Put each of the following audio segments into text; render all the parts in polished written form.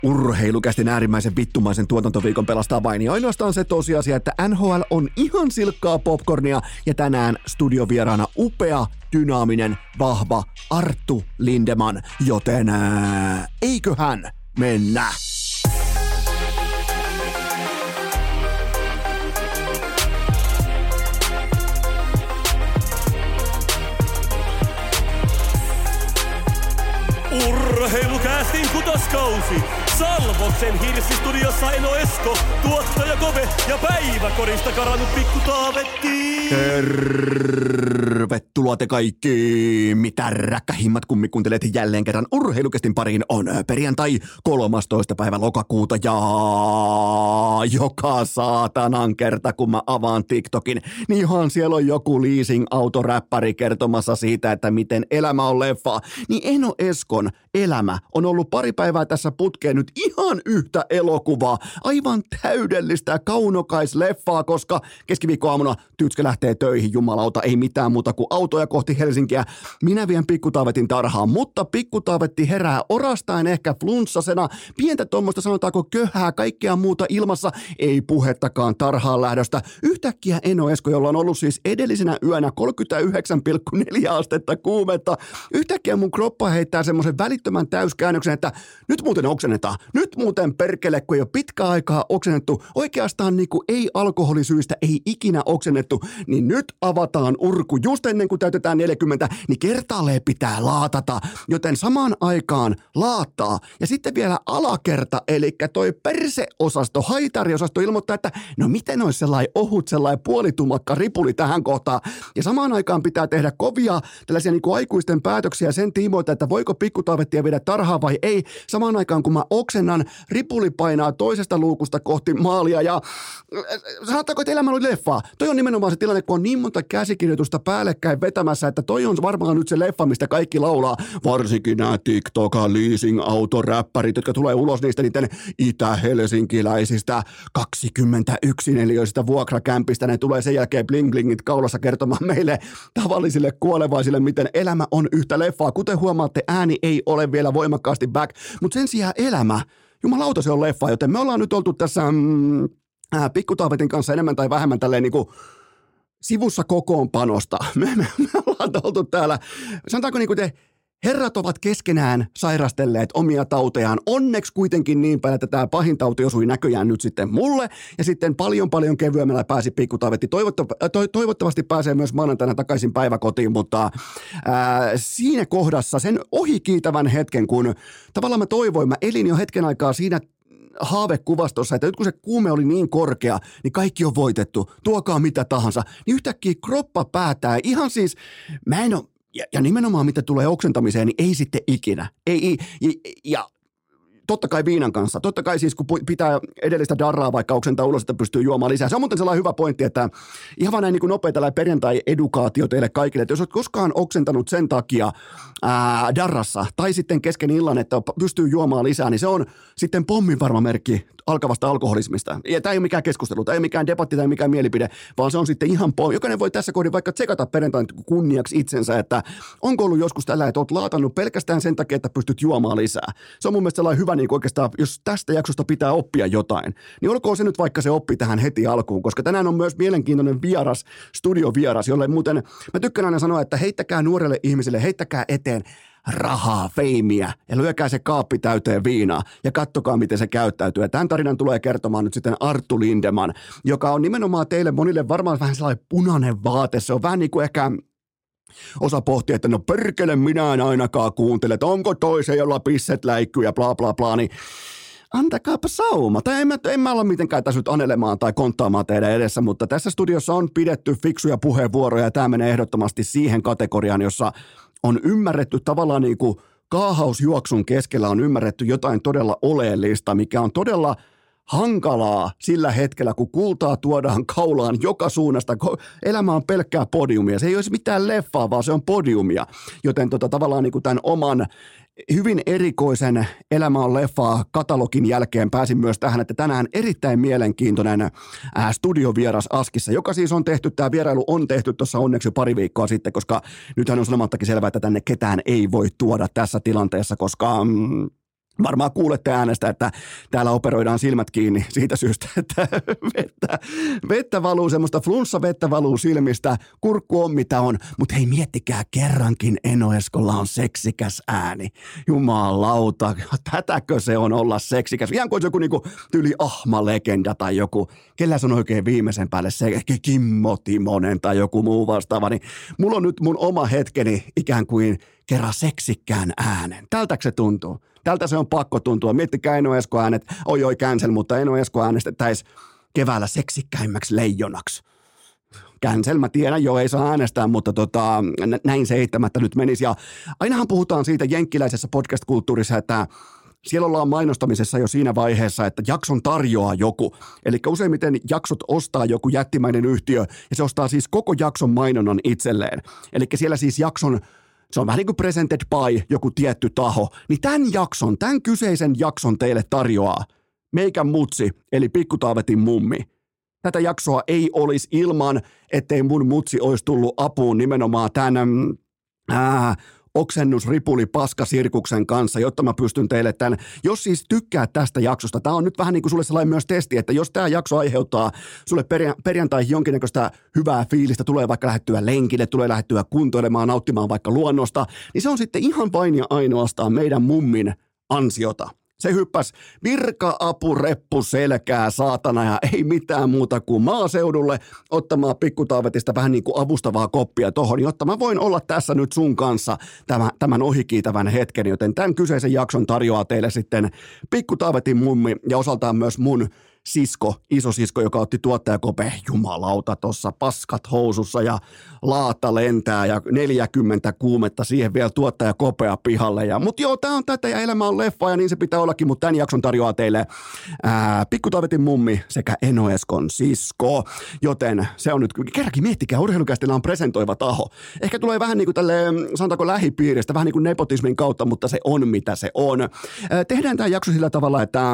Urheilukästin äärimmäisen vittumaisen tuotantoviikon pelastaa vain ja ainoastaan se tosiasia, että NHL on ihan silkkaa popcornia ja tänään studiovieraana upea, dynaaminen, vahva Arttu Lindeman, joten eiköhän mennä. Urheilukästin kutoskausi! Salvoksen hirsistudiossa Eno Esko, tuottaja Kove ja päiväkorista karannut pikku Taavetti. Tervetuloa te kaikki, mitä räkkähimmat kummikuuntelet jälleen kerran Urheilukästin pariin. On perjantai 13. päivä lokakuuta ja joka saatanan kerta kun mä avaan TikTokin, niin ihan siellä on joku leasing-autoräppäri kertomassa siitä, että miten elämä on leffa. Niin Eno Eskon elämä on ollut pari päivää tässä putkeen nyt ihan yhtä elokuvaa, aivan täydellistä kaunokaisleffaa, koska keskiviikkoaamuna Tytskä lähtee töihin, jumalauta, ei mitään muuta kuin autoja kohti Helsinkiä. Minä vien pikkutaavetin tarhaan, mutta pikkutaavetti herää orastaen ehkä flunssasena, pientä tuommoista sanotaanko köhää, kaikkea muuta ilmassa, ei puhettakaan tarhaan lähdöstä. Yhtäkkiä Eno Esko, jolla on ollut siis edellisenä yönä 39,4 astetta kuumetta, yhtäkkiä mun kroppa heittää semmoisen välittömän täyskäännöksen, että nyt muuten oksennetaan. Nyt muuten perkele, kun ei ole pitkään aikaa oksennettu, oikeastaan niinku ei alkoholisyistä, ei ikinä oksennettu, niin nyt avataan urku just ennen kuin täytetään 40, niin kertaalleen pitää laatata, joten samaan aikaan laattaa ja sitten vielä alakerta, eli toi perseosasto, haitariosasto ilmoittaa, että no miten olisi sellainen ohut, sellainen puolitumakka ripuli tähän kohtaan, ja samaan aikaan pitää tehdä kovia tällaisia niinku aikuisten päätöksiä sen tiimoilta, että voiko pikkutaavettia viedä tarhaan vai ei, samaan aikaan kun mä oksennan, ripuli painaa toisesta luukusta kohti maalia ja sanotaanko, että elämä oli leffaa. Toi on nimenomaan se tilanne, kun on niin monta käsikirjoitusta päällekkäin vetämässä, että toi on varmaan nyt se leffa, mistä kaikki laulaa. Varsinkin nämä TikTokan leasing-autoräppärit, jotka tulee ulos niistä niiden itä-helsinkiläisistä 21-neliöisistä vuokrakämpistä. Ne tulee sen jälkeen bling-blingit kaulassa kertomaan meille tavallisille kuolevaisille, miten elämä on yhtä leffaa. Kuten huomaatte, ääni ei ole vielä voimakkaasti back, mutta sen sijaan elämä, jumalauta se on leffa, joten me ollaan nyt oltu tässä pikkutaavetin kanssa enemmän tai vähemmän tälleen niinku sivussa kokoonpanosta. Me ollaan oltu täällä, sanotaanko niinku te herrat ovat keskenään sairastelleet omia tautejaan. Onneksi kuitenkin niin päin, että tämä pahin tauti osui näköjään nyt sitten mulle. Ja sitten paljon kevyemmällä pääsi pikkutaavetti. Toivottavasti pääsee myös maanantaina takaisin päiväkotiin, mutta siinä kohdassa sen ohikiitävän hetken, kun tavallaan mä toivoin, mä elin jo hetken aikaa siinä haavekuvastossa, että nyt kun se kuume oli niin korkea, niin kaikki on voitettu, tuokaa mitä tahansa, niin yhtäkkiä kroppa päätää ihan siis, mä en ole, ja nimenomaan mitä tulee oksentamiseen, niin ei sitten ikinä, ja totta kai viinan kanssa, totta kai siis kun pitää edellistä darraa vaikka oksentaa ulos, että pystyy juomaan lisää. Se on muuten sellainen hyvä pointti, että ihan vaan näin niin kuin nopea tällainen perjantai-edukaatio teille kaikille, että jos olet koskaan oksentanut sen takia darrassa tai sitten kesken illan, että pystyy juomaan lisää, niin se on sitten pomminvarma merkki alkavasta alkoholismista. Ja tämä ei ole mikään keskustelu, tämä ei ole mikään debatti tai mikään mielipide, vaan se on sitten ihan jokainen voi tässä kohdin vaikka tsekata perjantain kunniaksi itsensä, että onko ollut joskus tällä, että olet laatannut pelkästään sen takia, että pystyt juomaan lisää. Se on mun mielestä sellainen hyvä, niin oikeastaan, jos tästä jaksosta pitää oppia jotain, niin olkoon se nyt vaikka se oppi tähän heti alkuun, koska tänään on myös mielenkiintoinen vieras, studiovieras, jolle muuten, mä tykkään aina sanoa, että heittäkää nuorelle ihmiselle, heittäkää eteen rahaa, feimiä ja lyökää se kaappi täyteen viinaa ja kattokaa, miten se käyttäytyy. Ja tämän tarinan tulee kertomaan nyt sitten Arttu Lindeman, joka on nimenomaan teille monille varmaan vähän sellainen punainen vaate. Se on vähän niin kuin ehkä osa pohtii, että no perkele, minä en ainakaan kuuntele, että onko toisen, jolla pisset läikkyy ja bla bla bla, niin antakaapa sauma. Tai en mä olla mitenkään tässä nyt anelemaan tai konttaamaan teidän edessä, mutta tässä studiossa on pidetty fiksuja puheenvuoroja ja tämä menee ehdottomasti siihen kategoriaan, jossa on ymmärretty tavallaan niin kuin kaahausjuoksun keskellä on ymmärretty jotain todella oleellista, mikä on todella hankalaa sillä hetkellä, kun kultaa tuodaan kaulaan joka suunnasta. Elämä on pelkkää podiumia. Se ei olisi mitään leffaa, vaan se on podiumia. Joten tavallaan niin kuin tämän oman hyvin erikoisen Elämä on leffaa katalogin jälkeen pääsin myös tähän, että tänään erittäin mielenkiintoinen studiovieras Askissa, joka siis on tehty, tämä vierailu on tehty tuossa onneksi jo pari viikkoa sitten, koska nythän on sanomattakin selvää, että tänne ketään ei voi tuoda tässä tilanteessa, koska Varmaan kuulette äänestä, että täällä operoidaan silmät kiinni siitä syystä, että vettä valuu, semmoista flunssa-vettä valuu silmistä, kurkku on mitä on, mutta hei miettikää kerrankin Eno Eskolla on seksikäs ääni. Jumalauta, tätäkö se on olla seksikäs? Ihan kuin joku niinku tyyli Ahma-legenda tai joku, kellä se on oikein viimeisen päälle se Kimmo Timonen tai joku muu vastaava, niin mulla on nyt mun oma hetkeni ikään kuin kerran seksikkään äänen. Tältäkö se tuntuu? Tältä se on pakko tuntua. Miettikää Eno Esko äänet, oi cancel, mutta Eno Esko äänestettäisiin keväällä seksikkäimmäksi leijonaksi. Cancel, mä tiedän, ei saa äänestää, mutta näin se eittämättä nyt menisi. Ja ainahan puhutaan siitä jenkkiläisessä podcast-kulttuurissa, että siellä ollaan mainostamisessa jo siinä vaiheessa, että jakson tarjoaa joku. Eli useimmiten jaksot ostaa joku jättimäinen yhtiö, ja se ostaa siis koko jakson mainonnan itselleen. Eli siellä siis se on vähän niin kuin presented by joku tietty taho, niin tämän kyseisen jakson teille tarjoaa meikän mutsi, eli Pikku Taavetin mummi. Tätä jaksoa ei olisi ilman, ettei mun mutsi olisi tullut apuun nimenomaan tämän oksennusripuli paskasirkuksen kanssa, jotta mä pystyn teille tämän, jos siis tykkää tästä jaksosta, tämä on nyt vähän niin kuin sulle sellainen myös testi, että jos tämä jakso aiheuttaa sulle perjantaihin jonkinnäköistä hyvää fiilistä, tulee vaikka lähdettyä lenkille, tulee lähdettyä kuntoilemaan, nauttimaan vaikka luonnosta, niin se on sitten ihan vain ja ainoastaan meidän mummin ansiota. Se hyppäsi virka-apureppu selkää saatana ja ei mitään muuta kuin maaseudulle ottamaan Pikku Taavetista vähän niin kuin avustavaa koppia tohon, jotta mä voin olla tässä nyt sun kanssa tämän ohikiitävän hetken, joten tämän kyseisen jakson tarjoaa teille sitten Pikku Taavetin mummi ja osaltaan myös mun isosisko, joka otti tuottajakope, jumalauta, tuossa paskat housussa ja laata lentää ja 40 kuumetta siihen vielä tuottajakopea pihalle. Mutta joo, tää on tätä ja elämä on leffa ja niin se pitää ollakin, mutta tämän jakson tarjoaa teille Pikku Taavetin mummi sekä Eno Eskon sisko, joten se on nyt, kerrankin miettikää, Urheilukästillä on presentoiva taho. Ehkä tulee vähän niin kuin tälleen, sanotaanko lähipiiristä, vähän niin kuin nepotismin kautta, mutta se on mitä se on. Tehdään tämä jakso sillä tavalla, että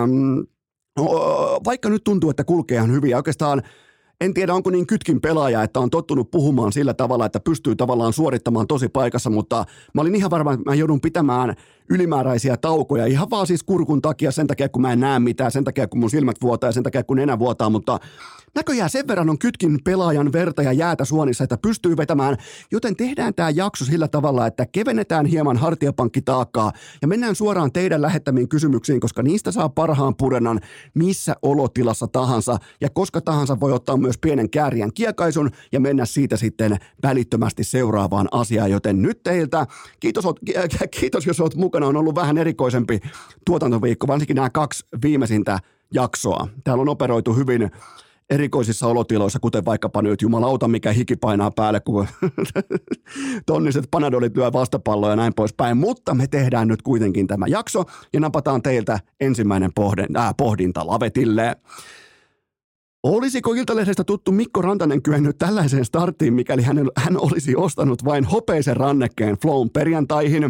vaikka nyt tuntuu, että kulkee ihan hyvin ja oikeastaan en tiedä, onko niin kytkin pelaaja, että on tottunut puhumaan sillä tavalla, että pystyy tavallaan suorittamaan tosi paikassa, mutta mä olin ihan varma, että mä joudun pitämään ylimääräisiä taukoja ihan vaan siis kurkun takia, sen takia kun mä en näe mitään, sen takia kun mun silmät vuotaa ja sen takia kun nenä vuotaa, mutta näköjään sen verran on kytkin pelaajan verta ja jäätä suonissa, että pystyy vetämään, joten tehdään tämä jakso sillä tavalla, että kevennetään hieman hartiapankkitaakkaa ja mennään suoraan teidän lähettämiin kysymyksiin, koska niistä saa parhaan purennan missä olotilassa tahansa ja koska tahansa voi ottaa myös pienen kääriän kiekaisun ja mennä siitä sitten välittömästi seuraavaan asiaan, joten nyt teiltä, kiitos jos olet mukana, on ollut vähän erikoisempi tuotantoviikko, varsinkin nämä 2 viimeisintä jaksoa. Täällä on operoitu hyvin erikoisissa olotiloissa, kuten vaikkapa nyt jumalauta, mikä hiki painaa päälle, kun tonniset panadolit lyö vastapalloja ja näin poispäin, mutta me tehdään nyt kuitenkin tämä jakso ja napataan teiltä ensimmäinen pohdinta lavetille. Olisiko Iltalehdestä tuttu Mikko Rantanen kyennyt tällaiseen starttiin, mikäli hän olisi ostanut vain hopeisen rannekkeen Flown perjantaihin?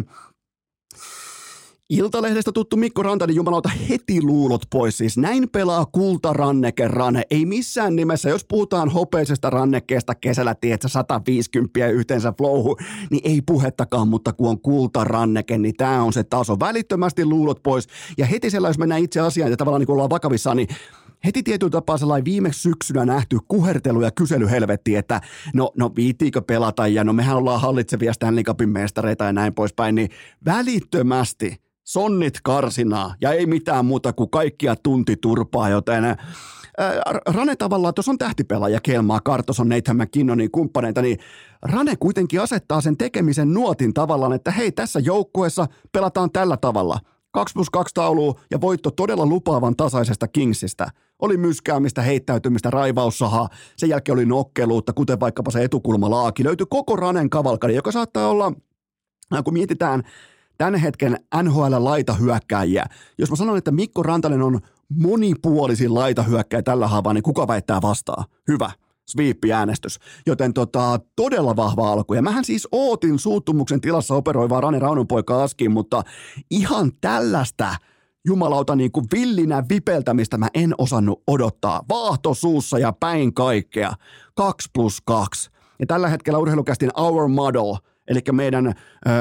Iltalehdestä tuttu Mikko Rantanen, jumalauta, heti luulot pois. Siis näin pelaa kultaranneke Rane. Ei missään nimessä, jos puhutaan hopeisesta rannekkeesta kesällä, tiedätkö, 150 yhteensä flowhu, niin ei puhettakaan, mutta kun on kultaranneke, niin tämä on se taso. Välittömästi luulot pois. Ja heti sellainen, jos mennään itse asiaan ja tavallaan niin kuin ollaan vakavissaan, niin heti tietyllä tapaa sellainen viimeksi syksynä nähty kuhertelu ja kyselyhelvetti, että no viitiikö pelata ja no mehän ollaan hallitsevia Stanley Cupin mestareita ja näin poispäin, niin välittömästi sonnit karsinaa ja ei mitään muuta kuin kaikkia tuntiturpaa, joten Rane tavallaan, tuossa on tähtipelaaja Kelmaa, Kartoson, Nathan McKinnonin kumppaneita, niin Rane kuitenkin asettaa sen tekemisen nuotin tavallaan, että hei, tässä joukkueessa pelataan tällä tavalla. 2+2 taulua ja voitto todella lupaavan tasaisesta Kingsistä. Oli myskäämistä, heittäytymistä, raivaussahaa, sen jälkeen oli nokkeluutta, kuten vaikkapa se etukulmalaaki. Löytyi koko Ranen kavalkari, joka saattaa olla, kun mietitään tämän hetken NHL-laitahyökkääjiä. Jos mä sanon, että Mikko Rantanen on monipuolisin laitahyökkääjä tällä haavaa, niin kuka väittää vastaan? Hyvä. Sweep-äänestys, joten todella vahva alku. Ja mähän siis ootin suuttumuksen tilassa operoivaa Rane Raunonpoika Askiin, mutta ihan tällaista jumalauta niin kuin villinä vipeltämistä mä en osannut odottaa. Vaahto suussa ja päin kaikkea. 2+2. Ja tällä hetkellä Urheilukästin Our Model, eli meidän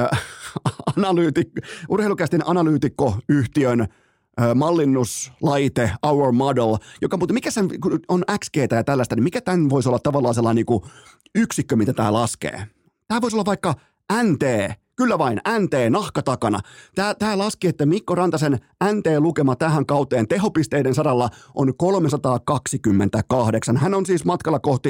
urheilukästin analyytikkoyhtiön mallinnuslaite, Our Model, joka muuten, mikä sen on XGtä ja tällaista, niin mikä tämän voisi olla tavallaan sellainen niin kuin yksikkö, mitä tämä laskee? Tämä voisi olla vaikka NT, kyllä vain, NT, nahka takana. Tämä laski, että Mikko Rantasen NT-lukema tähän kauteen tehopisteiden saralla on 328. Hän on siis matkalla kohti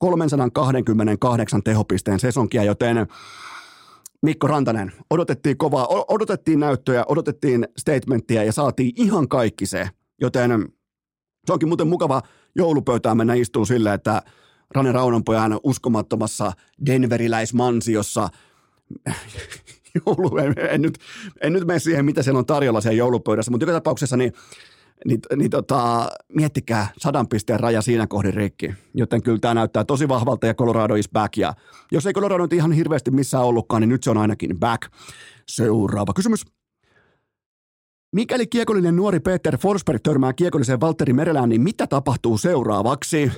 328 tehopisteen sesonkia, joten Mikko Rantanen, odotettiin kovaa, odotettiin näyttöjä, odotettiin statementtia ja saatiin ihan kaikki se, joten se onkin muuten mukava joulupöytään mennä istuu silleen, että Rane Raunonpojan uskomattomassa denveriläismansiossa en nyt mene siihen, mitä siellä on tarjolla siellä joulupöydässä, mutta joka tapauksessa miettikää 100 pisteen raja siinä kohdin rikki, joten kyllä tämä näyttää tosi vahvalta ja Colorado is back, ja jos ei Colorado nyt ihan hirveästi missään ollutkaan, niin nyt se on ainakin back. Seuraava kysymys. Mikäli kiekollinen nuori Peter Forsberg törmää kiekolliseen Valtteri Merelään, niin mitä tapahtuu seuraavaksi?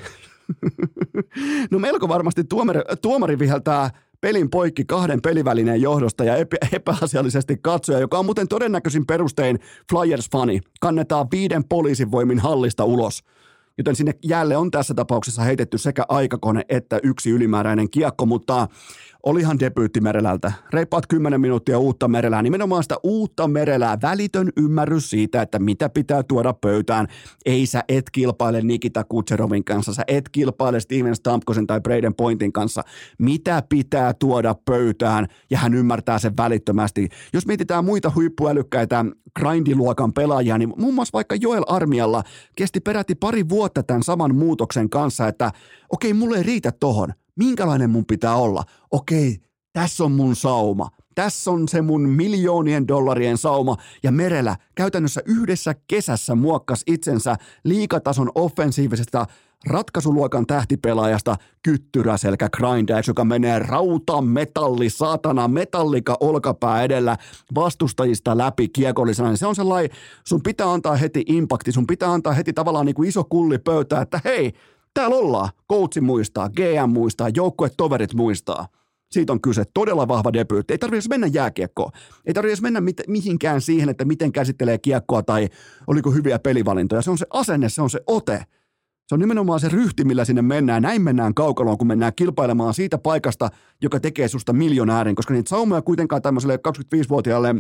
No melko varmasti tuomari viheltää pelin poikki 2 pelivälineen johdosta ja epäasiallisesti katsoja, joka on muuten todennäköisin perustein Flyers-fani, kannetaan 5 poliisin voimin hallista ulos. Joten sinne jälleen on tässä tapauksessa heitetty sekä aikakone että yksi ylimääräinen kiekko, mutta olihan debyytti Merelältä. Reippaat 10 minuuttia uutta Merelää, nimenomaan sitä uutta Merelää, välitön ymmärrys siitä, että mitä pitää tuoda pöytään. Ei sä et kilpaile Nikita Kutserovin kanssa, sä et kilpaile Steven Stamkosen tai Braden Pointin kanssa. Mitä pitää tuoda pöytään, ja hän ymmärtää sen välittömästi. Jos mietitään muita huippuälykkäitä grindiluokan pelaajia, niin muun muassa vaikka Joel Armialla kesti peräti 2 vuotta tämän saman muutoksen kanssa, että okei, mulle ei riitä tohon. Minkälainen mun pitää olla? Okei, tässä on mun sauma. Tässä on se mun miljoonien dollarien sauma. Ja Merelä käytännössä yhdessä kesässä muokkas itsensä liigatason offensiivisesta ratkaisuluokan tähtipelaajasta kyttyräselkä grindajaksi, joka menee metalli, saatana, metallika olkapää edellä vastustajista läpi kiekollisena. Niin se on sellainen, sun pitää antaa heti impakti, sun pitää antaa heti tavallaan niin kuin iso kulli pöytään, että hei, täällä ollaan. Coachi muistaa, GM muistaa, joukkuetoverit muistaa. Siitä on kyse. Todella vahva debyytti. Ei tarvitse mennä jääkiekkoon. Ei tarvitse mennä mihinkään siihen, että miten käsittelee kiekkoa tai oliko hyviä pelivalintoja. Se on se asenne, se on se ote. Se on nimenomaan se ryhti, millä sinne mennään. Näin mennään kaukaloon, kun mennään kilpailemaan siitä paikasta, joka tekee susta miljonäärin. Koska niitä saumoja kuitenkaan tämmöiselle 25-vuotiaalle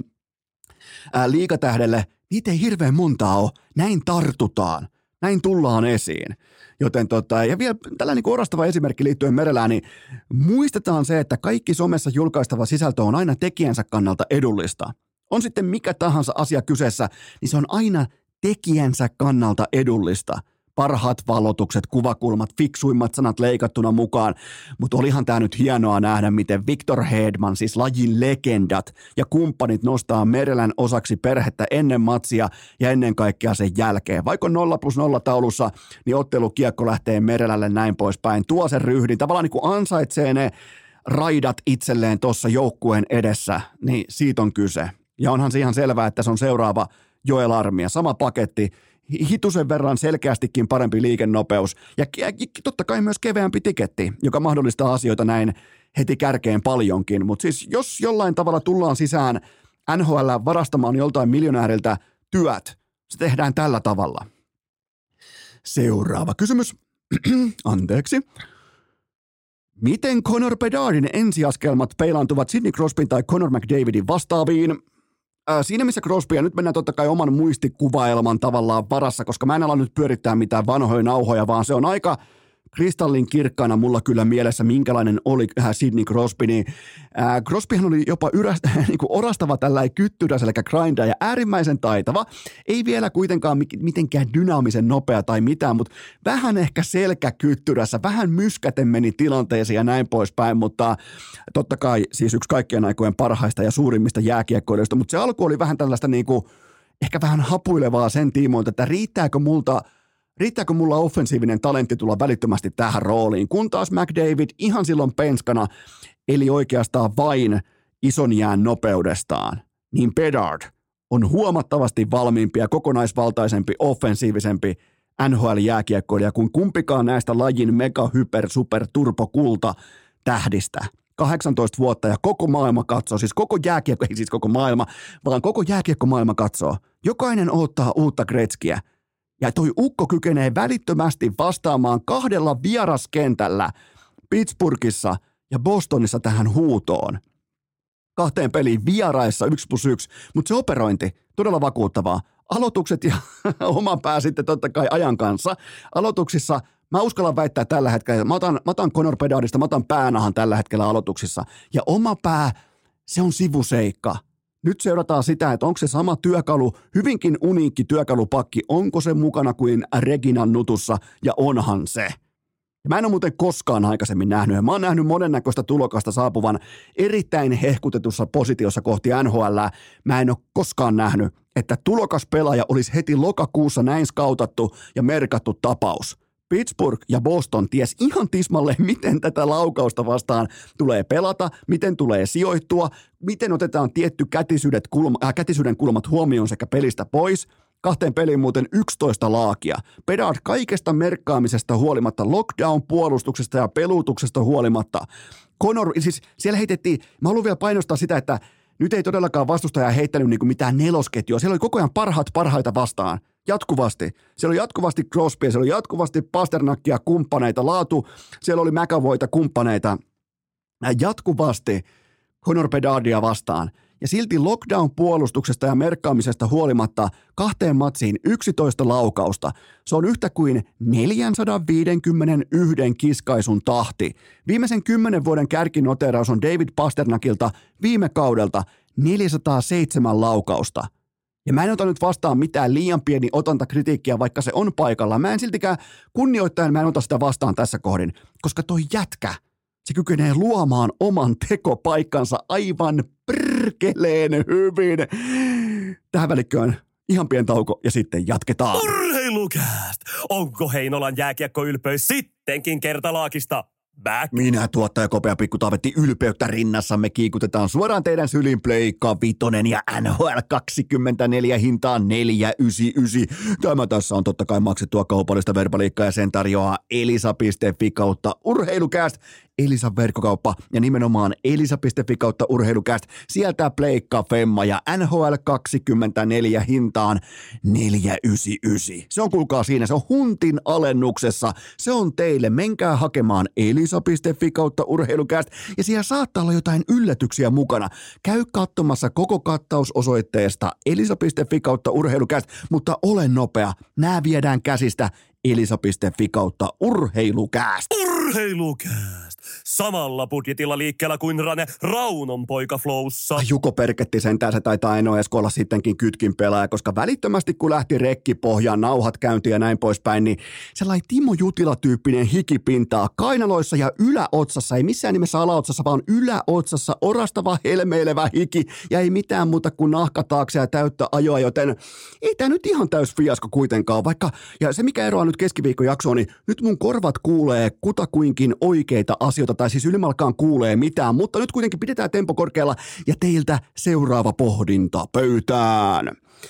liigatähdelle, niitä ei hirveän montaa ole. Näin tartutaan. Näin tullaan esiin. Joten ja vielä tällainen niin orastava esimerkki liittyen Merelään, niin muistetaan se, että kaikki somessa julkaistava sisältö on aina tekijänsä kannalta edullista. On sitten mikä tahansa asia kyseessä, niin se on aina tekijänsä kannalta edullista. Parhaat valotukset, kuvakulmat, fiksuimmat sanat leikattuna mukaan, mutta olihan tämä nyt hienoa nähdä, miten Victor Hedman, siis lajin legendat ja kumppanit nostaa Merelän osaksi perhettä ennen matsia ja ennen kaikkea sen jälkeen. Vaikka 0+0 taulussa, niin ottelukiekko lähtee Merelälle näin poispäin, tuo sen ryhdin, tavallaan niin kuin ansaitsee ne raidat itselleen tuossa joukkueen edessä, niin siitä on kyse. Ja onhan se ihan selvää, että se on seuraava Joel Armia, sama paketti, hitusen verran selkeästikin parempi liikennopeus ja totta kai myös keveämpi tiketti, joka mahdollistaa asioita näin heti kärkeen paljonkin. Mutta siis jos jollain tavalla tullaan sisään NHL varastamaan joltain miljonääriltä työt, se tehdään tällä tavalla. Seuraava kysymys. Anteeksi. Miten Connor Bedardin ensiaskelmat peilaantuvat Sidney Crosbyn tai Connor McDavidin vastaaviin? Siinä missä Crosby, ja nyt mennään totta kai oman muistikuvaelman tavallaan varassa, koska mä en ala nyt pyörittää mitään vanhoja nauhoja, vaan se on aika kristallin kirkkaana mulla kyllä mielessä, minkälainen oli Sidney Crosby. Niin, Crosbyhan oli jopa niin orastava tällainen kyttyräselkä grinda ja äärimmäisen taitava. Ei vielä kuitenkaan mitenkään dynaamisen nopea tai mitään, mutta vähän ehkä selkäkyttyrässä, vähän myskäten meni tilanteeseen ja näin poispäin, mutta totta kai siis yksi kaikkien aikojen parhaista ja suurimmista jääkiekkoilijoista, mutta se alku oli vähän tällaista niin kuin, ehkä vähän hapuilevaa sen tiimoilta, että riittääkö mulla offensiivinen talentti tulla välittömästi tähän rooliin, kun taas McDavid ihan silloin penskana, eli oikeastaan vain ison jään nopeudestaan, niin Bedard on huomattavasti valmiimpi ja kokonaisvaltaisempi, offensiivisempi NHL-jääkiekkoilija kuin kumpikaan näistä lajin mega, hyper, super, turbo, kulta tähdistä. 18 vuotta ja koko maailma katsoo, siis koko jääkiekko, ei siis koko maailma, vaan koko jääkiekkomaailma katsoo. Jokainen odottaa uutta Gretzkyä. Ja toi ukko kykenee välittömästi vastaamaan 2 vieraskentällä Pittsburghissa ja Bostonissa tähän huutoon. 2 peliin vieraissa 1+1, mutta se operointi, todella vakuuttavaa. Aloitukset ja oma pää sitten totta kai ajan kanssa. Aloituksissa mä uskallan väittää tällä hetkellä, mä otan Connor Bedardista, mä otan päänahan tällä hetkellä aloituksissa. Ja oma pää, se on sivuseikka. Nyt seurataan sitä, että onko se sama työkalu, hyvinkin uniikki työkalupakki, onko se mukana kuin Reginan nutussa, ja onhan se. Ja mä en ole muuten koskaan aikaisemmin nähnyt, ja mä oon nähnyt monennäköistä tulokasta saapuvan erittäin hehkutetussa positiossa kohti NHL. Mä en ole koskaan nähnyt, että tulokaspelaaja olisi heti lokakuussa näin skautattu ja merkattu tapaus. Pittsburgh ja Boston ties ihan tismalleen, miten tätä laukausta vastaan tulee pelata, miten tulee sijoittua, miten otetaan tietty kätisyyden kulmat huomioon sekä pelistä pois. 2 peliin muuten 11 laakia. Bedard kaikesta merkkaamisesta huolimatta, lockdown-puolustuksesta ja peluutuksesta huolimatta. Connor, siis siellä heitettiin, mä haluan vielä painostaa sitä, että nyt ei todellakaan vastustaja heittänyt niin kuin mitään nelosketjua. Siellä oli koko ajan parhaita vastaan. Jatkuvasti. Siellä oli jatkuvasti Crosbya, siellä oli jatkuvasti Pasternackia, kumppaneita, laatu. Siellä oli McAvoyta, kumppaneita. Jatkuvasti Connor Bedardia vastaan. Ja silti lockdown-puolustuksesta ja merkkaamisesta huolimatta 2 matsiin 11 laukausta. Se on yhtä kuin 451 kiskaisun tahti. Viimeisen 10 vuoden kärkinoteraus on David Pasternakilta viime kaudelta 407 laukausta. Ja mä en ota nyt vastaan mitään liian pieni otantakritiikkiä, vaikka se on paikalla. Mä en siltikään kunnioittaen, mä en ota sitä vastaan tässä kohdin, koska toi jätkä, se kykenee luomaan oman tekopaikkansa aivan perkeleen hyvin. Tähän välikköön ihan pieni tauko ja sitten jatketaan. Urheilukääst! Onko Heinolan jääkiekkoylpeys sittenkin kertalaakista back? Minä tuottaja Kopea Pikku Taavetti ylpeyttä rinnassamme kiikutetaan suoraan teidän syliin Pleikka Vitonen ja NHL 24 hintaan 499. Tämä tässä on totta kai maksettua kaupallista verbaliikkaa ja sen tarjoaa elisa.fi kautta urheilukääst. Elisan verkkokauppa ja nimenomaan elisa.fi kautta urheilukääst. Sieltä Pleikka Femma ja NHL 24 hintaan 499. Se on kuulkaa siinä, se on huntin alennuksessa. Se on teille. Menkää hakemaan elisa.fi kautta urheilukääst ja siellä saattaa olla jotain yllätyksiä mukana. Käy katsomassa koko kattaus osoitteesta elisa.fi kautta urheilukääst, mutta ole nopea. Nää viedään käsistä elisa.fi kautta urheilukääst. Urheilukääst! Samalla budjetilla liikkeellä kuin Rane Raunon poika Flowssa. Juko Perketti sentään, se taitaa Eno Esko olla sittenkin kytkin pelaaja, koska välittömästi kun lähti rekkipohjaan, nauhat käyntiin ja näin poispäin, niin sellainen Timo Jutila-tyyppinen hikipintaa kainaloissa ja yläotsassa, ei missään nimessä alaotsassa, vaan yläotsassa orastava helmeilevä hiki ja ei mitään muuta kuin nahka taakse ja täyttä ajoa, joten ei tämä nyt ihan täys fiasko kuitenkaan, vaikka, ja se mikä eroaa nyt keskiviikkojaksoon, niin nyt mun korvat kuulee kutakuinkin oikeita asioita, tai siis ylimalkaan kuulee mitään, mutta nyt kuitenkin pidetään tempo korkealla ja teiltä seuraava pohdinta pöytään.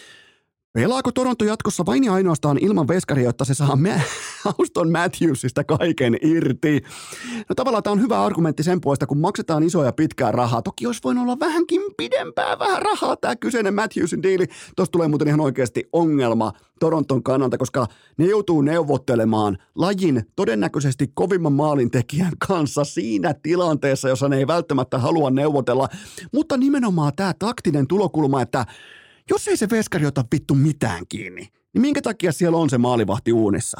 Pelaako Toronto jatkossa vain ja ainoastaan ilman veskaria, jotta se saa Auston Matthewsista kaiken irti? No tavallaan tämä on hyvä argumentti sen puolesta, kun maksetaan isoja pitkää rahaa. Toki olisi voinut olla vähänkin pidempää vähän rahaa tämä kyseinen Matthewsin diili. Tuossa tulee muuten ihan oikeasti ongelma Toronton kannalta, koska ne joutuu neuvottelemaan lajin todennäköisesti kovimman maalintekijän kanssa siinä tilanteessa, jossa ne ei välttämättä halua neuvotella. Mutta nimenomaan tämä taktinen tulokulma, että jos ei se veskari ota vittu mitään kiinni, niin minkä takia siellä on se maalivahti uunissa?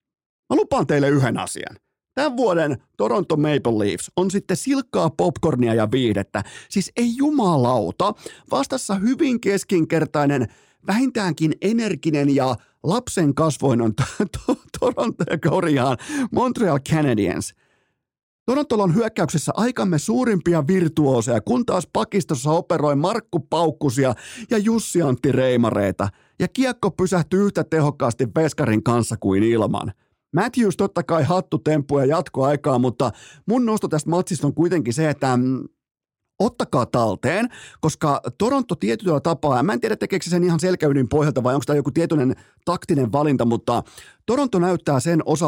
Mä lupaan teille yhden asian. Tämän vuoden Toronto Maple Leafs on sitten silkkaa popcornia ja viihdettä. Siis ei jumalauta. Vastassa hyvin keskinkertainen, vähintäänkin energinen ja lapsen kasvoinen Toronto korjaan Montreal Canadiens. Torontolla on hyökkäyksessä aikamme suurimpia virtuooseja, kun taas pakistossa operoi Markku Paukkusia ja Jussi Antti Reimareita. Ja kiekko pysähtyy yhtä tehokkaasti veskarin kanssa kuin ilman. Matthews totta kai hattutemppu ja jatkoaikaa, mutta mun nosto tästä matsista on kuitenkin se, että ottakaa talteen, koska Toronto tietyllä tapaa, ja mä en tiedä tekeekö se sen ihan selkäydin pohjalta vai onko tämä joku tietoinen taktinen valinta, mutta Toronto näyttää sen osalta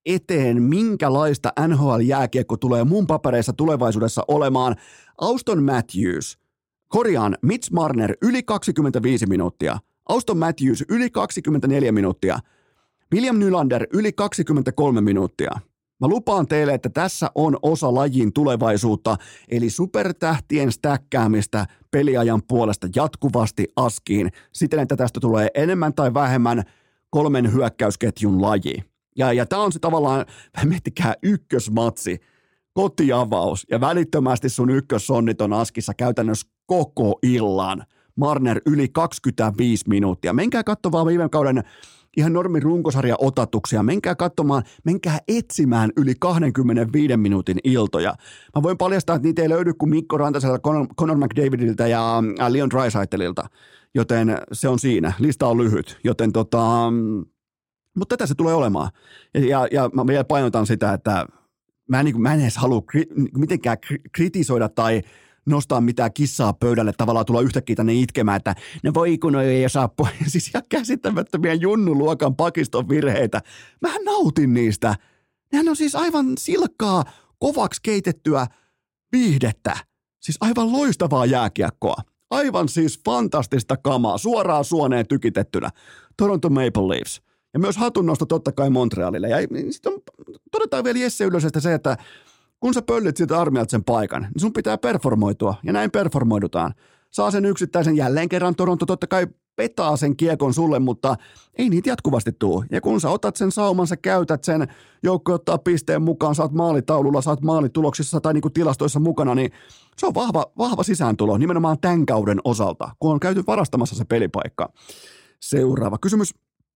eteen, minkälaista NHL-jääkiekko tulee mun papereissa tulevaisuudessa olemaan. Auston Matthews, Mitch Marner yli 25 minuuttia, Auston Matthews yli 24 minuuttia, William Nylander yli 23 minuuttia. Mä lupaan teille, että tässä on osa lajin tulevaisuutta, eli supertähtien stäkkäämistä peliajan puolesta jatkuvasti askiin, siten että tästä tulee enemmän tai vähemmän 3 hyökkäysketjun laji. Ja tää on se tavallaan, miettikää ykkösmatsi, kotiavaus ja välittömästi sun ykkössonnit on askissa käytännössä koko illan. Marner yli 25 minuuttia. Menkää katsomaan viime kauden ihan normin runkosarja otatuksia. Menkää etsimään yli 25 minuutin iltoja. Mä voin paljastaa, että niitä ei löydy kuin Mikko Rantaselta, Connor McDavidilta ja Leon Draisaitlilta, joten se on siinä. Lista on lyhyt, joten mutta tätä se tulee olemaan. Ja mä vielä painotan sitä, että mä en edes halua mitenkään kritisoida tai nostaa mitään kissaa pöydälle, tavallaan tulla yhtäkkiä tänne itkemään, että no voi kun ei saa siis ihan käsittämättömiä junnuluokan pakiston virheitä. Mähän nautin niistä. Nehän on siis aivan silkkaa, kovaksi keitettyä viihdettä. Siis aivan loistavaa jääkiekkoa. Aivan siis fantastista kamaa, suoraan suoneen tykitettynä. Toronto Maple Leafs. Ja myös hatunnosto totta kai Montrealille. Ja sitten todetaan vielä Jesse Ylösestä se, että kun sä pöllit siltä armialta sen paikan, niin sun pitää performoitua, ja näin performoidutaan. Saa sen yksittäisen jälleen kerran Toronto totta kai petaa sen kiekon sulle, mutta ei niitä jatkuvasti tuu. Ja kun sä otat sen sauman, sä käytät sen, joukko ottaa pisteen mukaan, saat maalitaululla, saat maalituloksissa tai niinku tilastoissa mukana, niin se on vahva sisääntulo nimenomaan tämän kauden osalta, kun on käyty varastamassa se pelipaikka. Seuraava kysymys.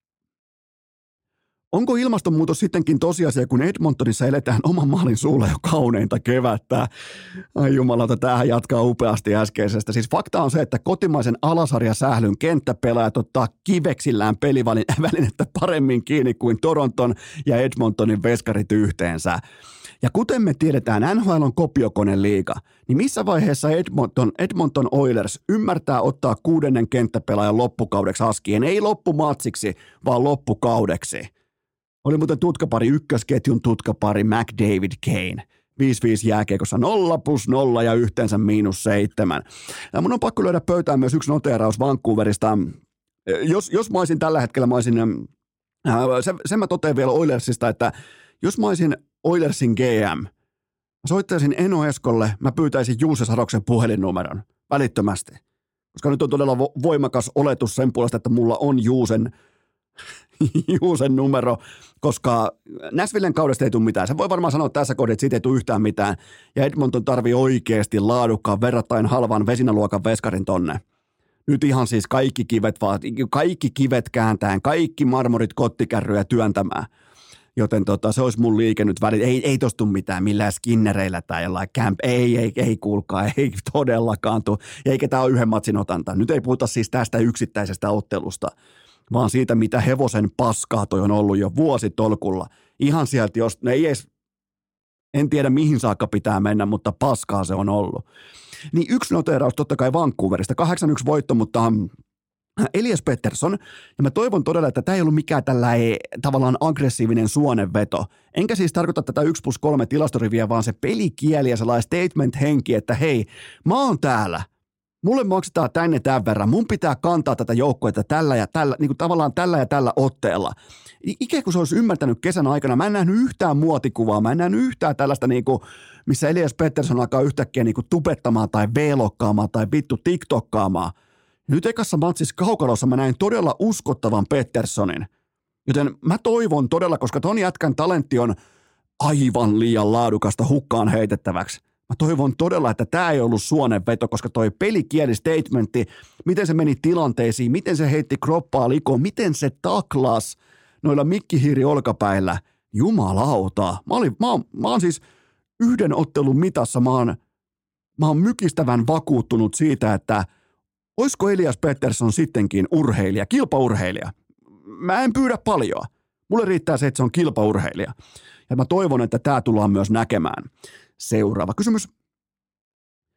Onko ilmastonmuutos sittenkin tosiasia, kun Edmontonissa eletään oman maalin suulla jo kauneinta kevättä? Ai jumalauta, tämähän jatkaa upeasti äskeisestä. Siis fakta on se, että kotimaisen alasarjasählyn kenttäpelaajat ottaa kiveksillään pelivälinettä paremmin kiinni kuin Toronton ja Edmontonin veskarit yhteensä. Ja kuten me tiedetään, NHL on kopiokoneliiga, niin missä vaiheessa Edmonton Oilers ymmärtää ottaa 6. kenttäpelaajan loppukaudeksi askien? Ei loppumatsiksi, vaan loppukaudeksi. Oli muuten tutkapari, ykkösketjun tutkapari McDavid Kane. 5-5 jääkiekossa 0+0 ja yhteensä -7. Ja mun on pakko lyödä pöytään myös yksi noteeraus Vancouverista. Jos mä olisin tällä hetkellä, sen mä totean vielä Oilersista, että jos mä olisin Oilersin GM, mä soittaisin Eno Eskolle, mä pyytäisin Juuse Saroksen puhelinnumeron välittömästi. Koska nyt on todella voimakas oletus sen puolesta, että mulla on Juusen numero, koska Nashvillen kaudesta ei tule mitään. Se voi varmaan sanoa tässä kohdassa, että siitä ei tule yhtään mitään. Ja Edmonton tarvii oikeasti laadukkaan, verrattain halvan vesinäluokan veskarin tonne. Nyt ihan siis kaikki kivet kääntäen, kaikki marmorit kottikärryjä työntämään. Joten se olisi mun liike nyt väliin. Ei tostu mitään millään skinnereillä tai jollain ei kuulkaa, ei todellakaan tule. Eikä tämä ole yhden matsin otanta. Nyt ei puhuta siis tästä yksittäisestä ottelusta, vaan siitä, mitä hevosen paskaa toi on ollut jo vuositolkulla. Ihan sieltä, jos ei edes, en tiedä mihin saakka pitää mennä, mutta paskaa se on ollut. Niin yksi noteeraus totta kai Vancouverista, 8-1 voitto, mutta Elias Pettersson, ja mä toivon todella, että tämä ei ollut mikään tällainen tavallaan aggressiivinen suonenveto. Enkä siis tarkoita tätä 1+3 tilastoriviä, vaan se pelikieli ja sellainen statement-henki, että hei, mä oon täällä. Mulle maksetaan tänne tämän verran. Mun pitää kantaa tätä joukkuetta tällä ja tällä, niin kuin tavallaan tällä ja tällä otteella. Ikään kuin se olisi ymmärtänyt kesän aikana. Mä en nähnyt yhtään muotikuvaa. Mä en nähnyt yhtään tällaista, niin kuin, missä Elias Pettersson alkaa yhtäkkiä niin kuin tubettamaan tai veelokkaamaan tai vittu tiktokkaamaan. Nyt ekassa matsissa kaukalossa mä näin todella uskottavan Petterssonin. Joten mä toivon todella, koska ton jätkän talentti on aivan liian laadukasta hukkaan heitettäväksi. Mä toivon todella, että tämä ei ollut suonenveto, koska toi pelikieli statementti, miten se meni tilanteisiin, miten se heitti kroppaa likoon, miten se taklas noilla mikkihiiri olkapäillä. Jumalauta. Mä oon siis yhden ottelun mitassa, mä oon mykistävän vakuuttunut siitä, että olisiko Elias Pettersson sittenkin urheilija, kilpaurheilija. Mä en pyydä paljon. Mulle riittää se, että se on kilpaurheilija. Ja mä toivon, että tämä tullaan myös näkemään. Seuraava kysymys.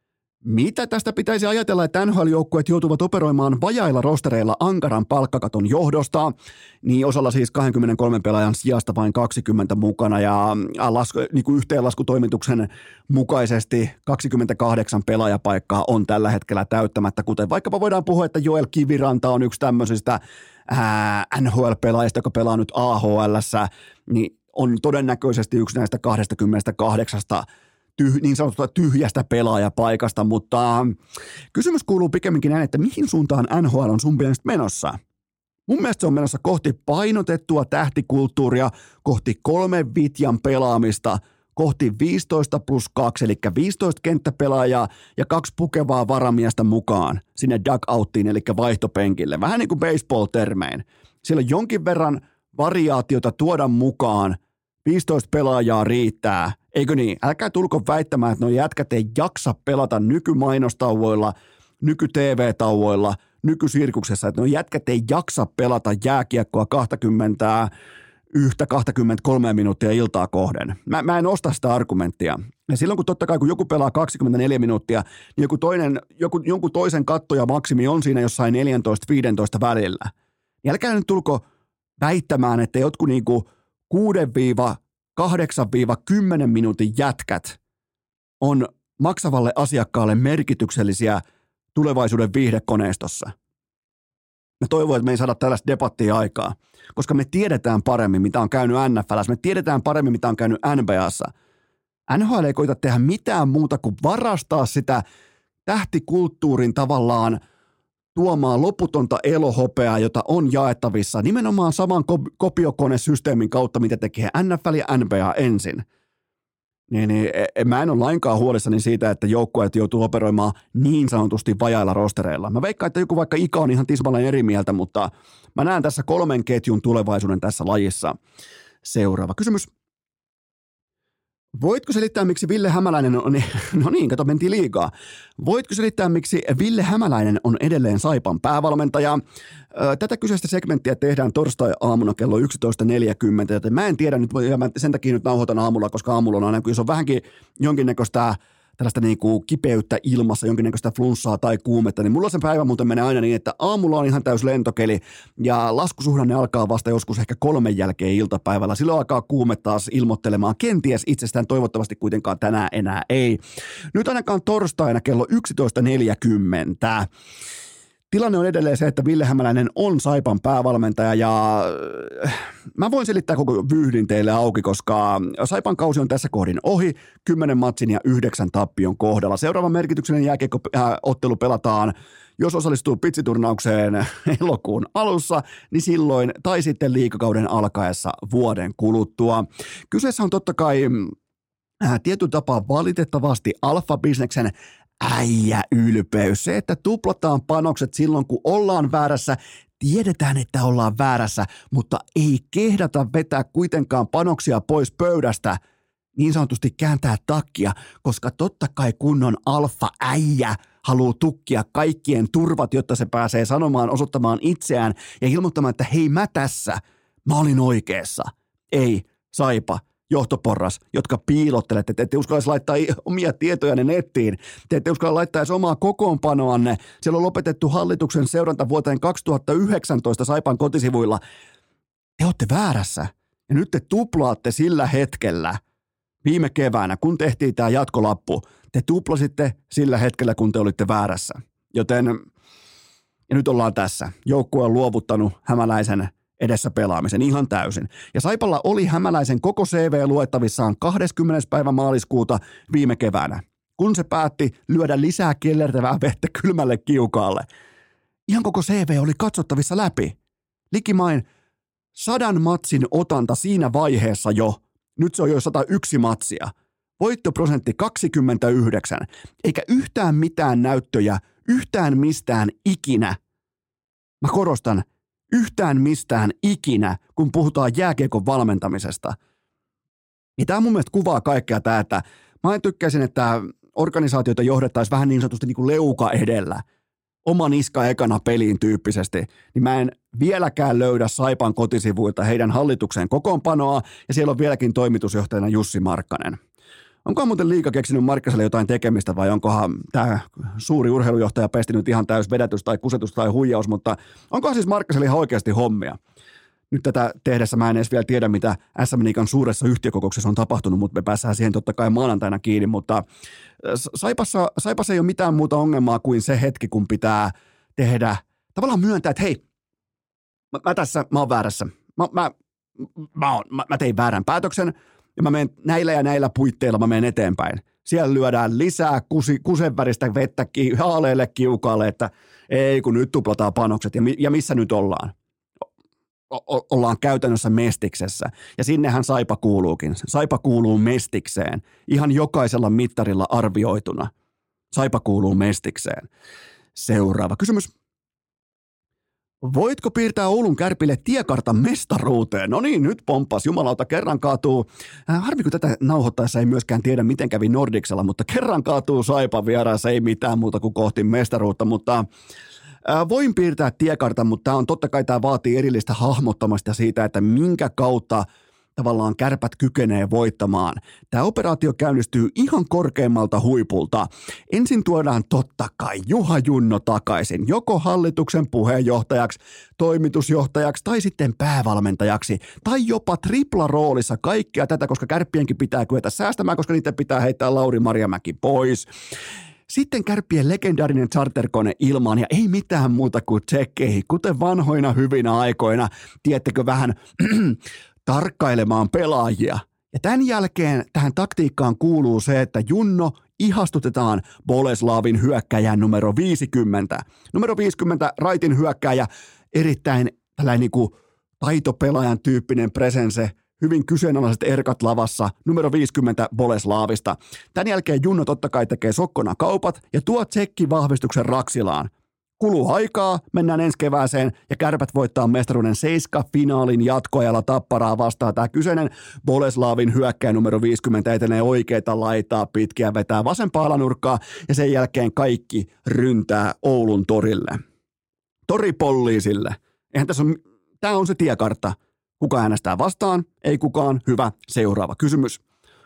Mitä tästä pitäisi ajatella, että NHL-joukkueet joutuvat operoimaan vajailla rostereilla ankaran palkkakaton johdosta, niin osalla siis 23 pelaajan sijasta vain 20 mukana ja niin kuin yhteenlaskutoimituksen mukaisesti 28 pelaajapaikkaa on tällä hetkellä täyttämättä, kuten vaikkapa voidaan puhua, että Joel Kiviranta on yksi tämmöisistä NHL-pelaajista, joka pelaa nyt AHL:ssä, niin on todennäköisesti yksi näistä 28 niin sanotusta tyhjästä pelaajapaikasta, mutta kysymys kuuluu pikemminkin näin, että mihin suuntaan NHL on sun mielestä menossa? Mun mielestä se on menossa kohti painotettua tähtikulttuuria, kohti 3 vitjan pelaamista, kohti 15+2, eli 15 kenttäpelaajaa ja 2 pukevaa varamiestä mukaan sinne dugouttiin, eli vaihtopenkille. Vähän niin kuin baseball-termein. Siellä on jonkin verran variaatiota tuoda mukaan, 15 pelaajaa riittää, eikö niin? Älkää tulko väittämään, että nuo jätkät ei jaksa pelata nykymainostauvoilla, nyky-TV-tauvoilla, nykysirkuksessa, että nuo jätkät ei jaksa pelata jääkiekkoa 21-23 minuuttia iltaa kohden. Mä en osta sitä argumenttia. Ja silloin kun totta kai kun joku pelaa 24 minuuttia, niin jonkun toisen katto ja maksimi on siinä jossain 14-15 välillä. Niin älkää nyt tulko väittämään, että jotkut niinku 6-8-10 minuutin jätkät on maksavalle asiakkaalle merkityksellisiä tulevaisuuden viihdekoneistossa. Mä toivon, että me ei saada tällaista debattia aikaa, koska me tiedetään paremmin, mitä on käynyt NFL:ssä, me tiedetään paremmin, mitä on käynyt NBA:ssa. NHL ei koita tehdä mitään muuta kuin varastaa sitä tähtikulttuurin tavallaan tuomaan loputonta elohopeaa, jota on jaettavissa nimenomaan saman kopiokonesysteemin kautta, mitä tekee NFL ja NBA ensin. Niin, mä en ole lainkaan huolissani siitä, että joukkueet joutuu operoimaan niin sanotusti vajailla rostereilla. Mä veikkaan, että joku vaikka Ika on ihan tismalleen eri mieltä, mutta mä näen tässä 3 ketjun tulevaisuuden tässä lajissa. Seuraava kysymys. Voitko selittää, miksi Ville Hämäläinen on, no niin, kato, mentiin liigaa. Voitko selittää, miksi Ville Hämäläinen on edelleen Saipan päävalmentaja? Tätä kyseistä segmenttiä tehdään torstai-aamuna kello 11.40, joten mä en tiedä nyt, ja mä sen takia nyt nauhoitan aamulla, koska aamulla on aina, kun jos on vähänkin jonkinnäköistä tällaista niin kuin kipeyttä ilmassa, jonkinnäköistä flunssaa tai kuumetta, niin mulla se päivä muuten menee aina niin, että aamulla on ihan täys lentokeli ja laskusuhdanne alkaa vasta joskus ehkä 3 jälkeen iltapäivällä. Silloin alkaa kuume taas ilmoittelemaan, kenties itsestään, toivottavasti kuitenkaan tänään enää ei. Nyt ainakaan torstaina kello 11.40. Tilanne on edelleen se, että Ville Hämäläinen on Saipan päävalmentaja ja mä voin selittää koko vyyhdin teille auki, koska Saipan kausi on tässä kohdin ohi 10 matsin ja 9 tappion kohdalla. Seuraava merkityksellinen jääkiekkoottelu pelataan, jos osallistuu pitsiturnaukseen elokuun alussa, niin silloin tai sitten liigakauden alkaessa vuoden kuluttua. Kyseessä on totta kai tietyn tapaa valitettavasti alfa-bisneksen äijäylpeys. Se, että tuplataan panokset silloin, kun ollaan väärässä, tiedetään, että ollaan väärässä, mutta ei kehdata vetää kuitenkaan panoksia pois pöydästä, niin sanotusti kääntää takkia, koska totta kai kunnon alfa-äijä haluaa tukkia kaikkien turvat, jotta se pääsee sanomaan, osoittamaan itseään ja ilmoittamaan, että hei mä tässä, mä olin oikeassa. Ei, Saipa. Johtoporras, jotka piilottelette, te ette uskalla laittaa omia tietojanne nettiin, te ette uskalla laittaa edes omaa kokoonpanoanne, siellä on lopetettu hallituksen seuranta vuoteen 2019 Saipan kotisivuilla. Te olette väärässä ja nyt te tuplaatte sillä hetkellä viime keväänä, kun tehtiin tämä jatkolappu, te tuplasitte sillä hetkellä, kun te olitte väärässä. Joten, ja nyt ollaan tässä. Joukkue on luovuttanut Hämäläisen edessä pelaamisen ihan täysin. Ja Saipalla oli Hämäläisen koko CV luettavissaan 20. päivä maaliskuuta viime keväänä, kun se päätti lyödä lisää kellertävää vettä kylmälle kiukaalle. Ihan koko CV oli katsottavissa läpi. Likimain 100 matsin otanta siinä vaiheessa jo. Nyt se on jo 101 matsia. Voittoprosentti 29, eikä yhtään mitään näyttöjä, yhtään mistään ikinä. Mä korostan, yhtään mistään ikinä, kun puhutaan jääkiekon valmentamisesta. Ja tämä mun mielestä kuvaa kaikkea tämä, että mä tykkäisin, että organisaatioita johdettaisiin vähän niin sanotusti niin kuin leuka edellä. Oma niska ekana peliin tyyppisesti, niin mä en vieläkään löydä Saipan kotisivuilta heidän hallituksen kokoonpanoa, ja siellä on vieläkin toimitusjohtajana Jussi Markkanen. Onkohan muuten liiga keksinyt Markkaselle jotain tekemistä vai onkohan tämä suuri urheilujohtaja pestinyt ihan täys vedätys tai kusetus tai huijaus, mutta onkohan siis Markkaselle ihan oikeasti hommia? Nyt tätä tehdessä mä en edes vielä tiedä, mitä SM Liigan suuressa yhtiökokouksessa on tapahtunut, mutta me päässään siihen totta kai maanantaina kiinni, mutta Saipassa ei ole mitään muuta ongelmaa kuin se hetki, kun pitää tehdä, tavallaan myöntää, että hei, mä oon väärässä. Mä tein väärän päätöksen ja mä menen näillä ja näillä puitteilla, mä menen eteenpäin. Siellä lyödään lisää kusenväristä vettä haaleille kiukaalle, että ei kun nyt tuplataan panokset ja missä nyt ollaan? Ollaan käytännössä Mestiksessä ja sinnehän Saipa kuuluukin. Saipa kuuluu Mestikseen ihan jokaisella mittarilla arvioituna. Saipa kuuluu Mestikseen. Seuraava kysymys. Voitko piirtää Oulun Kärpille tiekartan mestaruuteen? No niin, nyt pomppas. Jumalauta, kerran kaatuu. Harmi, kun tätä nauhoittaessa ei myöskään tiedä, miten kävi Nordicsella, mutta kerran kaatuu Saipan vieraassa, ei mitään muuta kuin kohti mestaruutta, mutta voin piirtää tiekartan, mutta tämä vaatii erillistä hahmottamista siitä, että minkä kautta tavallaan Kärpät kykenee voittamaan. Tämä operaatio käynnistyy ihan korkeimmalta huipulta. Ensin tuodaan totta kai Juha Junno takaisin, joko hallituksen puheenjohtajaksi, toimitusjohtajaksi tai sitten päävalmentajaksi, tai jopa triplaroolissa kaikkea tätä, koska Kärppienkin pitää kyetä säästämään, koska niitä pitää heittää Lauri Marjamäki pois. Sitten Kärppien legendaarinen charterkone ilmaan ja ei mitään muuta kuin tsekkeihin, kuten vanhoina hyvinä aikoina, tiedättekö vähän tarkkailemaan pelaajia. Ja tämän jälkeen tähän taktiikkaan kuuluu se, että Junno ihastutetaan Boleslavin hyökkäjän numero 50. Numero 50 raitin hyökkääjä, erittäin tällainen niin kuin taitopelaajan tyyppinen presense, hyvin kyseenalaiset erkat lavassa, numero 50 Boleslavista. Tämän jälkeen Junno totta kai tekee sokkona kaupat ja tuo tsekkivahvistuksen Raksilaan. Kuluu aikaa, mennään ensi kevääseen ja Kärpät voittaa mestaruuden 7-finaalin jatkoajalla Tapparaa vastaan. Tämä kyseinen Boleslavin hyökkäjä numero 50 etenee oikeita laitaa pitkiä, vetää vasempaa alanurkkaa ja sen jälkeen kaikki ryntää Oulun torille. Toripoliisille. Tämä on se tiekartta. Kuka äänestää vastaan? Ei kukaan. Hyvä. Seuraava kysymys.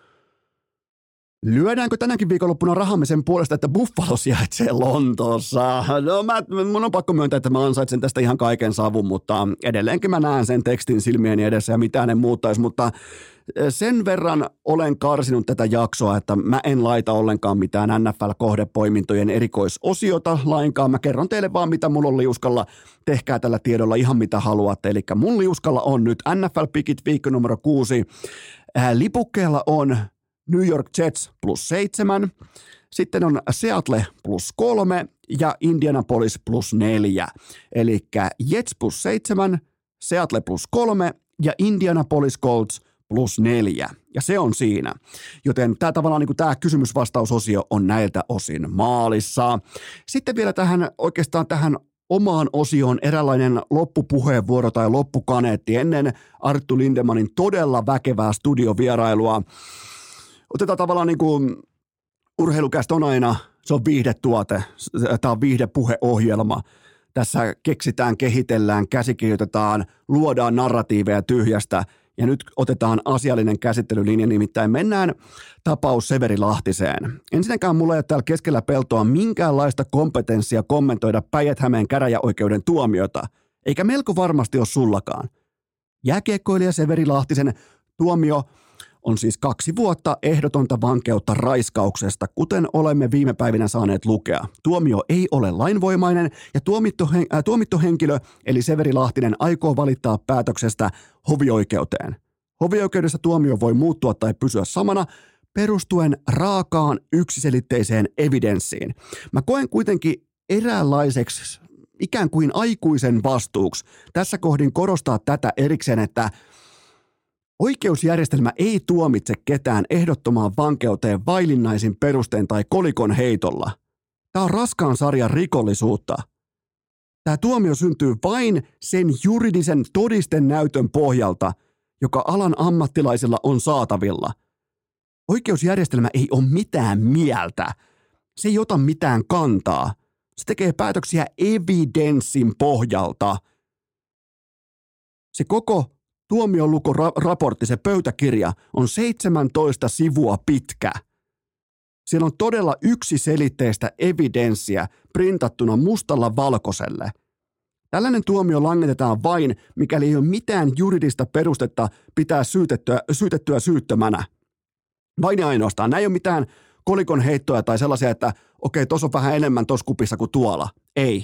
Lyödäänkö tänäkin viikonloppuna rahamme sen puolesta, että Buffalo sijaitsee Lontoossa? No mun on pakko myöntää, että mä ansaitsen tästä ihan kaiken savun, mutta edelleenkin mä näen sen tekstin silmieni edessä ja mitään en muuttaisi, mutta sen verran olen karsinut tätä jaksoa, että mä en laita ollenkaan mitään NFL-kohdepoimintojen erikoisosiota lainkaan. Mä kerron teille vaan, mitä mulla on liuskalla. Tehkää tällä tiedolla ihan mitä haluatte. Eli mun liuskalla on nyt NFL-pikit viikko numero 6. Lipukkeella on New York Jets +7, sitten on Seattle +3 ja Indianapolis +4. Eli Jets +7, Seattle +3 ja Indianapolis Colts +4. Ja se on siinä. Joten tämä tavallaan niin kuin tämä kysymysvastausosio on näiltä osin maalissa. Sitten vielä oikeastaan tähän omaan osioon eräänlainen loppupuheenvuoro tai loppukaneetti ennen Arttu Lindemanin todella väkevää studiovierailua. Otetaan tavallaan niin kuin urheilukästä on aina, se on viihdetuote, tämä on viihdepuheohjelma. Tässä keksitään, kehitellään, käsikirjoitetaan, luodaan narratiiveja tyhjästä ja nyt otetaan asiallinen käsittelylinja, nimittäin mennään tapaus Severi Lahtiseen. Ensinnäkään mulla ei ole täällä keskellä peltoa minkäänlaista kompetenssia kommentoida Päijät-Hämeen käräjäoikeuden tuomiota, eikä melko varmasti ole sullakaan. Jääkiekkoilija Severi Lahtisen tuomio on siis 2 vuotta ehdotonta vankeutta raiskauksesta, kuten olemme viime päivinä saaneet lukea. Tuomio ei ole lainvoimainen ja tuomittu henkilö, eli Severi Lahtinen, aikoo valittaa päätöksestä hovioikeuteen. Hovioikeudessa tuomio voi muuttua tai pysyä samana perustuen raakaan yksiselitteiseen evidenssiin. Mä koen kuitenkin eräänlaiseksi ikään kuin aikuisen vastuuksi tässä kohdin korostaa tätä erikseen, että oikeusjärjestelmä ei tuomitse ketään ehdottomaan vankeuteen vaillinnaisin perustein tai kolikon heitolla. Tämä on raskaan sarjan rikollisuutta. Tämä tuomio syntyy vain sen juridisen todistenäytön pohjalta, joka alan ammattilaisilla on saatavilla. Oikeusjärjestelmä ei ole mitään mieltä. Se ei ota mitään kantaa. Se tekee päätöksiä evidenssin pohjalta. Se koko tuomiolukon raportti, se pöytäkirja, on 17 sivua pitkä. Siellä on todella yksiselitteistä evidenssiä printattuna mustalla valkoiselle. Tällainen tuomio langetetaan vain, mikäli ei ole mitään juridista perustetta pitää syytettyä syyttömänä. Vain ja ainoastaan. Nämä ei ole mitään kolikon heittoja tai sellaisia, että okei, tuossa on vähän enemmän tuossa kupissa kuin tuolla. Ei.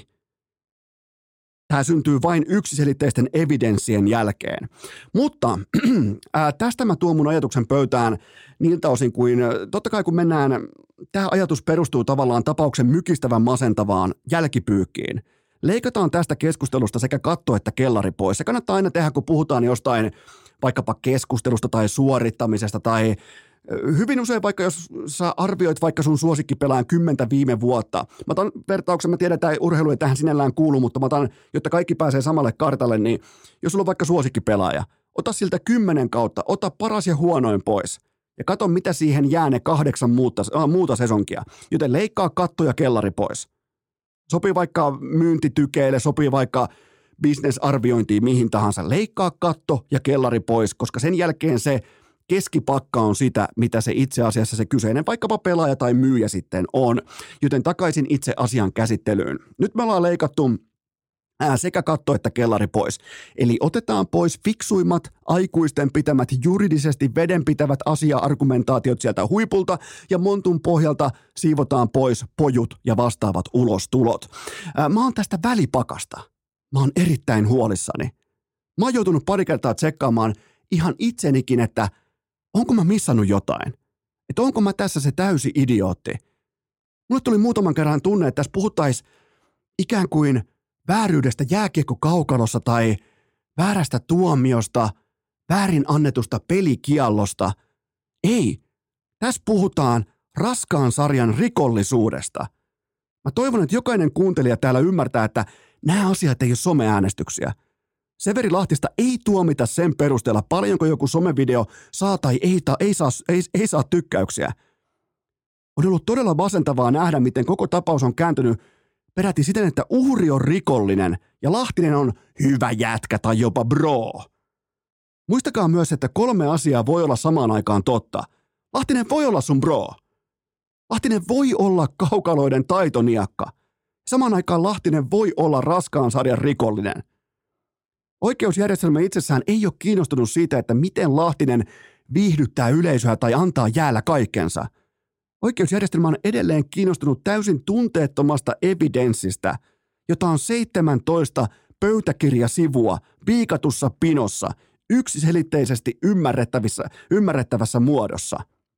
Tämä syntyy vain yksiselitteisten evidenssien jälkeen. Mutta tästä mä tuon mun ajatuksen pöytään niiltä osin kuin, totta kai kun mennään, tämä ajatus perustuu tavallaan tapauksen mykistävän masentavaan jälkipyykkiin. Leikataan tästä keskustelusta sekä katto että kellari pois. Se kannattaa aina tehdä, kun puhutaan jostain vaikkapa keskustelusta tai suorittamisesta tai hyvin usein vaikka jos sä arvioit vaikka sun suosikkipelaajan 10 viime vuotta. Mä otan vertauksen, mä tiedän, että urheilu ei tähän sinällään kuulu, mutta mä otan, jotta kaikki pääsee samalle kartalle, niin jos sulla on vaikka suosikkipelaaja, ota siltä 10 kautta, ota paras ja huonoin pois ja katso mitä siihen jää ne 8 muuta sesonkia, joten leikkaa katto ja kellari pois. Sopii vaikka myyntitykeille, sopii vaikka bisnesarviointiin, mihin tahansa. Leikkaa katto ja kellari pois, koska sen jälkeen se keskipakka on sitä, mitä se itse asiassa se kyseinen vaikkapa pelaaja tai myyjä sitten on. Joten takaisin itse asian käsittelyyn. Nyt me ollaan leikattu sekä katto että kellari pois. Eli otetaan pois fiksuimmat, aikuisten pitämät, juridisesti vedenpitävät asia-argumentaatiot sieltä huipulta ja montun pohjalta siivotaan pois pojut ja vastaavat ulostulot. Mä oon tästä välipakasta. Mä oon erittäin huolissani. Mä oon joutunut pari kertaa tsekkaamaan ihan itsenikin, että onko mä missannut jotain? Että onko mä tässä se täysi idiootti? Mulle tuli muutaman kerran tunne, että tässä puhuttaisiin ikään kuin vääryydestä jääkiekkokaukalossa tai väärästä tuomiosta, väärin annetusta pelikiallosta. Ei, tässä puhutaan raskaan sarjan rikollisuudesta. Mä toivon, että jokainen kuuntelija täällä ymmärtää, että nämä asiat ei ole someäänestyksiä. Severi Lahtista ei tuomita sen perusteella, paljonko joku somevideo saa tai ei saa tykkäyksiä. On ollut todella masentavaa nähdä, miten koko tapaus on kääntynyt peräti siten, että uhri on rikollinen ja Lahtinen on hyvä jätkä tai jopa bro. Muistakaa myös, että 3 asiaa voi olla samaan aikaan totta. Lahtinen voi olla sun bro. Lahtinen voi olla kaukaloiden taitoniakka. Samaan aikaan Lahtinen voi olla raskaan sarjan rikollinen. Oikeusjärjestelmä itsessään ei ole kiinnostunut siitä, että miten Lahtinen viihdyttää yleisöä tai antaa jäällä kaikkensa. Oikeusjärjestelmä on edelleen kiinnostunut täysin tunteettomasta evidenssistä, jota on 17 pöytäkirjasivua viikatussa pinossa, yksiselitteisesti ymmärrettävässä muodossa.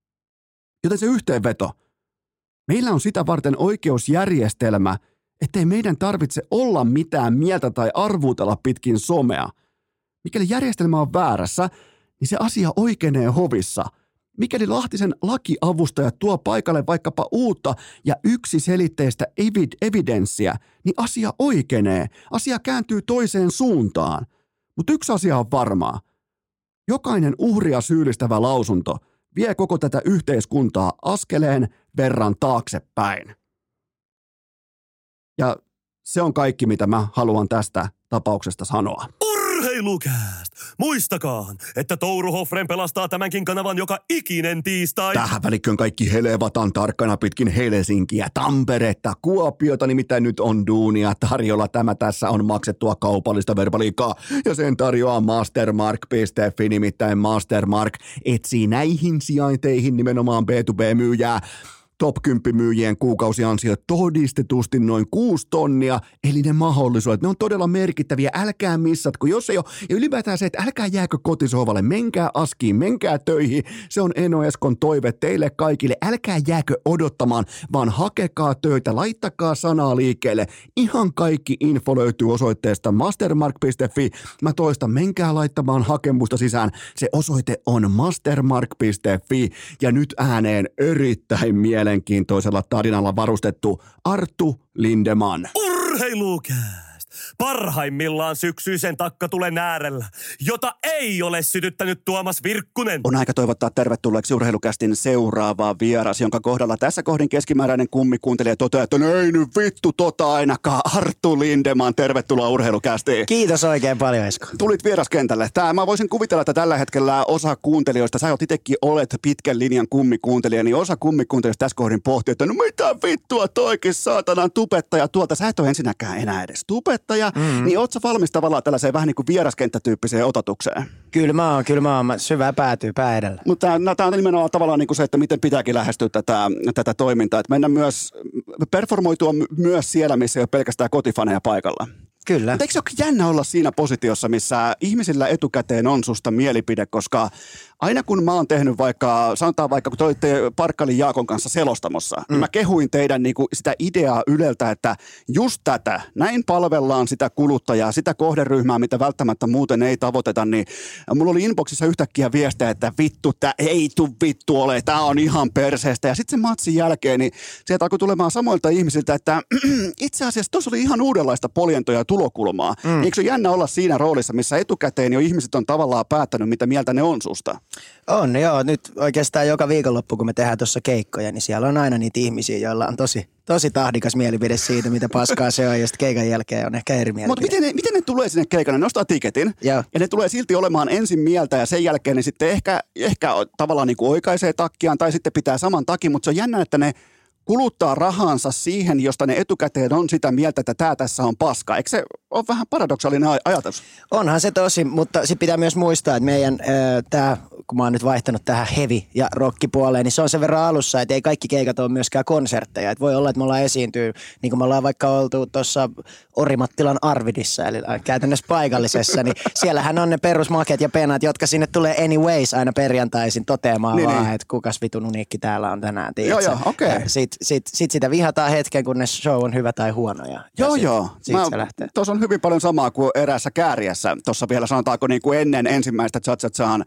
Joten se yhteenveto. Meillä on sitä varten oikeusjärjestelmä, ettei meidän tarvitse olla mitään mieltä tai arvuutella pitkin somea. Mikäli järjestelmä on väärässä, niin se asia oikeenee hovissa. Mikäli Lahtisen lakiavustaja tuo paikalle vaikkapa uutta ja yksiselitteistä evidenssiä, niin asia oikeenee. Asia kääntyy toiseen suuntaan. Mutta yksi asia on varmaa. Jokainen uhria syyllistävä lausunto vie koko tätä yhteiskuntaa askeleen verran taaksepäin. Ja se on kaikki, mitä mä haluan tästä tapauksesta sanoa. Urheilukääst! Muistakaa, että Touru Hoffren pelastaa tämänkin kanavan joka ikinen tiistai. Tähän välikköön kaikki helevatan tarkkana pitkin Helsinkiä, Tamperetta, Kuopiota, nimittäin nyt on duunia tarjolla. Tämä tässä on maksettua kaupallista verbaliikkaa ja sen tarjoaa Mastermark.fi, nimittäin Mastermark etsii näihin sijainteihin nimenomaan B2B-myyjää. Top 10 myyjien kuukausiansiot todistetusti noin 6 tonnia, eli ne mahdollisuudet, ne on todella merkittäviä, älkää missatko, jos ei ole, ja ylipäätään se, että älkää jääkö kotisohvalle, menkää askiin, menkää töihin, se on Eno Eskon toive teille kaikille, älkää jääkö odottamaan, vaan hakekaa töitä, laittakaa sanaa liikkeelle, ihan kaikki info löytyy osoitteesta mastermark.fi, mä toistan, menkää laittamaan hakemusta sisään, se osoite on mastermark.fi, ja nyt ääneen erittäin mielenkiintoisella tarinalla varustettu Arttu Lindeman. Urheilukääst! Parhaimmillaan syksyisen takkatulen äärellä, jota ei ole sytyttänyt Tuomas Virkkunen. On aika toivottaa tervetulleeksi Urheilukästin seuraavaa vieras, jonka kohdalla tässä kohdin keskimääräinen kummikuuntelija toteaa, että no ei nyt vittu ainakaan. Arttu Lindeman, tervetuloa Urheilukästiin. Kiitos oikein paljon, Esko. Tulit vieraskentälle. Mä voisin kuvitella, että tällä hetkellä osa kuuntelijoista, sä itsekin olet pitkän linjan kummikuuntelija, niin osa kummikuuntelijoista tässä kohdin pohtii, että no mitä vittua toikin saatanan tubettaja tuolta. Sä et ole ensinnäkään enää edes tubettaja, niin oot sä valmis tavallaan tällaiseen vähän niin kuin vieraskenttätyyppiseen ototukseen? Kyllä mä oon. Syvää päätyy pää edellä. Mutta tämä on nimenomaan tavallaan niin kuin se, että miten pitääkin lähestyä tätä toimintaa. Että mennä myös, performoitua myös siellä, missä ei ole pelkästään kotifaneja paikalla. Kyllä. Mutta eikö se ole jännä olla siinä positiossa, missä ihmisillä etukäteen on susta mielipide, koska aina kun mä oon tehnyt sanotaan vaikka kun te olitte Parkkalin Jaakon kanssa selostamossa, niin mä kehuin teidän niinku sitä ideaa Yleltä, että just tätä, näin palvellaan sitä kuluttajaa, sitä kohderyhmää, mitä välttämättä muuten ei tavoiteta, niin mulla oli inboxissa yhtäkkiä viestejä, että vittu, tää ei vittu ole, tää on ihan perseestä. Ja sitten sen matsin jälkeen, niin sieltä alkoi tulemaan samoilta ihmisiltä, että itse asiassa tuossa oli ihan uudenlaista poljentoja ja tulokulmaa. Eikö se ole jännä olla siinä roolissa, missä etukäteen jo ihmiset on tavallaan päättänyt, mitä mieltä ne on susta? On, joo. Nyt oikeastaan joka viikonloppu, kun me tehdään tuossa keikkoja, niin siellä on aina niitä ihmisiä, joilla on tosi tahdikas mielipide siitä, mitä paskaa se on, ja sitten keikan jälkeen on ehkä eri mielipide. Mutta miten ne tulee sinne keikalle? Ne ostaa tiketin, ja ne tulee silti olemaan ensin mieltä, ja sen jälkeen ne sitten ehkä tavallaan niin kuin oikaisee takkiaan, tai sitten pitää saman takin, mutta se on jännä, että ne kuluttaa rahansa siihen, josta ne etukäteen on sitä mieltä, että tämä tässä on paska. Eikö se ole vähän paradoksaalinen ajatus? Onhan se tosi, mutta sitten pitää myös muistaa, että meidän tämä, kun mä oon nyt vaihtanut tähän heavy- ja rockipuoleen, niin se on sen verran alussa, että ei kaikki keikat ole myöskään konsertteja. Et voi olla, että me ollaan esiintyy, niin kuin me ollaan vaikka oltu tuossa Orimattilan Arvidissa, eli käytännössä paikallisessa, niin siellähän on ne perusmaket ja penat, jotka sinne tulee anyways aina perjantaisin toteamaan niin, vaan, että kukas vitun uniikki täällä on tänään. Joo, okei. Sitten sitä vihataan hetken, kunnes show on hyvä tai huono. Siitä se lähtee. Tuossa on hyvin paljon samaa kuin eräässä kääriässä. Tuossa vielä sanotaanko niin kuin ennen ensimmäistä Cha-Cha-Chaan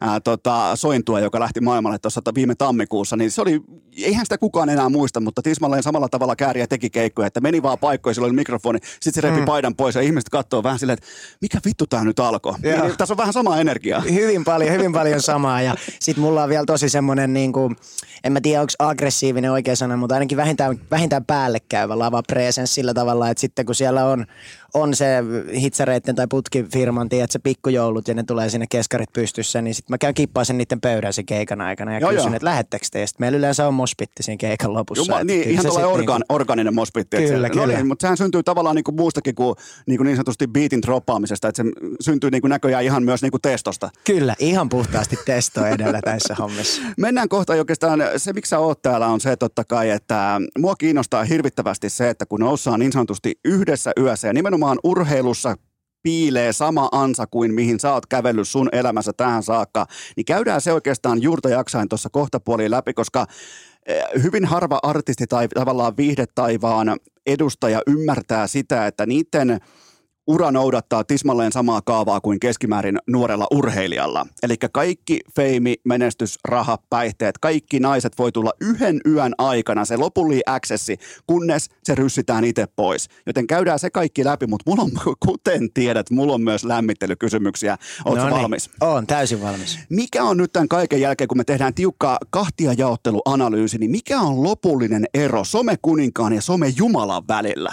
sointua, joka lähti maailmalle tuossa viime tammikuussa, niin se oli, eihän sitä kukaan enää muista, mutta tismalleen samalla tavalla kääriä teki keikkoja, että meni vaan paikkoja, sillä oli mikrofoni, sitten se repi paidan pois ja ihmiset katsoo vähän silleen, että mikä vittu tää nyt alkoi. Niin, tässä on vähän samaa energiaa. Hyvin paljon samaa ja sitten mulla on vielä tosi semmoinen niin kuin, en mä tiedä onko aggressiivinen oikea sana, mutta ainakin vähintään päälle käyvä lava presence sillä tavalla, että sitten kun siellä on se hitsareitten tai putkifirman, tiedätkö, pikkujoulut ja ne tulee sinne keskarit pystyssä, niin sitten mä käyn kippaasen niiden pöydän sen keikan aikana ja kysyn, että lähettekö te? Sitten meillä yleensä on mospitti siinä keikan lopussa. Niin, ihan tällainen organinen mospitti. Kyllä. Niin, mutta sehän syntyy tavallaan niinku muustakin kuin niin sanotusti beatin droppaamisesta, että se syntyy niinku näköjään ihan myös niinku testosta. Kyllä, ihan puhtaasti testo edellä tässä hommissa. Mennään kohta oikeastaan, se miksi sä oot täällä on se totta kai, että mua kiinnostaa hirvittävästi se, että kun nousaan niin sanotusti yhdessä yössä ja nimenomaan urheilussa piilee sama ansa kuin mihin sä oot kävellyt sun elämässä tähän saakka, niin käydään se oikeastaan juurta jaksain tuossa kohtapuoliin läpi, koska hyvin harva artisti tai tavallaan viihdetaivaan edustaja ymmärtää sitä, että niiden ura noudattaa tismalleen samaa kaavaa kuin keskimäärin nuorella urheilijalla. Eli kaikki feimi, menestys, raha, päihteet, kaikki naiset voi tulla yhden yön aikana, se lopullinen accessi, kunnes se ryssitään itse pois. Joten käydään se kaikki läpi, mutta mulla on, kuten tiedät, mulla on myös lämmittelykysymyksiä. Ootko valmis? Oon täysin valmis. Mikä on nyt tämän kaiken jälkeen, kun me tehdään tiukkaa kahtiajaotteluanalyysi, niin mikä on lopullinen ero somekuninkaan ja somejumalan välillä?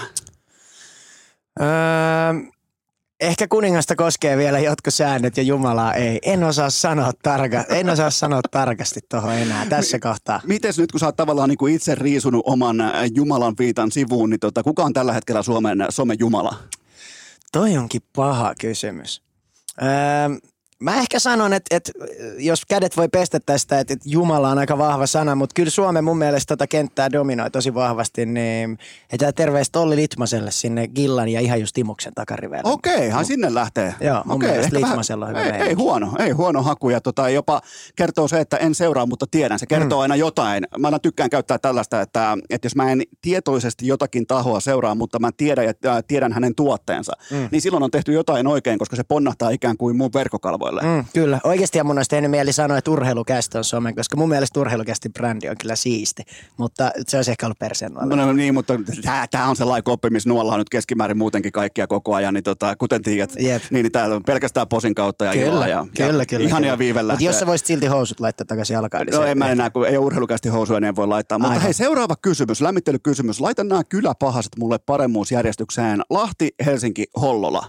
Ehkä kuningasta koskee vielä jotkut säännöt ja Jumalaa ei. En osaa sanoa tarkasti tuohon enää tässä kohtaa. Mites nyt, kun sä oot tavallaan niin kuin itse riisunut oman Jumalan viitan sivuun, niin kuka on tällä hetkellä Suomen somejumala? Toi onkin paha kysymys. Mä ehkä sanon, että jos kädet voi pestä tästä, että Jumala on aika vahva sana, mutta kyllä Suomen mun mielestä tota kenttää dominoi tosi vahvasti, niin heitää terveistä Olli Litmaselle sinne Gillan ja ihan just Timuksen takarivelle. Okei, sinne lähtee. Joo, mun mielestä Litmasella on hyvä meininki. Ei huono haku ja jopa kertoo se, että en seuraa, mutta tiedän. Se kertoo aina jotain. Mä aina tykkään käyttää tällaista, että jos mä en tietoisesti jotakin tahoa seuraa, mutta mä tiedän hänen tuotteensa, niin silloin on tehty jotain oikein, koska se ponnahtaa ikään kuin mun verkkokalvoilla. ulkopuolelle. Kyllä. Oikeasti mun olisi tehnyt mieli sanoa, että urheilukästä on somen, koska mun mielestä urheilukästin brändi on kyllä siisti. Mutta se olisi ehkä ollut perseen No niin, mutta tämä on sellainen koppi, missä nuollaan nyt keskimäärin muutenkin kaikkia koko ajan. Niin kuten tiedät, niin täällä on pelkästään posin kautta ja kyllä, iloa. Kyllä. Ihania viivellä. Mutta jos sä voisit silti housut laittaa takaisin jalkaan. No en mä enää, kun ei ole urheilukästi housuja, niin voi laittaa. Mutta hei, seuraava kysymys, lämmittelykysymys. Laita nämä kyläpahaset mulle paremmuusjärjestykseen. Lahti, Helsinki, Hollola.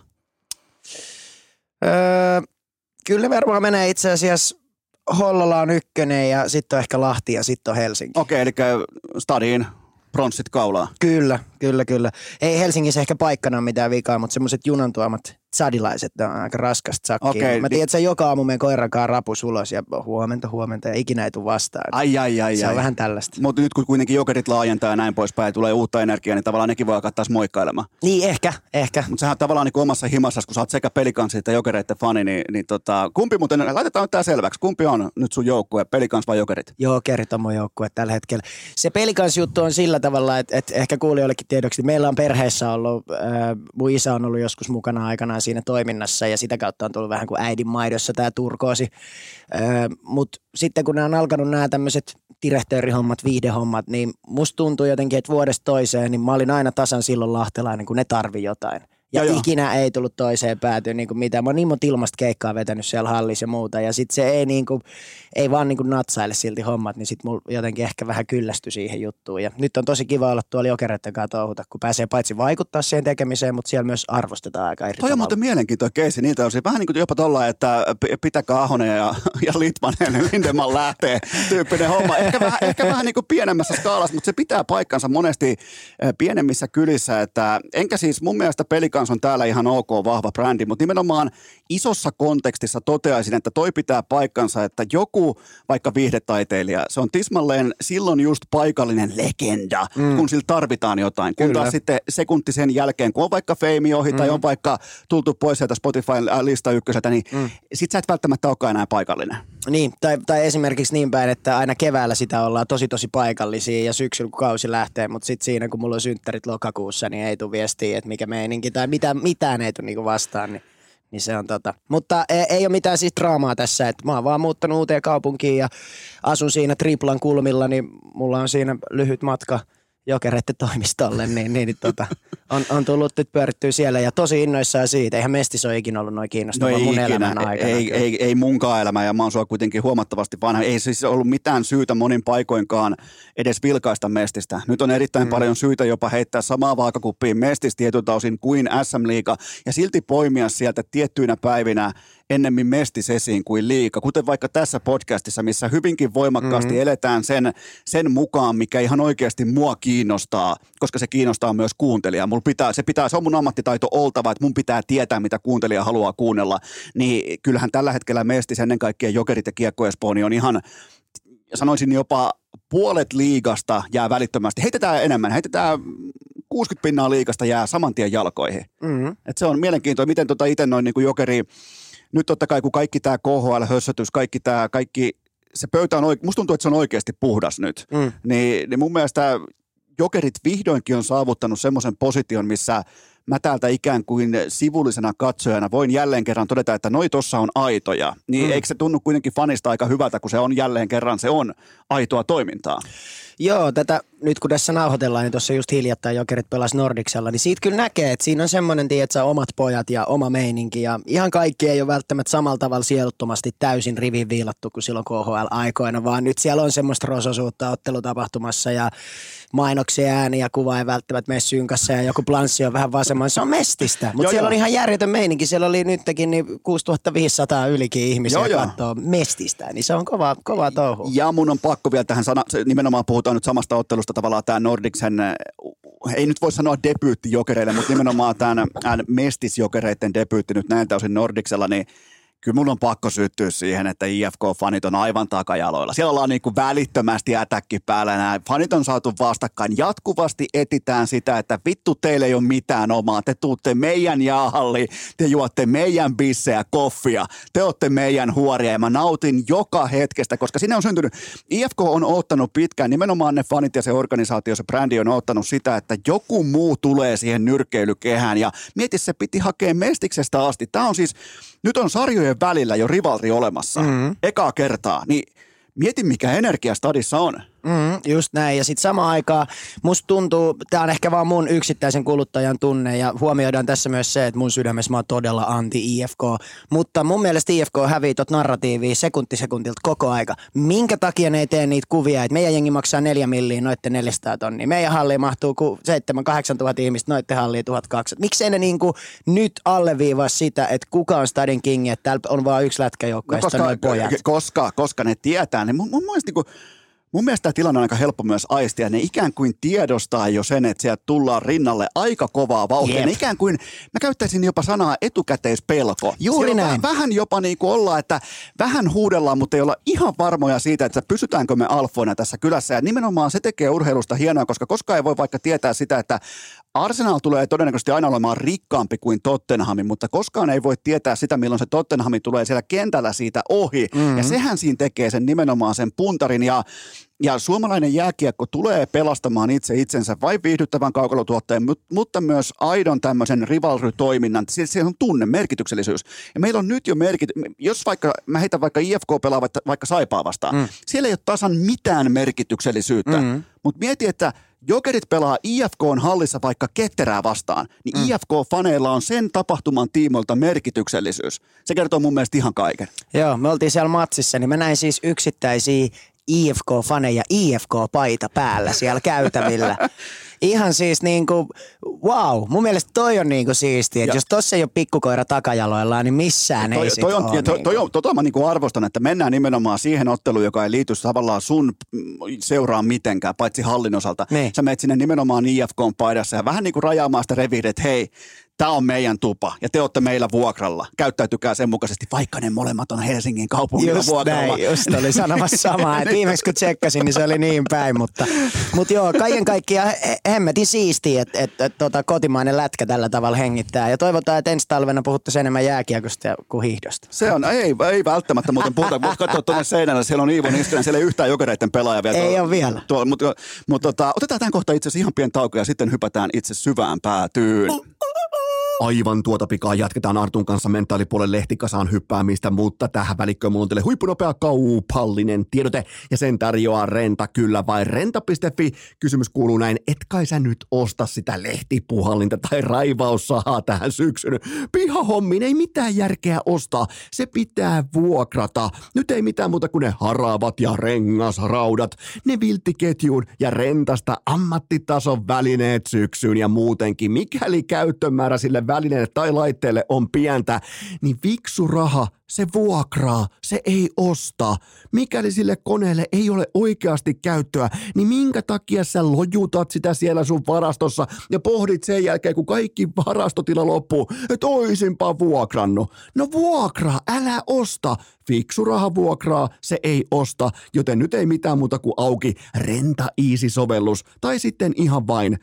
Kyllä varmaan menee itse asiassa. Hollola on 1 ja sitten on ehkä Lahti ja sitten on Helsinki. Okei, eli stadiin pronssit kaulaa. Kyllä. Ei Helsingissä ehkä paikkana ole mitään vikaa, mutta semmoiset junan tuomat tsadilaiset, ne on aika raskasta sakkia. Okei, mä tiedän, että joka aamu menen koirankaan rapus ulos ja huomenta ja ikinä ei tule vastaan. Ai. Se on vähän tällaista. Mutta nyt kun kuitenkin Jokerit laajentaa ja näin poispäin ja tulee uutta energiaa, niin tavallaan nekin voi alkaa taas moikkailemaan. Niin, ehkä. Mutta sehän tavallaan niin omassa himassasi, kun sä oot sekä Pelikansi että Jokereiden fani, niin kumpi muuten, laitetaan nyt tää selväksi, kumpi on nyt sun joukkue, Pelikans vai Jokerit? Jokerit on mun joukkue tällä hetkellä. Se Pelikans-juttu on sillä tavalla, että ehkä kuulijoillekin tiedoksi, meillä on perheessä ollut, mun isä on ollut joskus mukana aikanaan siinä toiminnassa ja sitä kautta on tullut vähän kuin äidin maidossa tämä turkoosi. Mutta sitten kun nämä on alkanut nämä tämmöiset direktöörihommat, viihdehommat, niin musta tuntuu jotenkin, että vuodesta toiseen, niin mä olin aina tasan silloin lahtelainen, kun ne tarvii jotain. Ja ikinä ei tullut toiseen päätyyn niin kuin mitään. Mä oon niin monta ilmasta keikkaa vetänyt siellä hallissa ja muuta. Ja sit se ei vaan niin kuin natsaile silti hommat, niin sit mulla jotenkin ehkä vähän kyllästyi siihen juttuun. Ja nyt on tosi kiva olla tuolla Jokereiden kanssa touhuta, kun pääsee paitsi vaikuttaa siihen tekemiseen, mutta siellä myös arvostetaan aika eri tavalla. Toi on muuten mielenkiintoinen keissi. Niitä on vähän niin kuin jopa tolla, että pitäkää Ahonen ja Litmanen, Lindemann lähtee tyyppinen homma. Ehkä vähän niin kuin pienemmässä skaalassa, mutta se pitää paikkansa monesti pienemmissä kylissä. Että, enkä siis mun mielestä Pelikans on täällä ihan ok, vahva brändi, mutta nimenomaan isossa kontekstissa toteaisin, että toi pitää paikkansa, että joku vaikka viihdetaiteilija, se on tismalleen silloin just paikallinen legenda, kun sillä tarvitaan jotain. Kun taas sitten sekunti sen jälkeen, kun on vaikka Fame ohi tai on vaikka tultu pois sieltä Spotify-lista ykköseltä, niin sit sä et välttämättä olekaan enää paikallinen. Niin, tai esimerkiksi niin päin, että aina keväällä sitä ollaan tosi paikallisia ja syksyllä kun kausi lähtee, mutta sitten siinä kun mulla on synttärit lokakuussa, niin ei tule viestiä, että mikä meininki tai mitään ei tule niinku vastaan, niin se on Mutta ei ole mitään siis draamaa tässä, että mä oon vaan muuttanut uuteen kaupunkiin ja asun siinä Triplan kulmilla, niin mulla on siinä lyhyt matka Jokereiden toimistolle, niin on tullut nyt pyörittyä siellä ja tosi innoissaan siitä. Eihän Mestis ole ikinä ollut noin kiinnostava mun elämän aikana. Ei munkaan elämä ja mä oon sua kuitenkin huomattavasti vanha. Ei siis ollut mitään syytä monin paikoinkaan edes vilkaista Mestistä. Nyt on erittäin paljon syytä jopa heittää samaa vaakakuppiin Mestis tietyltä osin kuin SM-liiga ja silti poimia sieltä tiettyinä päivinä ennemmin Mestis esiin kuin liiga, kuten vaikka tässä podcastissa, missä hyvinkin voimakkaasti eletään sen mukaan, mikä ihan oikeasti mua kiinnostaa, koska se kiinnostaa myös kuuntelijaa. Se on mun ammattitaito oltava, että mun pitää tietää, mitä kuuntelija haluaa kuunnella, niin kyllähän tällä hetkellä Mestis ennen kaikkea Jokerit ja Kiekko Espoo niin on ihan, sanoisin jopa puolet liigasta jää välittömästi. Heitetään 60% liigasta jää saman tien jalkoihin. Et se on mielenkiintoista, miten itse noin niin kuin Jokeri. Nyt totta kai, kun kaikki tämä KHL-hössötys, kaikki se pöytä on musta tuntuu, että se on oikeasti puhdas nyt. Niin mun mielestä Jokerit vihdoinkin on saavuttanut semmoisen position, missä mä täältä ikään kuin sivullisena katsojana voin jälleen kerran todeta, että noi tossa on aitoja. Niin eikö se tunnu kuitenkin fanista aika hyvältä, kun se on jälleen kerran, se on aitoa toimintaa? Joo, nyt kun tässä nauhoitellaan, niin tuossa just hiljattain Jokerit pelasi Nordicsella, niin siitä kyllä näkee, että siinä on semmoinen, tiedätkö, omat pojat ja oma meininki ja ihan kaikki ei ole välttämättä samalla tavalla sieluttomasti täysin rivin viilattu kuin silloin KHL-aikoina, vaan nyt siellä on semmoista rososuutta ottelutapahtumassa ja mainoksia, ääni ja kuva ei välttämättä mene synkassa ja joku planssi on vähän vasemmalla, se on Mestistä, mutta siellä on ihan järjetön meininki, siellä oli nytkin niin 6500 ylikin ihmisiä katsoo Mestistä, niin se on kova touhu. Ja mun on pakko vielä tähän nimenomaan puhutaan nyt samasta ottelusta tavallaan tämä Nordicsen, ei nyt voi sanoa debyytti Jokereille, mutta nimenomaan tämän Mestis-Jokereiden debyytti nyt näiltä osin Nordicsella, niin kyllä mun on pakko syttyä siihen, että IFK-fanit on aivan takajaloilla. Siellä ollaan niin kuin välittömästi ätäkki päällä. Nämä fanit on saatu vastakkain. Jatkuvasti etitään sitä, että vittu teille ei ole mitään omaa. Te tuutte meidän jäähalliin, te juotte meidän bissejä, koffia. Te olette meidän huoria ja mä nautin joka hetkestä, koska sinne on syntynyt. IFK on ottanut pitkään, nimenomaan ne fanit ja se organisaatio, se brändi on ottanut sitä, että joku muu tulee siihen nyrkkeilykehään. Ja mieti, se piti hakea Mestiksestä asti. Tämä on siis nyt on sarjojen välillä jo rivalri olemassa, ekaa kertaa, niin mieti mikä energia stadissa on. Just näin. Ja sitten samaan aikaan musta tuntuu, tää on ehkä vaan mun yksittäisen kuluttajan tunne ja huomioidaan tässä myös se, että mun sydämessä mä oon todella anti-IFK. Mutta mun mielestä IFK hävii tot narratiivia sekuntilta koko aika. Minkä takia ne ei tee niitä kuvia, että meidän jengi maksaa 4 milliä noitten 400 tonnia. Meidän halliin mahtuu 7-8 tuhat ihmistä, noitten halliin 1200. Miksei ne niinku nyt alleviivaa sitä, että kuka on Stadin kingi, että täällä on vaan yksi lätkäjoukko ja sitten on noin pojat. Koska ne tietää, ne mun mielestä tämä tilanne on aika helppo myös aistia. Ne ikään kuin tiedostaa jo sen, että sieltä tullaan rinnalle aika kovaa vauhtia. Ne ikään kuin, mä käyttäisin jopa sanaa etukäteispelko. Juuri näin. Vähän jopa niin kuin ollaan, että vähän huudellaan, mutta ei olla ihan varmoja siitä, että pysytäänkö me alfoina tässä kylässä. Ja nimenomaan se tekee urheilusta hienoa, koska koskaan ei voi vaikka tietää sitä, että Arsenal tulee todennäköisesti aina olemaan rikkaampi kuin Tottenham, mutta koskaan ei voi tietää sitä, milloin se Tottenham tulee siellä kentällä siitä ohi. Ja sehän siinä tekee sen nimenomaan sen puntarin. Ja suomalainen jääkiekko tulee pelastamaan itsensä vain viihdyttävän kaukalotuotteen, mutta myös aidon tämmöisen rivalry-toiminnan. Se on tunne, merkityksellisyys. Ja meillä on nyt jo jos vaikka, mä heitän vaikka IFK pelaa vaikka Saipaa vastaan, siellä ei ole tasan mitään merkityksellisyyttä. Mutta mieti, että Jokerit pelaa IFK:n hallissa vaikka Ketterää vastaan, niin IFK-faneilla on sen tapahtuman tiimoilta merkityksellisyys. Se kertoo mun mielestä ihan kaiken. Joo, me oltiin siellä matsissa, niin mä näin siis yksittäisiä IFK-faneja IFK-paita päällä siellä käytävillä. Ihan siis niinku, wow, mun mielestä toi on niinku siistiä, että jos tossa ei ole pikkukoira takajaloillaan, niin missään ei sit ole. Tota mä niinku arvostan, että mennään nimenomaan siihen otteluun, joka ei liity tavallaan sun seuraan mitenkään, paitsi hallin osalta. Niin. Sä menet sinne nimenomaan IFK-paidassa ja vähän niinku rajaamaan sitä reviiriä, että hei, tää on meidän tupa ja te olette meillä vuokralla. Käyttäytykää sen mukaisesti, vaikka ne molemmat on Helsingin kaupungilla vuokralla. Just oli sanomassa samaa. Viimeksi kun tsekkasin, niin se oli niin päin. Mutta joo, kaiken kaikkiaan hemmetin siistiä, että kotimainen lätkä tällä tavalla hengittää. Ja toivotaan, että ensi talvena puhuttaisiin enemmän jääkiekosta kuin hiihdosta. Se on, ei välttämättä muuten puhuta. Voit katsoa tuonne seinällä, siellä on Iivo Niskanen, siellä ei yhtään Jokereiden pelaaja vielä. Ei ole vielä. Mutta otetaan tämän kohta itse asiassa ihan pieni tauko ja sitten hypätään itse syvään päätyyn. Aivan tuota pikaa jatketaan Artun kanssa mentaalipuolen lehtikasaan hyppäämistä, mutta tähän välikköön mulla on teille huippunopea kaupallinen tiedote ja sen tarjoaa Renta kyllä vai renta.fi. Kysymys kuuluu näin, et kai sä nyt osta sitä lehtipuhallinta tai raivaussahaa tähän syksyn. Pihahommiin ei mitään järkeä ostaa, se pitää vuokrata. Nyt ei mitään muuta kuin ne haravat ja rengasraudat, ne vilttiketjuun ja Rentasta ammattitason välineet syksyyn ja muutenkin. Mikäli käyttömäärä sille välineelle tai laitteelle on pientä, niin fiksu raha, se vuokraa, se ei osta. Mikäli sille koneelle ei ole oikeasti käyttöä, niin minkä takia sä lojutat sitä siellä sun varastossa ja pohdit sen jälkeen, kun kaikki varastotila loppuu, että oisinpa vuokrannut. No vuokraa, älä osta. Fiksu raha vuokraa, se ei osta, joten nyt ei mitään muuta kuin auki Renta Easy-sovellus tai sitten ihan vain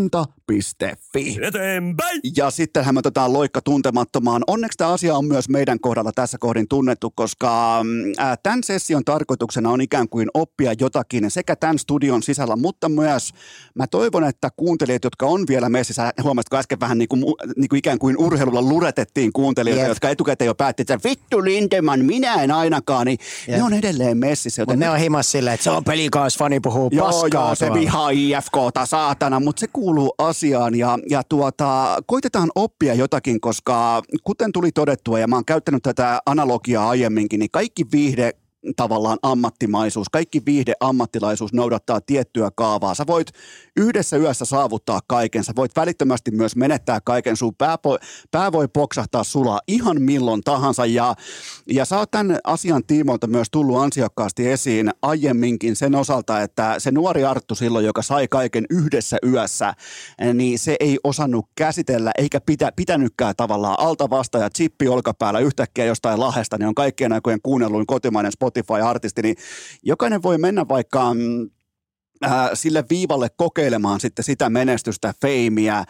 renta.fi. Eteenpäin! Ja sittenhän me otetaan loikka tuntemattomaan. Onneksi tämä asia on myös meidän kohdalla tässä kohdin tunnettu, koska tämän session tarkoituksena on ikään kuin oppia jotakin sekä tämän studion sisällä, mutta myös mä toivon, että kuuntelijat, jotka on vielä messissä, huomasitko äsken vähän niin kuin ikään kuin urheilulla luretettiin kuuntelijoita, jotka etukäteen jo päätti, että vittu Lindeman, minä en ainakaan, niin ne on edelleen messissä. Mutta ne on himas silleen, että se on Pelikans-fani puhuu paskaa. Joo, se vihaa IFK:ta saatana, mutta se kuuluu asiaan ja koitetaan oppia jotakin, koska kuten tuli todettua ja mä oon käyttänyt tätä analogiaa aiemminkin, niin kaikki viihde tavallaan ammattimaisuus, kaikki viihdeammattilaisuus noudattaa tiettyä kaavaa. Sä voit yhdessä yössä saavuttaa kaiken, sä voit välittömästi myös menettää kaiken, sun pää voi poksahtaa sulaa ihan milloin tahansa ja sä oot tämän asian tiimoilta myös tullut ansiokkaasti esiin aiemminkin sen osalta, että se nuori Arttu silloin, joka sai kaiken yhdessä yössä, niin se ei osannut käsitellä eikä pitänytkään tavallaan alta vasta ja chippi olkapäällä yhtäkkiä jostain Lahdesta, niin on kaikkien aikojen kuunnelluin kotimainen Spotify-artisti, niin jokainen voi mennä vaikka sille viivalle kokeilemaan sitten sitä menestystä, feimiä,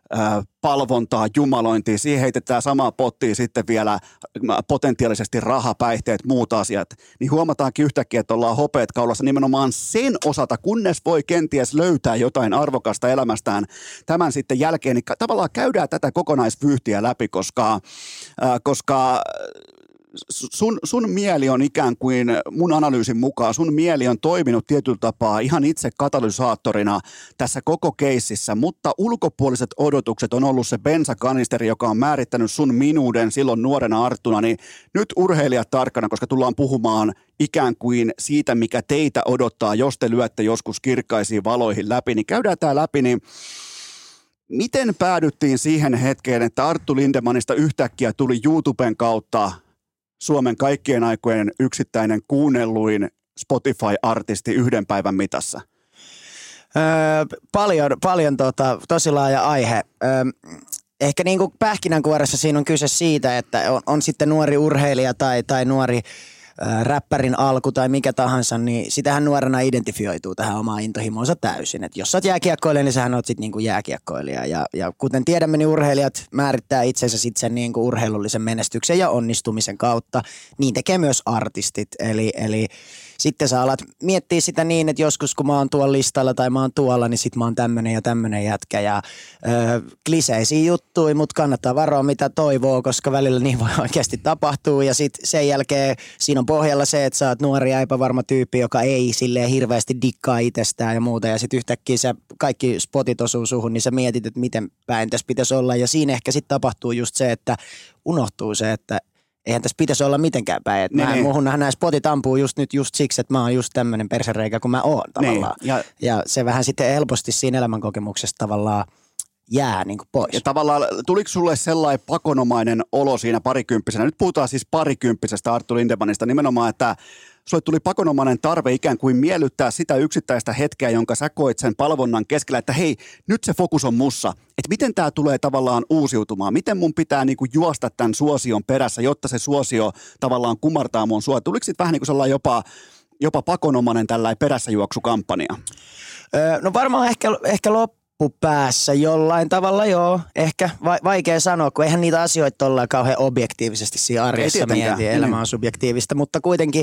palvontaa, jumalointia, siihen heitetään samaa pottia sitten vielä potentiaalisesti raha, päihteet, muut asiat, niin huomataankin yhtäkkiä, että ollaan hopeat kaulassa nimenomaan sen osalta, kunnes voi kenties löytää jotain arvokasta elämästään tämän sitten jälkeen, niin tavallaan käydään tätä kokonaisvyyhtiä läpi, koska sun mieli on ikään kuin mun analyysin mukaan, sun mieli on toiminut tietyllä tapaa ihan itse katalysaattorina tässä koko keississä, mutta ulkopuoliset odotukset on ollut se bensakanisteri, joka on määrittänyt sun minuuden silloin nuorena Arttuna, niin nyt urheilijat tarkkana, koska tullaan puhumaan ikään kuin siitä, mikä teitä odottaa, jos te lyötte joskus kirkkaisiin valoihin läpi, niin käydään tää läpi, niin miten päädyttiin siihen hetkeen, että Arttu Lindemannista yhtäkkiä tuli YouTuben kautta Suomen kaikkien aikojen yksittäinen kuunnelluin Spotify-artisti yhden päivän mitassa? Paljon tosi laaja aihe. Ehkä niin kuin pähkinänkuoressa siinä on kyse siitä, että on sitten nuori urheilija tai nuori räppärin alku tai mikä tahansa, niin sitähän nuorena identifioituu tähän omaan intohimoonsa täysin. Et jos sä oot jääkiekkoilija, niin sähän oot sitten niinku jääkiekkoilija. Ja kuten tiedämme, niin urheilijat määrittää itsensä sitten sen niinku urheilullisen menestyksen ja onnistumisen kautta. Niin tekee myös artistit. Eli sitten sä alat miettiä sitä niin, että joskus kun mä oon tuolla listalla tai mä oon tuolla, niin sit mä oon tämmönen ja tämmönen jätkä. Ja kliseisiä juttuja, mutta kannattaa varoa mitä toivoo, koska välillä niin voi oikeasti tapahtua. Ja sit sen jälkeen siinä on pohjalla se, että sä oot nuori ja epävarma tyyppi, joka ei silleen hirveästi dikkaa itsestään ja muuta. Ja sit yhtäkkiä sä kaikki spotit osuu suhun, niin sä mietit, että miten päin tässä pitäisi olla. Ja siinä ehkä sit tapahtuu just se, että unohtuu se, että eihän tässä pitäisi olla mitenkään päin. Muhunhan nämä spotit ampuu just nyt just siksi, että mä oon just tämmöinen persereikä kuin mä oon tavallaan. Ja se vähän sitten helposti siinä elämänkokemuksessa tavallaan jää niin kuin pois. Ja tavallaan tuliko sulle sellainen pakonomainen olo siinä parikymppisenä? Nyt puhutaan siis parikymppisestä Arttu Lindemannista nimenomaan, että sulle tuli pakonomainen tarve ikään kuin miellyttää sitä yksittäistä hetkeä, jonka sä koit sen palvonnan keskellä, että hei, nyt se fokus on mussa. Että miten tämä tulee tavallaan uusiutumaan? Miten mun pitää niinku juosta tämän suosion perässä, jotta se suosio tavallaan kumartaa mun sua? Tuliko sitten vähän niin kuin sellainen jopa pakonomainen tällainen perässäjuoksukampanja? No varmaan ehkä loppupäässä jollain tavalla, joo. Ehkä vaikea sanoa, kun eihän niitä asioita olla kauhean objektiivisesti siinä arjessa mieti. Elämä on subjektiivista, mutta kuitenkin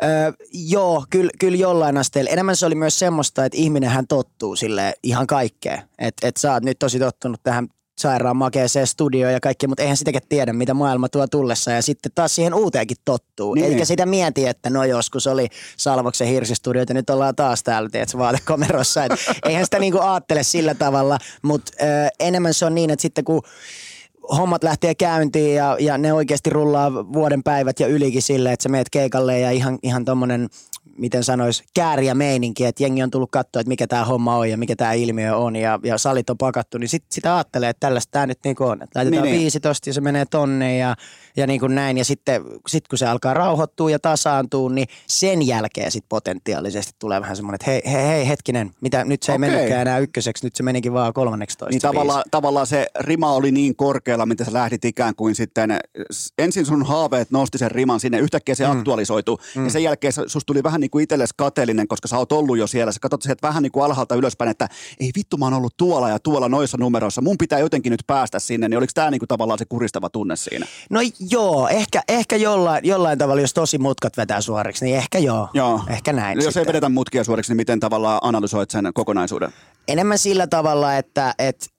joo, kyllä jollain asteella. Enemmän se oli myös semmoista, että ihminenhän tottuu sille ihan kaikkeen. Että sä oot nyt tosi tottunut tähän sairaan makeeseen studioon ja kaikki, mutta eihän sitäkään tiedä, mitä maailma tuo tullessa. Ja sitten taas siihen uuteenkin tottuu. Niin. Eikä sitä mieti, että no joskus oli Salvoksen hirsistudioita, nyt ollaan taas täällä, tiedätkö, vaatekomerossa. Eihän sitä niinku aattele sillä tavalla, mutta enemmän se on niin, että sitten kun hommat lähtee käyntiin ja ne oikeasti rullaa vuoden päivät ja ylikin silleen, että sä meet keikalle ja ihan tommonen, miten sanois, kääriä meininki, että jengi on tullut katsoa, että mikä tää homma on ja mikä tää ilmiö on ja salit on pakattu, niin sitä ajattelee, että tällaista tää nyt niinku on. Että laitetaan 15 ja se menee tonne ja niin kuin näin. Ja sitten kun se alkaa rauhoittua ja tasaantua, niin sen jälkeen sit potentiaalisesti tulee vähän semmoinen, että hei hetkinen, mitä nyt se ei mennytkään enää ykköseksi, nyt se menikin vaan 13. Niin tavallaan se rima oli niin korkealla, mitä sä lähdit ikään kuin sitten, ensin sun haaveet nosti sen riman sinne, yhtäkkiä se aktualisoitui ja sen jälkeen susta tuli vähän niin kuin itsellesi kateellinen, koska sä oot ollut jo siellä. Sä katsot sieltä vähän niin kuin alhaalta ylöspäin, että ei vittu, mä oon ollut tuolla ja tuolla noissa numeroissa. Mun pitää jotenkin nyt päästä sinne, niin oliko tää niin kuin tavallaan se kuristava tunne siinä? No joo, ehkä jollain tavalla, jos tosi mutkat vetää suoriksi, niin ehkä joo. Ehkä näin. Jos sitten ei vedetä mutkia suoriksi, niin miten tavallaan analysoit sen kokonaisuuden? Enemmän sillä tavalla, että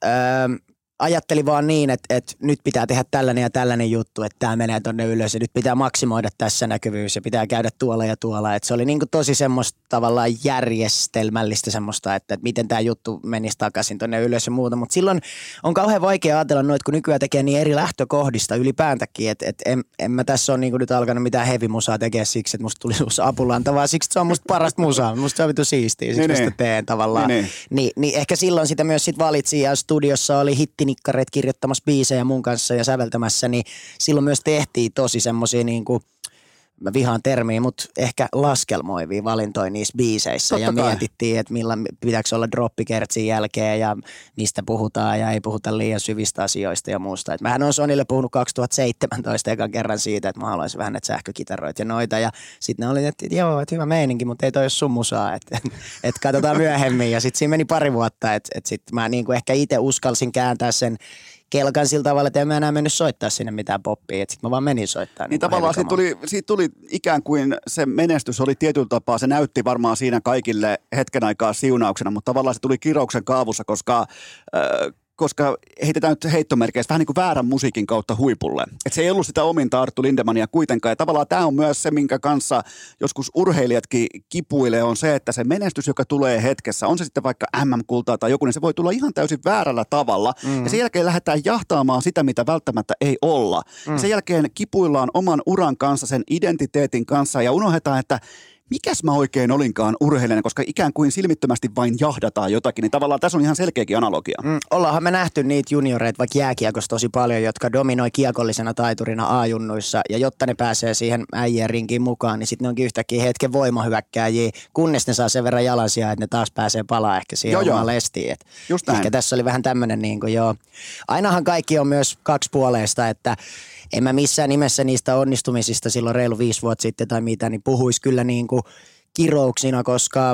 ajattelin vaan niin, että nyt pitää tehdä tällainen ja tällainen juttu, että tämä menee tonne ylös ja nyt pitää maksimoida tässä näkyvyys ja pitää käydä tuolla ja tuolla. Että se oli niinku tosi semmoista tavallaan järjestelmällistä semmoista, että miten tämä juttu menisi takaisin tonne ylös ja muuta. Mutta silloin on kauhean vaikea ajatella noita, kun nykyään tekee niin eri lähtökohdista ylipääntäkin. Että en mä tässä ole niinku nyt alkanut mitään heavy-musaa tekemään siksi, että musta tuli uusi apulanta, vaan siksi, että se on musta parasta musaa. Musta se on vitu siistiä, siksi mä sitä teen tavallaan. Niin ehkä silloin sitä myös sit valitsin ja studiossa oli hittinikkareet kirjoittamassa biisejä mun kanssa ja säveltämässä, niin silloin myös tehtiin tosi semmosia niinku mä vihaan termiä, mutta ehkä laskelmoivia valintoja niissä biiseissä. Totta ja kai. mietittiin, että milloin pitääkö olla droppikertsin jälkeen ja mistä puhutaan ja ei puhuta liian syvistä asioista ja muusta. Et mähän on Sonille puhunut 2017 ekan kerran siitä, että mä haluaisin vähän näitä sähkökitaroita ja noita. Ja sitten ne oli, että joo, että hyvä meininki, mutta ei toi ole sun musaa, että katsotaan myöhemmin. Ja sitten siinä meni pari vuotta, että sitten mä niinku ehkä itse uskalsin kääntää sen kelkan sillä tavalla, että en mä enää mennyt soittaa sinne mitään poppia, että sitten mä vaan menin soittaa. Niin tavallaan siitä tuli ikään kuin se menestys oli tietyllä tapaa, se näytti varmaan siinä kaikille hetken aikaa siunauksena, mutta tavallaan se tuli kirouksen kaavussa, koska heitetään nyt heittomerkeissä vähän niin kuin väärän musiikin kautta huipulle. Että se ei ollut sitä ominta Arttu Lindemania kuitenkaan. Ja tavallaan tämä on myös se, minkä kanssa joskus urheilijatkin kipuilee, on se, että se menestys, joka tulee hetkessä, on se sitten vaikka MM-kultaa tai joku, niin se voi tulla ihan täysin väärällä tavalla. Ja sen jälkeen lähdetään jahtaamaan sitä, mitä välttämättä ei olla. Ja sen jälkeen kipuillaan oman uran kanssa, sen identiteetin kanssa ja unohdetaan, että mikäs mä oikein olinkaan urheilijana, koska ikään kuin silmittömästi vain jahdataan jotakin, niin tavallaan tässä on ihan selkeäkin analogia. Ollaanhan me nähty niitä junioreita vaikka jääkiekossa tosi paljon, jotka dominoi kiekollisena taiturina A-junnuissa, ja jotta ne pääsee siihen äijien rinkiin mukaan, niin sitten ne onkin yhtäkkiä hetken voimahyökkääjiä, kunnes ne saa sen verran jalansijaa, että ne taas pääsee palaa ehkä siihen omaan lestiin. Just näin. Ehkä tässä oli vähän tämmöinen niin kuin ainahan kaikki on myös kaksipuoleista, että en mä missään nimessä niistä onnistumisista silloin reilu 5 vuotta sitten tai mitä, niin puhuisi kyllä niin kuin kirouksina, koska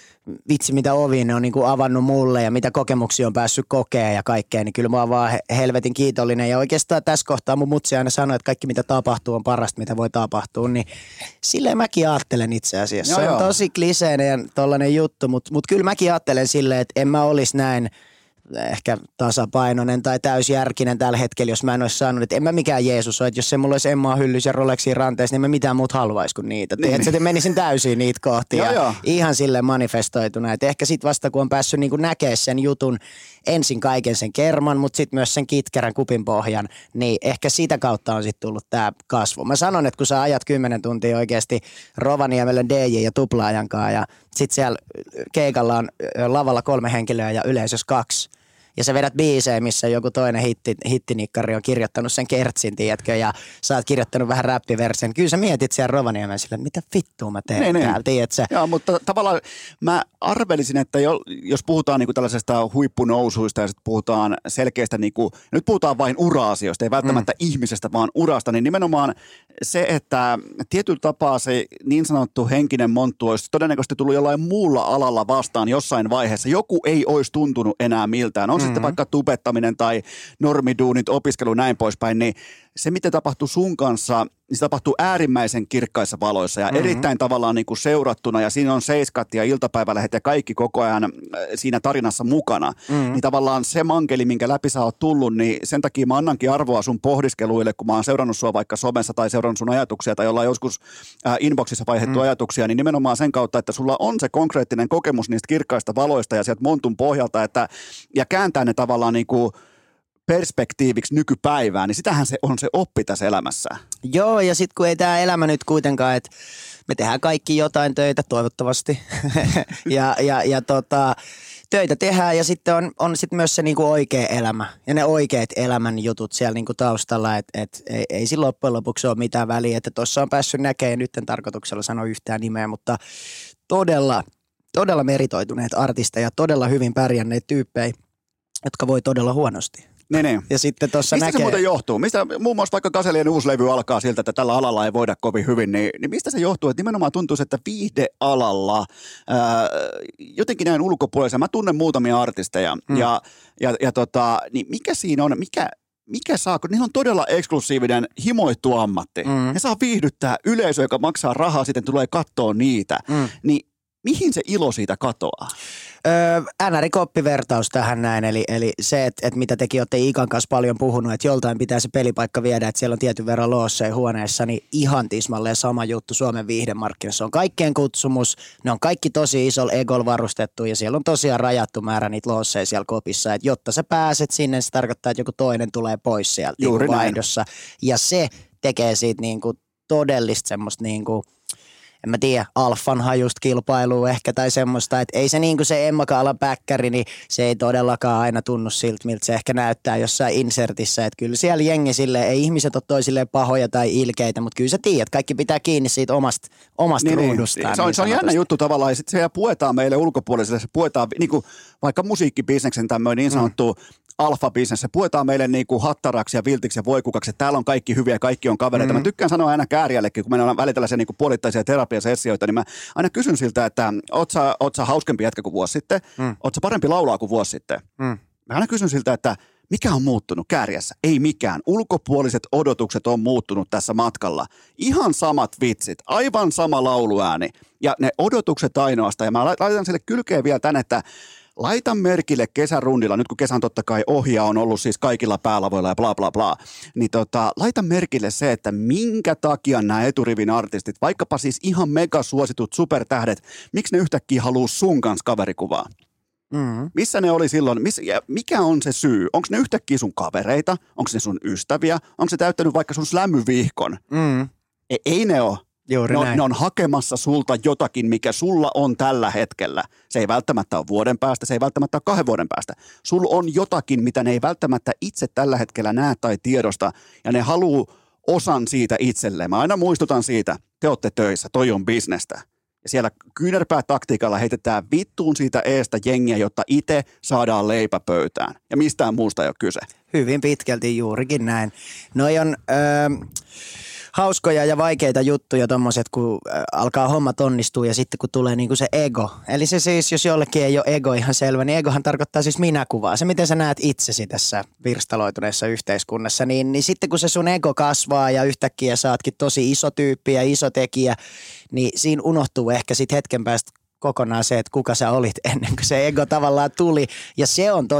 vitsi mitä ovi ne on niin kuin avannut mulle ja mitä kokemuksia on päässyt kokea ja kaikkea, niin kyllä mä oon vaan helvetin kiitollinen. Ja oikeastaan tässä kohtaa mun mutsi aina sanoi, että kaikki mitä tapahtuu on parasta, mitä voi tapahtua, niin silleen mäkin ajattelen itse asiassa. Se on tosi kliseinen ja tollainen juttu, mutta kyllä mäkin ajattelen silleen, että en mä olisi näin ehkä tasapainoinen tai täysjärkinen tällä hetkellä, jos mä en olisi saanut, että en mä mikään Jeesus ole, että jos se mulla olisi Emmaa hyllys ja Rolexia ranteessa, niin en mä mitään muuta haluaisi kuin niitä. Niin. Että menisin täysin niitä kohti ja ihan silleen manifestoituna. Että ehkä sit vasta kun on päässyt niin näkemään sen jutun, ensin kaiken sen kerman, mutta sitten myös sen kitkerän kupin pohjan, niin ehkä sitä kautta on sitten tullut tämä kasvu. Mä sanon, että kun sä ajat 10 tuntia oikeasti Rovaniemelle DJ ja tuplaajankaan ja sitten siellä keikalla on lavalla 3 henkilöä ja yleisössä 2. Ja sä vedät biisejä, missä joku toinen hittinikkari on kirjoittanut sen kertsin, tiedätkö, ja sä oot kirjoittanut vähän räppiversion. Kyllä sä mietit siellä Rovaniemellä sille, että mitä vittua mä teen täällä, tiedätkö? Joo, mutta tavallaan mä arvelisin, että jos puhutaan niinku tällaisesta huippunousuista ja sitten puhutaan selkeästä, niinku, nyt puhutaan vain ura-asioista, ei välttämättä ihmisestä, vaan urasta, niin nimenomaan se, että tietyllä tapaa se niin sanottu henkinen monttu olisi todennäköisesti tullut jollain muulla alalla vastaan jossain vaiheessa. Joku ei olisi tuntunut enää miltään. On sitten vaikka tubettaminen tai normiduunit, opiskelu näin poispäin, niin se, mitä tapahtuu sun kanssa, niin se tapahtuu äärimmäisen kirkkaissa valoissa ja erittäin tavallaan niin kuin seurattuna ja siinä on seiskat ja iltapäivälehdet ja kaikki koko ajan siinä tarinassa mukana. Niin tavallaan se mankeli, minkä läpi sä oot tullut, niin sen takia mä annankin arvoa sun pohdiskeluille, kun mä oon seurannut sua vaikka somessa tai seurannut sun ajatuksia tai ollaan joskus inboxissa vaihdettu ajatuksia, niin nimenomaan sen kautta, että sulla on se konkreettinen kokemus niistä kirkkaista valoista ja sieltä montun pohjalta, ja kääntää ne tavallaan niin kuin perspektiiviksi nykypäivään, niin sitähän se on se oppi tässä elämässä. Joo, ja sitten kun ei tämä elämä nyt kuitenkaan, että me tehdään kaikki jotain töitä, toivottavasti, ja töitä tehdään, ja sitten on sitten myös se niinku oikea elämä, ja ne oikeat elämän jutut siellä niinku taustalla, että ei sillä loppujen lopuksi ole mitään väliä, että tuossa on päässyt näkemään, nyt en tarkoituksella sano yhtään nimeä, mutta todella meritoituneet artisteja, todella hyvin pärjänneet tyyppejä, jotka voi todella huonosti. Ne. Ja sitten tuossa mistä näkee... se muuten johtuu? Mistä muun muassa vaikka Gazelien uusi levy alkaa siltä, että tällä alalla ei voida kovin hyvin, niin mistä se johtuu? Että nimenomaan tuntuu, että viihdealalla jotenkin näin ulkopuolella, mä tunnen muutamia artisteja niin mikä siinä on, mikä saa, kun niillä on todella eksklusiivinen himoittu ammatti. Ne saa viihdyttää yleisö, joka maksaa rahaa, sitten tulee katsoa niitä. Niin mihin se ilo siitä katoaa? NR-koppivertaus tähän näin, eli se, että mitä tekin olette Ikan kanssa paljon puhunut, että joltain pitää se pelipaikka viedä, että siellä on tietyn verran loosseja huoneessa, niin ihan tismalleen sama juttu Suomen viihdemarkkinassa. On kaikkien kutsumus, ne on kaikki tosi isolla egolla varustettu ja siellä on tosiaan rajattu määrä niitä loosseja siellä kopissa, että jotta sä pääset sinne, se tarkoittaa, että joku toinen tulee pois sieltä vaihdossa. Ja se tekee siitä niinku todellista semmoista niinku en mä tiedä, alfan hajusta kilpailua ehkä tai semmoista, että ei se niinku se Emma Kaalan päkkäri, niin se ei todellakaan aina tunnu siltä, miltä se ehkä näyttää jossain insertissä, että kyllä siellä jengi silleen, ei ihmiset ole toisilleen pahoja tai ilkeitä, mutta kyllä sä tiedät, kaikki pitää kiinni siitä omasta ruudustaan. Se on jännä juttu tavallaan, ja sitten se puetaan meille ulkopuoliselle, se puetaan niinku vaikka musiikkibisneksen tämmöinen niin sanottu alfa-bisnes, se puetaan meille niinku hattaraksi ja viltiksi ja voikukaksi, että täällä on kaikki hyviä, kaikki on kavereita. Mä tykkään sanoa aina Kääriällekin, kun meillä on välillä tällaisia niinku puolittaisia terapiasessioita, niin mä aina kysyn siltä, että oot sä hauskempi jätkä kuin vuosi sitten, oot sä parempi laulaa kuin vuosi sitten. Mä aina kysyn siltä, että mikä on muuttunut Kääriässä? Ei mikään. Ulkopuoliset odotukset on muuttunut tässä matkalla. Ihan samat vitsit, aivan sama lauluääni ja ne odotukset ainoastaan. Ja mä laitan sille kylkeen vielä tän, että laitan merkille kesärundilla, nyt kun kesän totta kai ohja on ollut siis kaikilla päälavoilla ja bla bla bla, niin laitan merkille se, että minkä takia nämä eturivin artistit, vaikkapa siis ihan megasuositut supertähdet, miksi ne yhtäkkiä haluaa sun kanssa kaverikuvaa? Missä ne oli silloin? Mikä on se syy? Onko ne yhtäkkiä sun kavereita? Onko ne sun ystäviä? Onko se täyttänyt vaikka sun slämmyvihkon? Ei ne ole. Ne on hakemassa sulta jotakin, mikä sulla on tällä hetkellä. Se ei välttämättä ole vuoden päästä, se ei välttämättä ole 2 vuoden päästä. Sulla on jotakin, mitä ne ei välttämättä itse tällä hetkellä näe tai tiedosta, ja ne haluaa osan siitä itselleen. Mä aina muistutan siitä, te olette töissä, toi on bisnestä. Ja siellä kyynärpäätaktiikalla heitetään vittuun siitä eestä jengiä, jotta itse saadaan leipä pöytään. Ja mistään muusta ei ole kyse. Hyvin pitkälti juurikin näin. Noi on hauskoja ja vaikeita juttuja tommoset, kun alkaa hommat onnistua ja sitten kun tulee niinku se ego. Eli se siis, jos jollekin ei ole ego ihan selvä, niin egohan tarkoittaa siis minäkuvaa. Se, miten sä näet itsesi tässä pirstaloituneessa yhteiskunnassa, niin sitten kun se sun ego kasvaa ja yhtäkkiä saatkin tosi iso tyyppi ja iso tekijä, niin siinä unohtuu ehkä sitten hetken päästä kokonaan se, että kuka sä olit ennen kuin se ego tavallaan tuli. Ja se on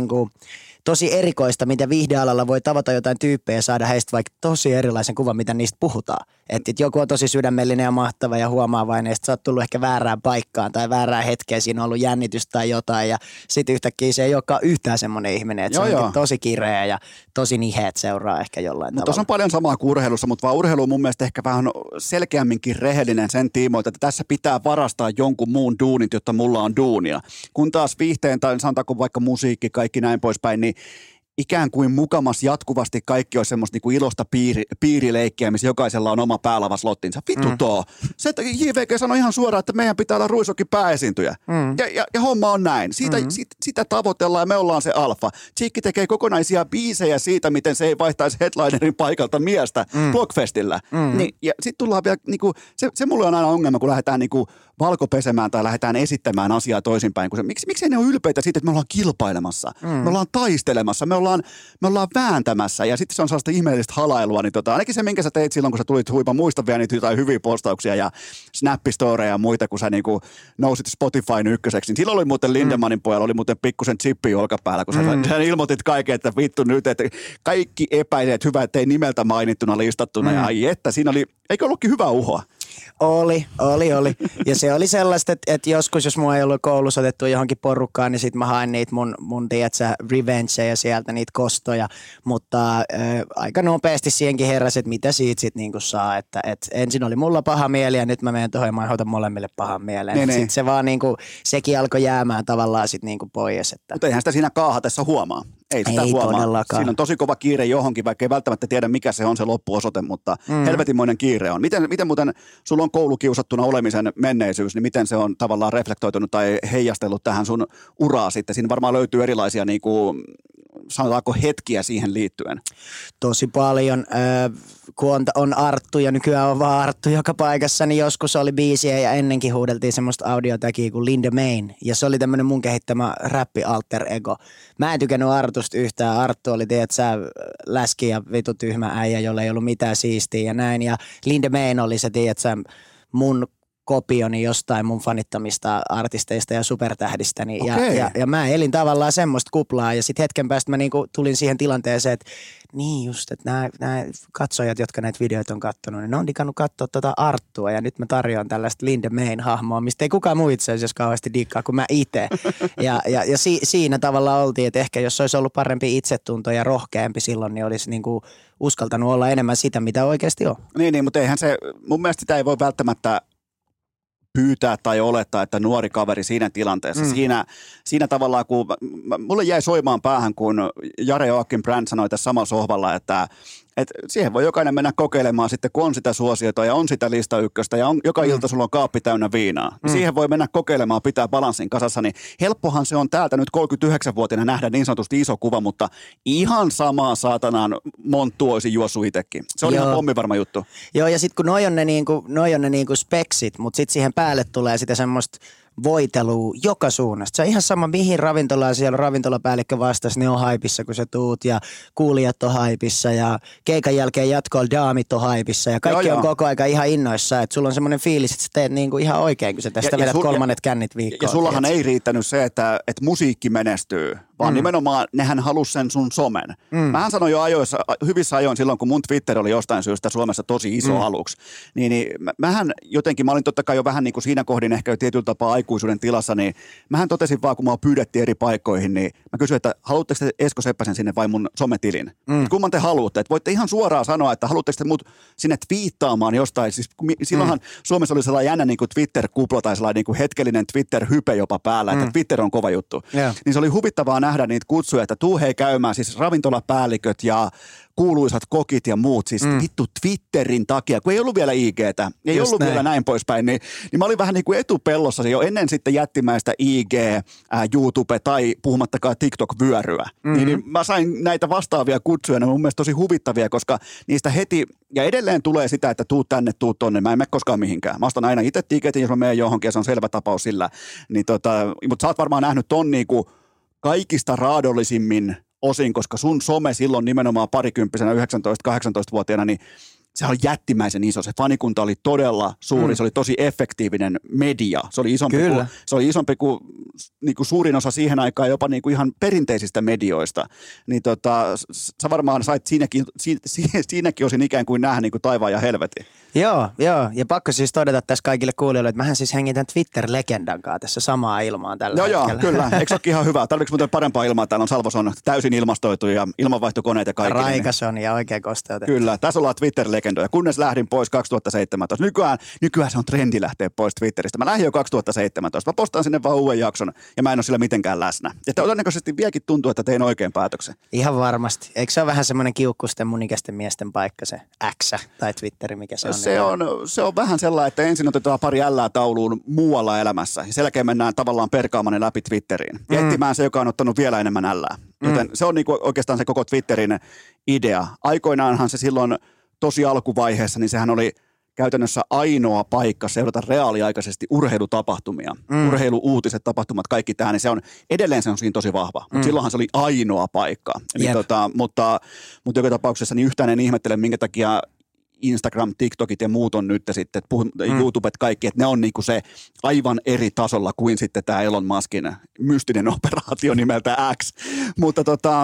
tosi erikoista, miten viihdealalla voi tavata jotain tyyppejä ja saada heistä vaikka tosi erilaisen kuvan, mitä niistä puhutaan. Että joku on tosi sydämellinen ja mahtava ja huomaavainen, ja sitten sä oot tullut ehkä väärään paikkaan tai väärään hetkeen, siinä on ollut jännitystä tai jotain, ja sitten yhtäkkiä se ei olekaan yhtään semmoinen ihminen, että se on tosi kireä ja tosi niheet seuraa ehkä jollain tavalla. Tuossa on paljon samaa kuin urheilussa, mutta vaan urheilu on mun mielestä ehkä vähän selkeämminkin rehellinen sen tiimoilta, että tässä pitää varastaa jonkun muun duunit, jotta mulla on duunia. Kun taas viihteen tai sanotaanko vaikka musiikki, kaikki näin poispäin, niin ikään kuin mukamas jatkuvasti kaikki on semmoista niinku ilosta piirileikkiä, missä jokaisella on oma päälavaslottinsa. Vittu tuo. Se, että JVG sanoi ihan suoraan, että meidän pitää olla Ruisokin pääesiintyjä. Ja homma on näin. Sitä tavoitellaan ja me ollaan se alfa. Cheekki tekee kokonaisia biisejä siitä, miten se ei vaihtaisi headlinerin paikalta miestä Blockfestillä. Niin, ja sitten tullaan vielä, niinku, se mulle on aina ongelma, kun lähdetään niinku valkopesemään tai lähdetään esittämään asiaa toisinpäin. Miksi ne ole ylpeitä siitä, että me ollaan kilpailemassa? Me ollaan taistelemassa, me ollaan vääntämässä ja sitten se on sellaista ihmeellistä halailua. Niin ainakin se, minkä sä teit silloin, kun sä tulit huipa, muista vielä niitä jotain hyviä postauksia ja snappistoreja ja muita, kun sä niinku nousit Spotifyn ykköseksi. Niin silloin oli muuten Lindemanin pojalla, oli muuten pikkusen chippi olkapäällä, kun sä ilmoitit kaiken, että vittu nyt, että kaikki epäileet hyvä, ettei nimeltä mainittuna listattuna. Ja ai että, siinä oli, eikö ollutkin hyvä uhoa? Oli. Ja se oli sellaista, että joskus, jos mua ei ollut koulussa otettu johonkin porukkaan, niin sit mä hain niitä mun tiedätkö, revengeja sieltä, niitä kostoja. Mutta aika nopeasti siihenkin heräsi, että mitä siitä sit niinku saa. Että ensin oli mulla paha mieli ja nyt mä menen tuohon ja mä hoitan molemmille pahan mieleen. Sitten se vaan niinku, sekin alkoi jäämään tavallaan sit niinku pois. Mutta eihän sitä siinä kaahatessa huomaa. Ei sitä huomaa. Todellakaan. Siinä on tosi kova kiire johonkin, vaikka ei välttämättä tiedä, mikä se on se loppuosoite, mutta helvetinmoinen kiire on. Miten muuten sulla on koulukiusattuna olemisen menneisyys, niin miten se on tavallaan reflektoitunut tai heijastellut tähän sun uraa sitten? Siinä varmaan löytyy erilaisia, niin kuin, sanotaanko hetkiä siihen liittyen. Tosi paljon. Kun on Arttu ja nykyään on vaan Arttu joka paikassa, niin joskus oli biisiä ja ennenkin huudeltiin semmoista audiotäkiä kuin Linda Main. Ja se oli tämmöinen mun kehittämä räppi alter ego. Mä en tykännyt Artusta yhtään. Arttu oli, tiedätkö, läski ja vitu tyhmä äijä, jolla ei ollut mitään siistiä ja näin. Ja Linda Main oli se, tiedätkö, mun kopioni jostain mun fanittamista artisteista ja supertähdistä. Ja mä elin tavallaan semmoista kuplaa ja sitten hetken päästä mä niinku tulin siihen tilanteeseen, että niin just, että nämä katsojat, jotka näitä videoita on katsonut, niin ne on digannut katsoa tuota Arttua ja nyt mä tarjoan tällaista Linda Main-hahmoa, mistä ei kukaan muu itse asiassa kauheasti diggaa kuin mä itse. Ja siinä tavalla oltiin, että ehkä jos olisi ollut parempi itsetunto ja rohkeampi silloin, niin olisi niinku uskaltanut olla enemmän sitä, mitä oikeasti on. Niin, mutta eihän se, mun mielestä sitä ei voi välttämättä pyytää tai olettaa, että nuori kaveri siinä tilanteessa, siinä tavallaan, kun mulle jäi soimaan päähän, kun Jare Joakim Brandt sanoi tässä samalla sohvalla, että siihen voi jokainen mennä kokeilemaan sitten, kun on sitä suosiota ja on sitä lista ykköstä ja joka ilta sulla on kaappi täynnä viinaa. Siihen voi mennä kokeilemaan, pitää balanssin kasassa, niin helppohan se on täältä nyt 39-vuotiaana nähdä niin sanotusti iso kuva, mutta ihan samaa saatanaan monttu olisi juossut itsekin. Se on ihan pommivarma juttu. Joo, ja sitten kun noi on ne niinku speksit, mutta sitten siihen päälle tulee sitä semmoista voitelua joka suunnasta. Se on ihan sama, mihin ravintolaan siellä ravintolapäällikkö vastasi, ne on haipissa, kun sä tuut, ja kuulijat on haipissa, ja keikan jälkeen jatkoilla daamit on haipissa, ja kaikki on koko aika ihan innoissaan, että sulla on semmoinen fiilis, että sä teet niinku ihan oikein, kun sä tästä vedät kolmannet kännit viikkoon. Ja sullahan ei riittänyt se, että musiikki menestyy, vaan nimenomaan nehän halusi sen sun somen. Mähän sanoin jo hyvissä ajoin silloin, kun mun Twitter oli jostain syystä Suomessa tosi iso aluksi, niin mä olin totta kai jo vähän niin kuin siinä kohdin ehkä jo tietyllä tapaa aikuisuuden tilassa, niin mähän totesin vaan, kun mua pyydettiin eri paikkoihin, niin mä kysyin, että haluatteko te Esko Seppäsen sinne vai mun sometilin? Kumman te haluatte? Että voitte ihan suoraan sanoa, että haluatteko te mut sinne twiittaamaan jostain. Siis silloinhan Suomessa oli sellainen jännä niin kuin Twitter-kupla tai sellainen niin kuin hetkellinen Twitter-hype jopa päällä, että Twitter on kova juttu. Niin se oli huvittavaa nähdä niitä kutsuja, että tuu hei käymään, siis ravintolapäälliköt ja kuuluisat kokit ja muut, siis vittu Twitterin takia, kun ei ollut vielä IGtä, ei just ollut vielä näin poispäin, niin mä olin vähän niin kuin etupellossa jo ennen sitten jättimäistä IG, YouTube tai puhumattakaan TikTok-vyöryä. Niin mä sain näitä vastaavia kutsuja, ne on mun mielestä tosi huvittavia, koska niistä heti, ja edelleen tulee sitä, että tuu tänne, tuu tonne, mä en mene koskaan mihinkään. Mä ostan aina itse tiketin, jos mä menen johonkin, ja se on selvä tapaus sillä. Niin mutta sä oot varmaan nähnyt ton niinku kaikista raadollisimmin osin, koska sun some silloin nimenomaan parikymppisenä 19-18-vuotiaana, niin se oli jättimäisen iso. Se fanikunta oli todella suuri, se oli tosi efektiivinen media. Se oli isompi kuin niinku suurin osa siihen aikaan jopa niinku ihan perinteisistä medioista. Niin sä varmaan sait siinäkin osin ikään kuin nähdä niinku taivaan ja helvetin. Joo, ja pakko siis todeta tässä kaikille kuulijoille, että mähän siis hengitän Twitter-legendan kanssa tässä samaa ilmaa tällä hetkellä. Joo, kyllä. Eikö olekin ihan hyvä? Tarvitsetko muuten parempaa ilmaa? Täällä on Salvoson täysin ilmastoitu ja ilmanvaihtokoneet ja kaikki. Raikas on ja oikein kosteutettu. Kyllä, tässä ollaan Twitter-legendoja. Kunnes lähdin pois 2017. Nykyään se on trendi lähteä pois Twitteristä. Mä lähdin jo 2017. Mä postaan sinne vaan uuden jakson ja mä en ole sillä mitenkään läsnä. Ja todennäköisesti vieläkin tuntuu, että tein oikein päätöksen. Ihan varmasti. Eikö se ole vähän semmoinen kiukkusten munikäisten miesten paikka se X tai Twitteri, mikä se on? Se on vähän sellainen, että ensin otetaan pari ällää tauluun muualla elämässä ja sen jälkeen mennään tavallaan perkaamaan ne läpi Twitteriin. Ja etsimään se, joka on ottanut vielä enemmän ällää. Joten se on niinku oikeastaan se koko Twitterin idea. Aikoinaanhan se silloin tosi alkuvaiheessa, niin sehän oli käytännössä ainoa paikka seurata reaaliaikaisesti urheilutapahtumia. Urheiluuutiset, tapahtumat, kaikki tämä, niin se on siinä tosi vahva. Mutta silloinhan se oli ainoa paikka. Niin mutta joka tapauksessa niin yhtään en ihmettele, minkä takia Instagram, TikTokit ja muut on nyt sitten, YouTubet kaikki, että ne on niinku se aivan eri tasolla kuin sitten tämä Elon Muskin mystinen operaatio nimeltä X. Mutta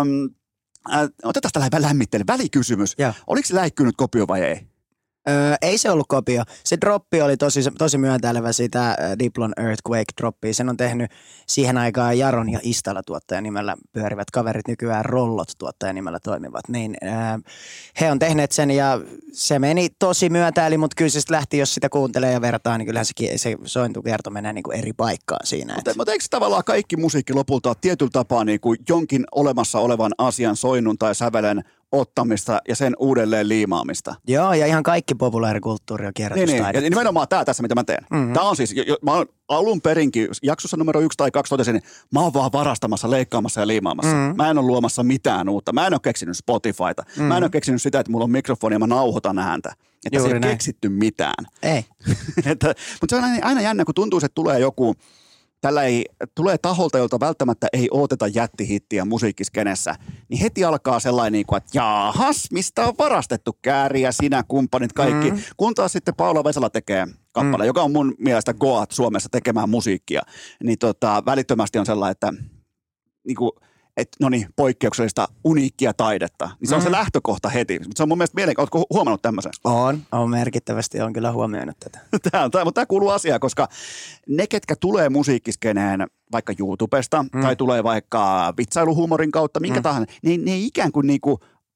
otetaan tällainen lämmittely, välikysymys. Oliko se läikkynyt kopio vai ei? Ei se ollut kopio. Se droppi oli tosi myöntäilevä sitä Diplon Earthquake-droppia. Sen on tehnyt siihen aikaan Jaron ja Istala tuottajan nimellä pyörivät kaverit, nykyään Rollot tuottajan nimellä toimivat. Niin, he on tehneet sen ja se meni tosi myöntäili, mutta kyllä se lähti, jos sitä kuuntelee ja vertaa, niin kyllähän se sointukierto menee niin kuin eri paikkaan siinä. Mutta eikö tavallaan kaikki musiikki lopulta ole tietyllä tapaa niin kuin jonkin olemassa olevan asian soinnun tai sävelen ottamista ja sen uudelleen liimaamista? Joo, ja ihan kaikki populaarikulttuuri on kierrätystaidetta. Niin, ja nimenomaan tämä tässä, mitä mä teen. Tämä on siis, mä oon alun perinkin, jaksossa numero 1 tai 2 totesin, mä oon vaan varastamassa, leikkaamassa ja liimaamassa. Mä en ole luomassa mitään uutta. Mä en ole keksinyt Spotifyta. Mä en ole keksinyt sitä, että mulla on mikrofoni ja mä nauhoitan ääntä. Että se ei keksitty mitään. Ei. Mutta se on aina jännä, kun tuntuu, että tulee joku, tulee taholta, jolta välttämättä ei ooteta jättihittiä musiikkiskenessä, niin heti alkaa sellainen, että jaahas, mistä on varastettu Kääriä, sinä, kumppanit, kaikki. Kun taas sitten Paula Vesala tekee kappale, joka on mun mielestä Goat Suomessa tekemään musiikkia, niin välittömästi on sellainen, että niinku, poikkeuksellista, uniikkia taidetta. Niin se on se lähtökohta heti. Se on mun mielestä mielenkiintoista. Ootko huomannut tämmöisen? On merkittävästi. Olen kyllä huomioinut tätä. Mutta tämä kuuluu asiaan, koska ne, ketkä tulee musiikkiskeneen vaikka YouTubesta tai tulee vaikka vitsailuhuumorin kautta, minkä tahansa, ne ei ikään kuin niinku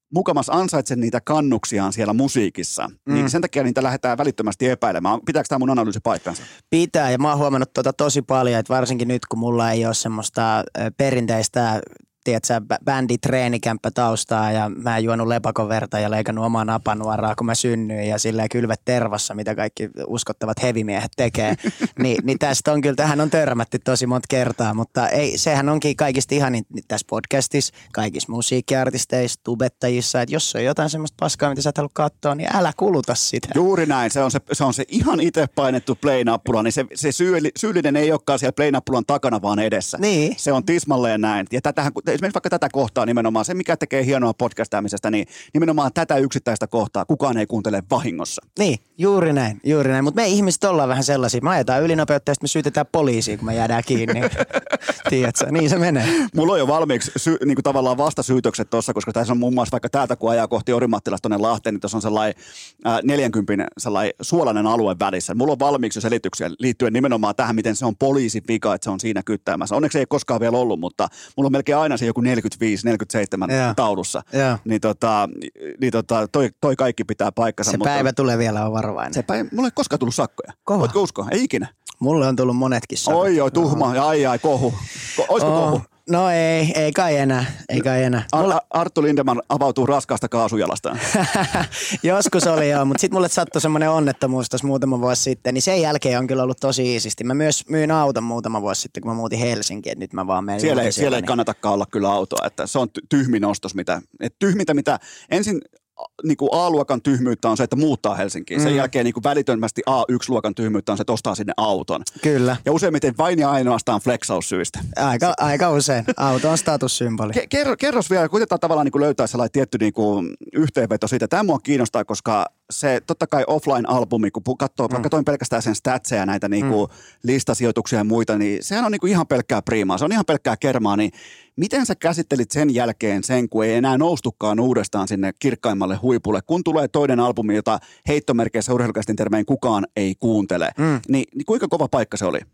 mukamas ansaitse niitä kannuksiaan siellä musiikissa, niin sen takia niitä lähdetään välittömästi epäilemään. Pitääkö tämä mun analyysi paikkansa? Pitää, ja mä oon huomannut tosi paljon, että varsinkin nyt, kun mulla ei ole semmoista perinteistä tiedätkö, bänditreenikämppä taustaa ja mä en juonut lepakoverta ja leikannut omaa napanuoraa, kun mä synnyin ja silleen kylvet tervassa, mitä kaikki uskottavat hevimiehet tekee. niin tästä on kyllä, tähän on törmätty tosi monta kertaa, mutta ei, sehän onkin kaikista ihanin tässä podcastissa, kaikissa musiikkiartisteissa, tubettajissa, että jos on jotain semmoista paskaa, mitä sä et halua katsoa, niin älä kuluta sitä. Juuri näin, se on se ihan itse painettu play-nappula, niin se syyllinen ei olekaan siellä play-nappulan takana, vaan edessä. Niin. Se on tismalleen näin. Ja tätähän, esimerkiksi vaikka tätä kohtaa nimenomaan, se mikä tekee hienoa podcastaamisesta, niin nimenomaan tätä yksittäistä kohtaa kukaan ei kuuntele vahingossa. Niin, juuri näin. Mutta me ihmiset ollaan vähän sellaisia. Me ajetaan ylinopeutta ja sitten me syytetään poliisiin, kun me jäädään kiinni. Tiedätkö, niin se menee. Mulla on jo valmiiksi niinku tavallaan vastasyytökset tuossa, koska tässä on muun muassa vaikka täältä, kun ajaa kohti Orimattilasta tuonne Lahteen, niin tuossa on sellainen 40 sellainen suolainen alue välissä. Mulla on valmiiksi jo selityksiä liittyen nimenomaan tähän, miten se on poliisin vika, että se on siinä kyttäämässä. Onneksi ei koskaan vielä ollut, mutta mulla on melkein aina se joku 45-47 taulussa. Niin, toi kaikki pitää paikkansa. Se päivä tulee vielä, on varovainen. Mulla ei koskaan tullut sakkoja. Kova. Voitko uskoa? Ei ikinä. Mulle on tullut monetkin sakot. Oi, tuhma. Ja ai, kohu. Olisiko kohu? No ei kai enää. Arttu Lindeman avautuu raskaasta kaasujalastaan. Joskus oli joo, mutta sitten mulle sattui semmoinen onnettomuus tuossa muutama vuosi sitten, niin sen jälkeen on kyllä ollut tosi iisisti. Mä myös myin auton muutama vuosi sitten, kun mä muutin Helsinkiin, että nyt mä vaan menen. Siellä ei kannatakaan olla kyllä autoa, että se on tyhmin ostos, tyhmintä mitä ensin niin kuin A-luokan tyhmyyttä on se, että muuttaa Helsinkiin. Sen jälkeen niin kuin välittömästi A1-luokan tyhmyyttä on se, että ostaa sinne auton. Kyllä. Ja useimmiten vain ja ainoastaan flexaussyistä. Aika usein. Auto on statussymboli. Kerros vielä, koitetaan tavallaan niin kuin löytää sellainen tietty niin kuin yhteenveto siitä. Tämä mua kiinnostaa, koska se totta kai offline-albumi, kun katsoin pelkästään sen statseja, näitä niin kuin listasijoituksia ja muita, niin sehän on niin kuin ihan pelkkää priimaa. Se on ihan pelkkää kermaa, niin miten sä käsittelit sen jälkeen sen, kun ei enää noustukaan uudestaan sinne kirkkaimmalle huipulle, kun tulee toinen albumi, jota heittomerkeissä urheilukästin termein kukaan ei kuuntele, niin kuinka kova paikka se oli?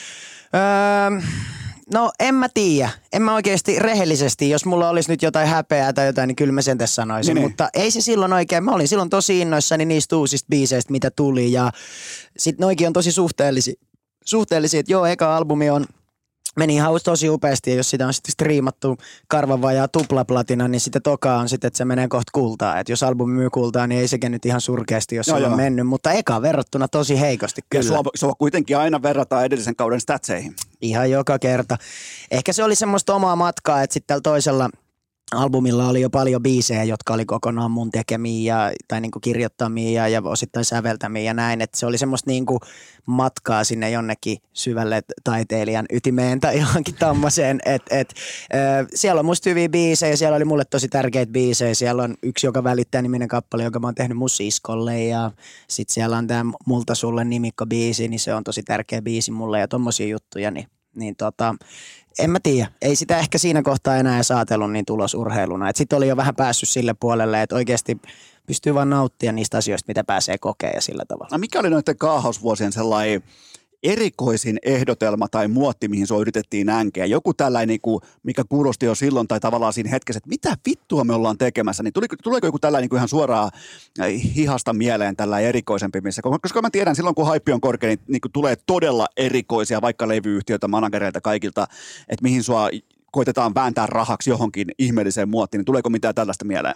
No en mä tiedä. En mä oikeasti rehellisesti, jos mulla olisi nyt jotain häpeää tai jotain, niin kyllä mä sen tässä sanoisin. Niin. Mutta ei se silloin oikein. Mä olin silloin tosi innoissani niistä uusista biiseistä, mitä tuli. Ja sit noikin on tosi suhteellisia. Että joo, eka albumi meni ihan tosi upeasti, ja jos sitä on sitten striimattu karvan vajaa tuplaplatina, niin sitten toka on sitten, että se menee kohta kultaa. Että jos albumi myy kultaa, niin ei sekä nyt ihan surkeasti, jos se on mennyt, mutta eka verrattuna tosi heikosti kyllä. Ja sua kuitenkin aina verrataan edellisen kauden statseihin. Ihan joka kerta. Ehkä se oli semmoista omaa matkaa, että sitten tällä toisella albumilla oli jo paljon biisejä, jotka oli kokonaan mun tekemiä tai niinku kirjoittamia ja osittain säveltämiä ja näin. Että se oli semmoista niinku matkaa sinne jonnekin syvälle taiteilijan ytimeen tai johonkin tommoseen. Siellä on musta hyviä biisejä, siellä oli mulle tosi tärkeitä biisejä. Siellä on Yksi, joka välittää -niminen kappale, jonka mä oon tehnyt mun siskolle, ja sit siellä on tää Multa sulle -nimikko-biisi, niin se on tosi tärkeä biisi mulle ja tommosia juttuja, niin en mä tiedä. Ei sitä ehkä siinä kohtaa enää saatellut niin tulosurheiluna. Sitten oli jo vähän päässyt sille puolelle, että oikeasti pystyy vaan nauttia niistä asioista, mitä pääsee kokemaan ja sillä tavalla. No mikä oli noiden kaahausvuosien sellainen erikoisin ehdotelma tai muotti, mihin se yritettiin änkeä? Joku tällainen, mikä kuulosti jo silloin tai tavallaan siinä hetkessä, että mitä vittua me ollaan tekemässä, niin tuleeko joku tällainen ihan suoraan hihasta mieleen tällainen erikoisempi, missä, koska mä tiedän, silloin kun haippi on korkea, niin tulee todella erikoisia, vaikka levyyhtiöitä, managereilta, kaikilta, että mihin sua koitetaan vääntää rahaksi johonkin ihmeelliseen muottiin, niin tuleeko mitään tällaista mieleen?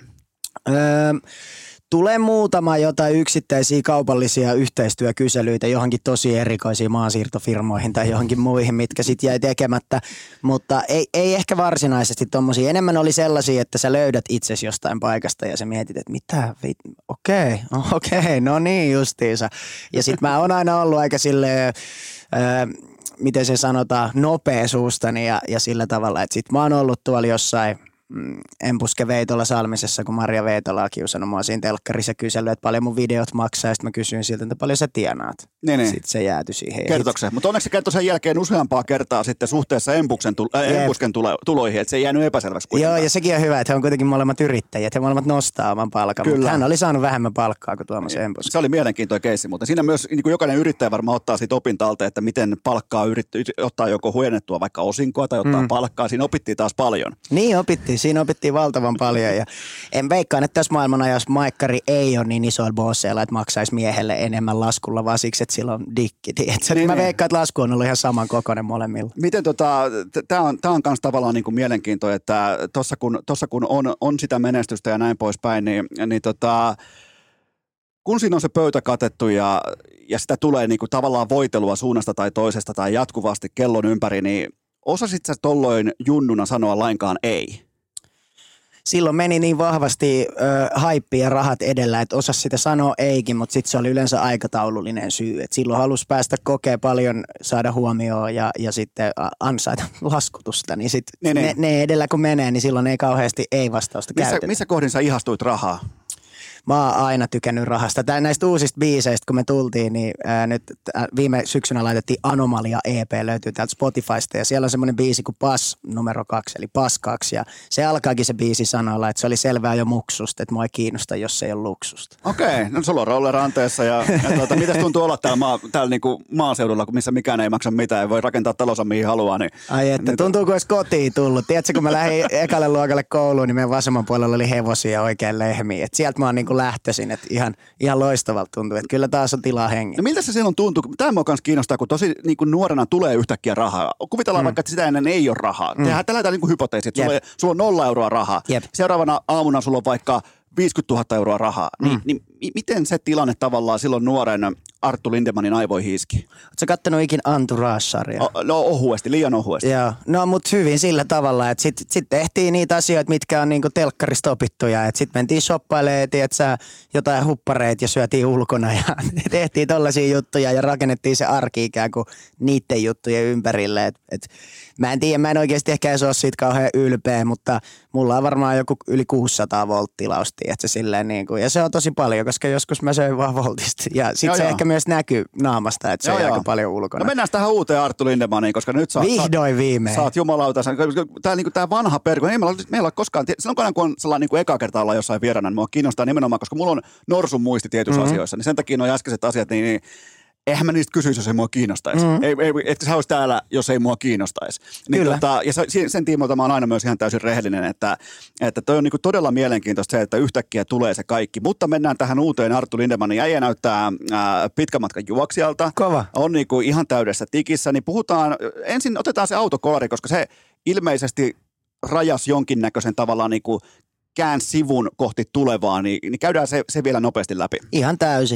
Tulee muutama jotain yksittäisiä kaupallisia yhteistyökyselyitä johonkin tosi erikoisiin maansiirtofirmoihin tai johonkin muihin, mitkä sitten jäi tekemättä, mutta ei ehkä varsinaisesti tommosia. Enemmän oli sellaisia, että sä löydät itsesi jostain paikasta ja sä mietit, että mitä, okei, no niin justiinsa. Ja sit mä oon aina ollut aika silleen, miten se sanotaan, nopea suustani ja sillä tavalla, että sit mä oon ollut tuolla jossain Empuske Veitola Salmisessa, kun Maria Veitola on kiusannut mua siinä telkkarissa ja kysellyt, että paljon mun videot maksaa, ja sitten mä kysyin siltä, että paljon sä tienaat. Niin. Sitten se jäätyi siihen. Kertoiko mutta onneksi se kertoi sen jälkeen useampaa kertaa sitten suhteessa Empusken tuloihin, että se ei jäänyt epäselväksi kuitenkaan. Joo, ja sekin on hyvä, että he on kuitenkin molemmat yrittäjät, he molemmat nostaa oman palkan, mutta hän oli saanut vähemmän palkkaa kuin Tuomas Empus. Se oli mielenkiintoinen keissi, mutta siinä myös niin kuin jokainen yrittäjä varmaan ottaa siitä opintalta, että miten palkkaa ottaa joko huojennettua vaikka osinkoa tai ottaa palkkaa. Siinä opittiin taas paljon. Niin opittiin. Siinä opittiin valtavan paljon ja en veikkaan, että tässä maailmanajassa maikkari ei ole niin isoilla bosseilla, että maksaisi miehelle enemmän laskulla, vaan siksi, että sillä on dikki. Niin, mä veikkaan, että lasku on ollut ihan saman kokoinen molemmilla. Miten tämä on myös tavallaan niin kuin mielenkiintoinen, että tossa kun on sitä menestystä ja näin poispäin, niin kun siinä on se pöytä katettu ja sitä tulee niin kuin tavallaan voitelua suunnasta tai toisesta tai jatkuvasti kellon ympäri, niin osasit sä tolloin junnuna sanoa lainkaan ei? Silloin meni niin vahvasti haippi ja rahat edellä, että osasi sitä sanoa eikin, mutta sitten se oli yleensä aikataulullinen syy. Et silloin halusi päästä kokea paljon, saada huomioon ja sitten ansaita laskutusta. Niin sitten ne edellä kun menee, niin silloin ei kauheasti ei-vastausta käytetä. Missä kohdin sä ihastuit rahaa? Mä oon aina tykännyt rahasta. Näistä uusista biiseistä, kun me tultiin, niin nyt viime syksynä laitettiin Anomalia EP, löytyy täältä Spotifysta. Ja siellä on semmoinen biisi kuin Pass numero 2, eli Pass 2. Ja se alkaakin se biisi sanoilla, että se oli selvää jo muksusta, että mua ei kiinnosta, jos ei ole luksusta. Okei, no sulla on rolleranteessa ja mitäs tuntuu olla täällä niinku maaseudulla, missä mikään ei maksa mitään, ei voi rakentaa talonsa mihin haluaa. Niin, ai että, niin tuntuu kuin olisi kotiin tullut. Tiedätkö, kun mä lähdin ekalle luokalle kouluun, niin meidän vasemman puolella oli hevosia ja oikein lehmiä. Et sieltä mä oon niinku lähtöisin, että ihan loistavalta tuntuu, että kyllä taas on tilaa hengiä. No miltä se silloin tuntuu? Tämä mua myös kiinnostaa, kun tosi niin kuin nuorena tulee yhtäkkiä rahaa. Kuvitellaan vaikka, että sitä ennen ei ole rahaa. Tehdään tällä niin kuin hypoteesi, että sulla on 0 euroa rahaa. Jep. Seuraavana aamuna sulla on vaikka 50 000 euroa rahaa. Niin miten se tilanne tavallaan silloin nuoren Arttu Lindemanin aivoihin iski? Oletko kattonut ikin Entourage-sarjaa? No ohuesti, liian ohuesti. Joo, no mutta hyvin sillä tavalla, että sit tehtiin niitä asioita, mitkä on niinku telkkarista opittuja. Että sitten mentiin shoppailemaan, jotain huppareita ja syötiin ulkona ja tehtiin tollaisia juttuja ja rakennettiin se arki ikään kuin niiden juttujen ympärille. Mä en tiedä, mä en oikeasti ehkä edes ole siitä kauhean ylpeä, mutta mulla on varmaan joku yli 600 volttilausta, että silleen niinku, ja se on tosi paljon, koska joskus mä söin vaan voltista. Ja sit se ehkä myös näkyy naamasta, että se on aika paljon ulkona. No mennään tähän uuteen Arttu Lindemaniin, koska nyt vihdoin viimein. Sä oot jumalauta. Tää niinku tää vanha perko, ei meillä ole koskaan, silloin kun on sellainen niinku eka kertaa olla jossain vieraana, niin mua kiinnostaa nimenomaan, koska mulla on norsun muisti tietyissä asioissa, niin sen takia nuo äskeiset asiat, niin eihän mä niistä kysyisi, jos ei mua kiinnostaisi. Että sä olisi täällä, jos ei mua kiinnostaisi. Niin kyllä. Ja sen tiimoilta mä oon aina myös ihan täysin rehellinen, että toi on niinku todella mielenkiintoista se, että yhtäkkiä tulee se kaikki. Mutta mennään tähän uuteen Arttu Lindemanin. Äijä näyttää pitkän matkan juoksijalta. Kova. On niinku ihan täydessä tikissä. Niin ensin otetaan se autokolari, koska se ilmeisesti rajas jonkinnäköisen tavallaan niinku käänsi sivun kohti tulevaa, niin käydään se vielä nopeasti läpi. Ihan täysin.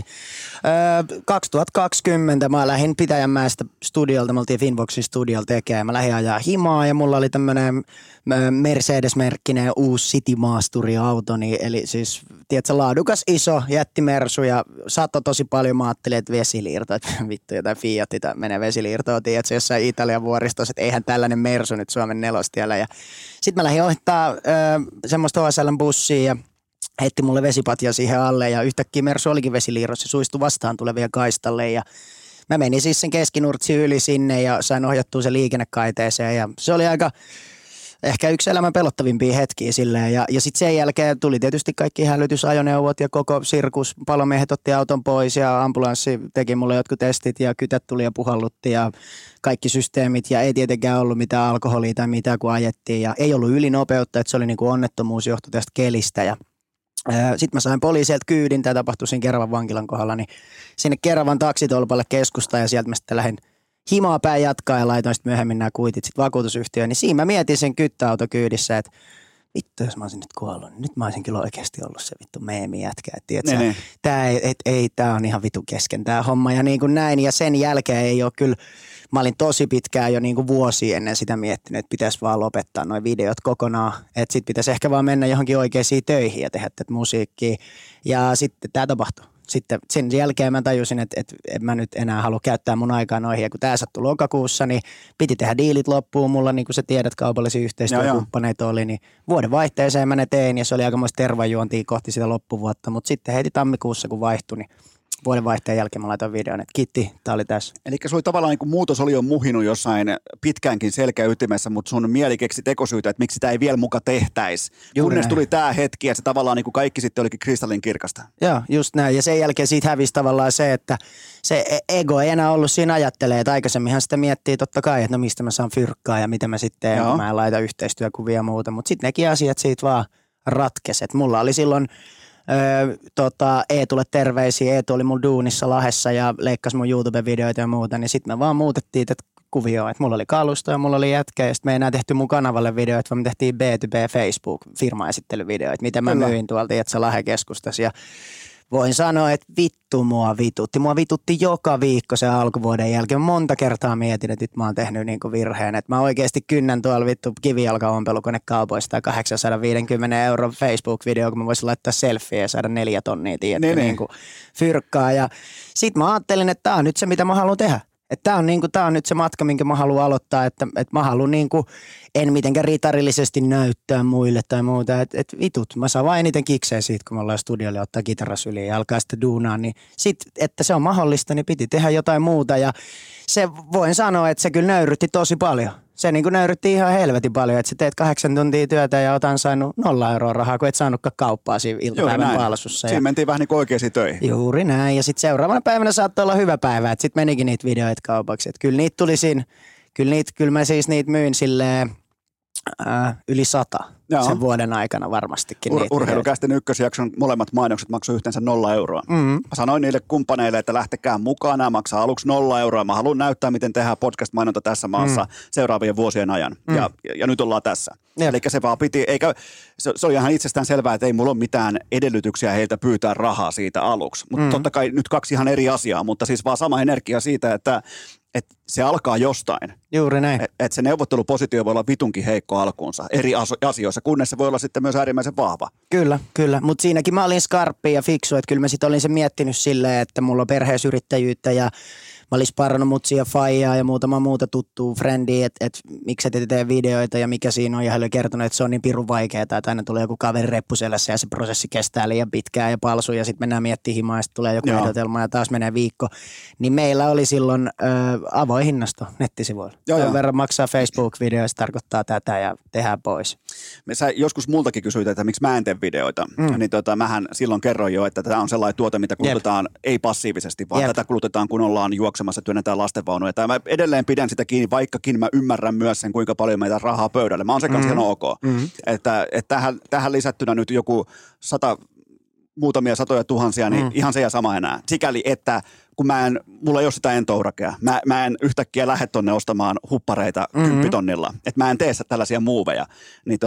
2020 mä lähdin Pitäjänmäestä studiolta, me oltiin Finvoxin studiolta tekemään. Mä lähdin ajaa himaa ja mulla oli tämmönen Mercedes-merkkinen uusi City-maasturi-auto, eli siis tiedätkö, laadukas iso jättimersu ja sattui tosi paljon. Mä ajattelin, että vesiliirto, että vittu jotain Fiatita menee vesiliirtoon, tiedätkö, jossain Italian vuoristossa, että eihän tällainen mersu nyt Suomen nelostiellä. Ja sitten mä lähdin ohittaa semmoista HSL-bussia ja heitti mulle vesipatja siihen alle ja yhtäkkiä mersu olikin vesiliirrossa, se suistui vastaan tulevia kaistalle ja mä menin siis sen keskinurtsin yli sinne ja sain ohjattua sen liikennekaiteeseen ja se oli aika ehkä yksi elämän pelottavimpia hetkiä silleen ja sitten sen jälkeen tuli tietysti kaikki hälytysajoneuvot ja koko sirkus, palomiehet otti auton pois ja ambulanssi teki mulle jotkut testit ja kytät tuli ja puhallutti ja kaikki systeemit ja ei tietenkään ollut mitään alkoholia tai mitään kun ajettiin ja ei ollut ylinopeutta, että se oli niin kuin onnettomuus johtui tästä kelistä ja sitten mä sain poliisilta kyydin, tämä tapahtui siinä Keravan vankilan kohdalla, niin sinne Keravan taksitolpalle keskustaan ja sieltä mä sitten lähdin himaa päin jatkaa ja laitoin sitten myöhemmin nämä kuitit sitten vakuutusyhtiöön, niin siinä mä mietin sen kyttäautokyydissä, että vittu jos mä olisin nyt kuollut, niin nyt mä olisin kyllä oikeasti ollut se vittu meemijätkä, että tää on ihan vitu kesken tää homma ja niin kuin näin ja sen jälkeen ei ole kyllä, mä olin tosi pitkään jo niin kuin vuosi ennen sitä miettinyt, että pitäisi vaan lopettaa noi videot kokonaan, että sit pitäisi ehkä vaan mennä johonkin oikeisiin töihin ja tehdä tätä musiikkia ja sitten tää tapahtui. Sitten sen jälkeen mä tajusin, että en mä nyt enää halua käyttää mun aikaa noihin. Ja kun tää sattui lokakuussa, niin piti tehdä diilit loppuun. Mulla, niin kuin sä tiedät, kaupallisia yhteistyökumppaneita oli. Niin vuoden vaihteeseen mä ne tein ja se oli aikamoista tervajuontia kohti sitä loppuvuotta. Mutta sitten heti tammikuussa, kun vaihtui, niin vuodenvaihteen jälkeen mä laitoin videon, että kiitti, tää oli tässä. Eli sulla tavallaan niin kuin muutos oli jo muhinut jossain pitkäänkin selkeä ytimessä, mutta sun mieli keksi tekosyytä, että miksi sitä ei vielä muka tehtäisi. Kunnes näin. tuli tämä hetki, että se tavallaan niin kuin kaikki sitten olikin kristallin kirkasta. Joo, just näin. Ja sen jälkeen siitä hävisi tavallaan se, että se ego ei enää ollut siinä ajattelee, että aikaisemminhan sitä miettii totta kai, että no mistä mä saan fyrkkaa ja mitä mä sitten teen, kun mä en laita yhteistyökuvia ja muuta. Mutta sitten nekin asiat siitä vaan ratkesi. Mulla oli silloin Eetulle terveisiä. Eetu oli mun duunissa Lahdessa ja leikkasi mun YouTube-videoita ja muuta, niin sitten me vaan muutettiin tätä kuvioon, että mulla oli kalusto ja mulla oli jätkä ja sitten me ei enää tehty mun kanavalle videoita, vaan me tehtiin B2B Facebook firma-esittelyvideoita, miten mä myin tuolta Lahden keskustassa ja voin sanoa, että vittu mua vitutti. Mua vitutti joka viikko sen alkuvuoden jälkeen. Monta kertaa mietin, että nyt mä oon tehnyt niinku virheen. Että mä oikeasti kynnän tuolla vittu kivijalkaompelukone-kaupoista 850 € Facebook-video, kun mä voisin laittaa selfie ja saada 4 tonnia niinku fyrkkaa. Ja sit mä ajattelin, että tää on nyt se, mitä mä haluan tehdä. Että tää on nyt se matka, minkä mä haluan aloittaa, että mä haluan niinku, en mitenkään ritarillisesti näyttää muille tai muuta, että vitut, mä saan vaan eniten kikseen siitä, kun me ollaan studiolle ottaa kitaras yli ja alkaa sitten duunaa, niin sit, että se on mahdollista, niin piti tehdä jotain muuta ja se voin sanoa, että se kyllä nöyrytti tosi paljon. Se niin kuin nöyrytti ihan helvetin paljon, että sä teet 8 tuntia työtä ja otan saanut 0 € rahaa, kun et saanutkaan kauppaa siinä iltapäivän palasussa. Siinä mentiin vähän niin kuin oikeisiin töihin. Juuri näin. Ja sitten seuraavana päivänä saattoi olla hyvä päivä, että sitten menikin niitä videoita kaupaksi. Että kyllä niitä tuli siinä, kyllä mä siis niitä myin silleen yli 100 sen vuoden aikana varmastikin. Urheilukästen ykkösjakson molemmat mainokset maksoi yhteensä 0 €. Mä sanoin niille kumppaneille, että lähtekää mukaan, nämä maksaa aluksi 0 €. Mä haluan näyttää, miten tehdään podcast-mainonta tässä maassa seuraavien vuosien ajan. Ja nyt ollaan tässä. Eli se vaan piti, eikä, se oli ihan itsestään selvää, että ei mulla ole mitään edellytyksiä heiltä pyytää rahaa siitä aluksi. Mutta totta kai nyt 2 ihan eri asiaa, mutta siis vaan sama energia siitä, että se alkaa jostain. Juuri näin. Että se neuvottelupositio voi olla vitunkin heikko alkuunsa eri asioissa, kunnes se voi olla sitten myös äärimmäisen vahva. Kyllä. Mutta siinäkin mä olin skarppi ja fiksu, että kyllä mä sitten olin se miettinyt silleen, että mulla on perheesyrittäjyyttä ja mä olin sparrannut mutsia faijaa ja muutama muuta tuttua frendiä, että miksi et tee videoita ja mikä siinä on. Ja hän oli kertonut, että se on niin pirun vaikeaa, että aina tulee joku kaveri reppuselässä ja se prosessi kestää liian pitkään ja palsu ja sitten mennään miettimään himaa ja sitten tulee joku ehdotelma ja taas menee viikko. Niin meillä oli silloin avoin hinnasto nettisivuilla. Sen verran maksaa Facebook-video ja se tarkoittaa tätä ja tehdään pois. Sä joskus multakin kysyit, että miksi mä en tee videoita. Niin mähän silloin kerroin jo, että tämä on sellainen tuote, mitä kulutetaan ei passiivisesti, vaan tätä kulutetaan, kun ollaan juoksemassa, työnnetään lastenvaunuja. Tai mä edelleen pidän sitä kiinni, vaikkakin mä ymmärrän myös sen, kuinka paljon meitä rahaa pöydälle. Mä oon sen kanssa ihan ok. Että tähän lisättynä nyt joku muutamia satoja tuhansia, niin ihan se ja sama enää. Sikäli, että kun mulla ei ole sitä entourakea. Mä en yhtäkkiä lähde tonne ostamaan huppareita 10 000. Että mä en tee tällaisia muuveja. Niin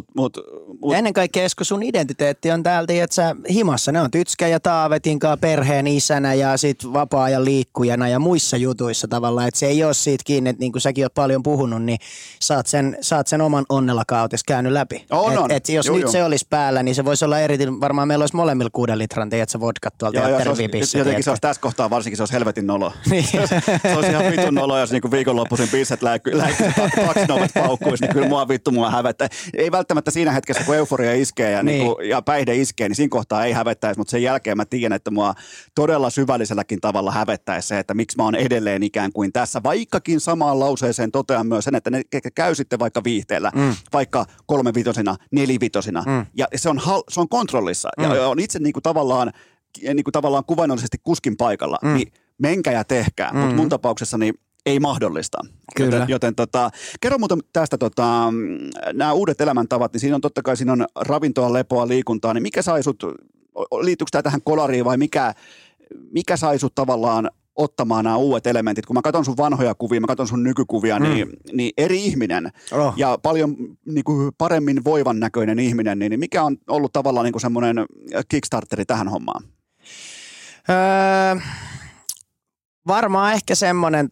Ja ennen kaikkea, Esko, sun identiteetti on täältä, että sä himassa. Ne on Tytskä ja Taavetin kanssa perheen isänä ja sit vapaa-ajan liikkujana ja muissa jutuissa tavallaan. Että se ei ole siitä kiinni, että niin kuin säkin oot paljon puhunut, niin saat sen oman onnella kautes käynyt läpi. Et jos nyt se olisi päällä, niin se voisi olla varmaan meillä olisi molemmilla 6 litran, tiedät sä vodkat tuolta teatterivipissä. Jotenkin se olisi tässä kohtaa varsinkin se olisi helvetin nolo. Se olisi ihan vitun nolo, jos niinku viikonloppuisin pissat taksinovet paukkuisi, niin kyllä mua hävettää. Ei välttämättä siinä hetkessä, kun euforia iskee ja päihde iskee, niin siinä kohtaa ei hävettäisi, mutta sen jälkeen mä tiedän, että mua todella syvälliselläkin tavalla hävettäisi se, että miksi mä oon edelleen ikään kuin tässä, vaikkakin samaan lauseeseen totean myös sen, että ne käy sitten vaikka viihteellä, vaikka 3-vitosina, 4-vitosina, ja se on kontrollissa, ja on itse niinku tavallaan kuvainnollisesti kuskin paikalla, niin menkää ja tehkää, mutta mun tapauksessa niin ei mahdollista. Kyllä. Joten kerro muuten tästä, nämä uudet elämäntavat, niin siinä on ravintoa, lepoa, liikuntaa, niin mikä sai sut, liittyykö tämä tähän kolariin vai mikä sai sut tavallaan ottamaan nämä uudet elementit? Kun mä katson sun vanhoja kuvia, mä katson sun nykykuvia, niin eri ihminen ja paljon niin kuin paremmin voivan näköinen ihminen, niin mikä on ollut tavallaan niin kuin semmoinen kickstarteri tähän hommaan? Varmaan ehkä semmoinen,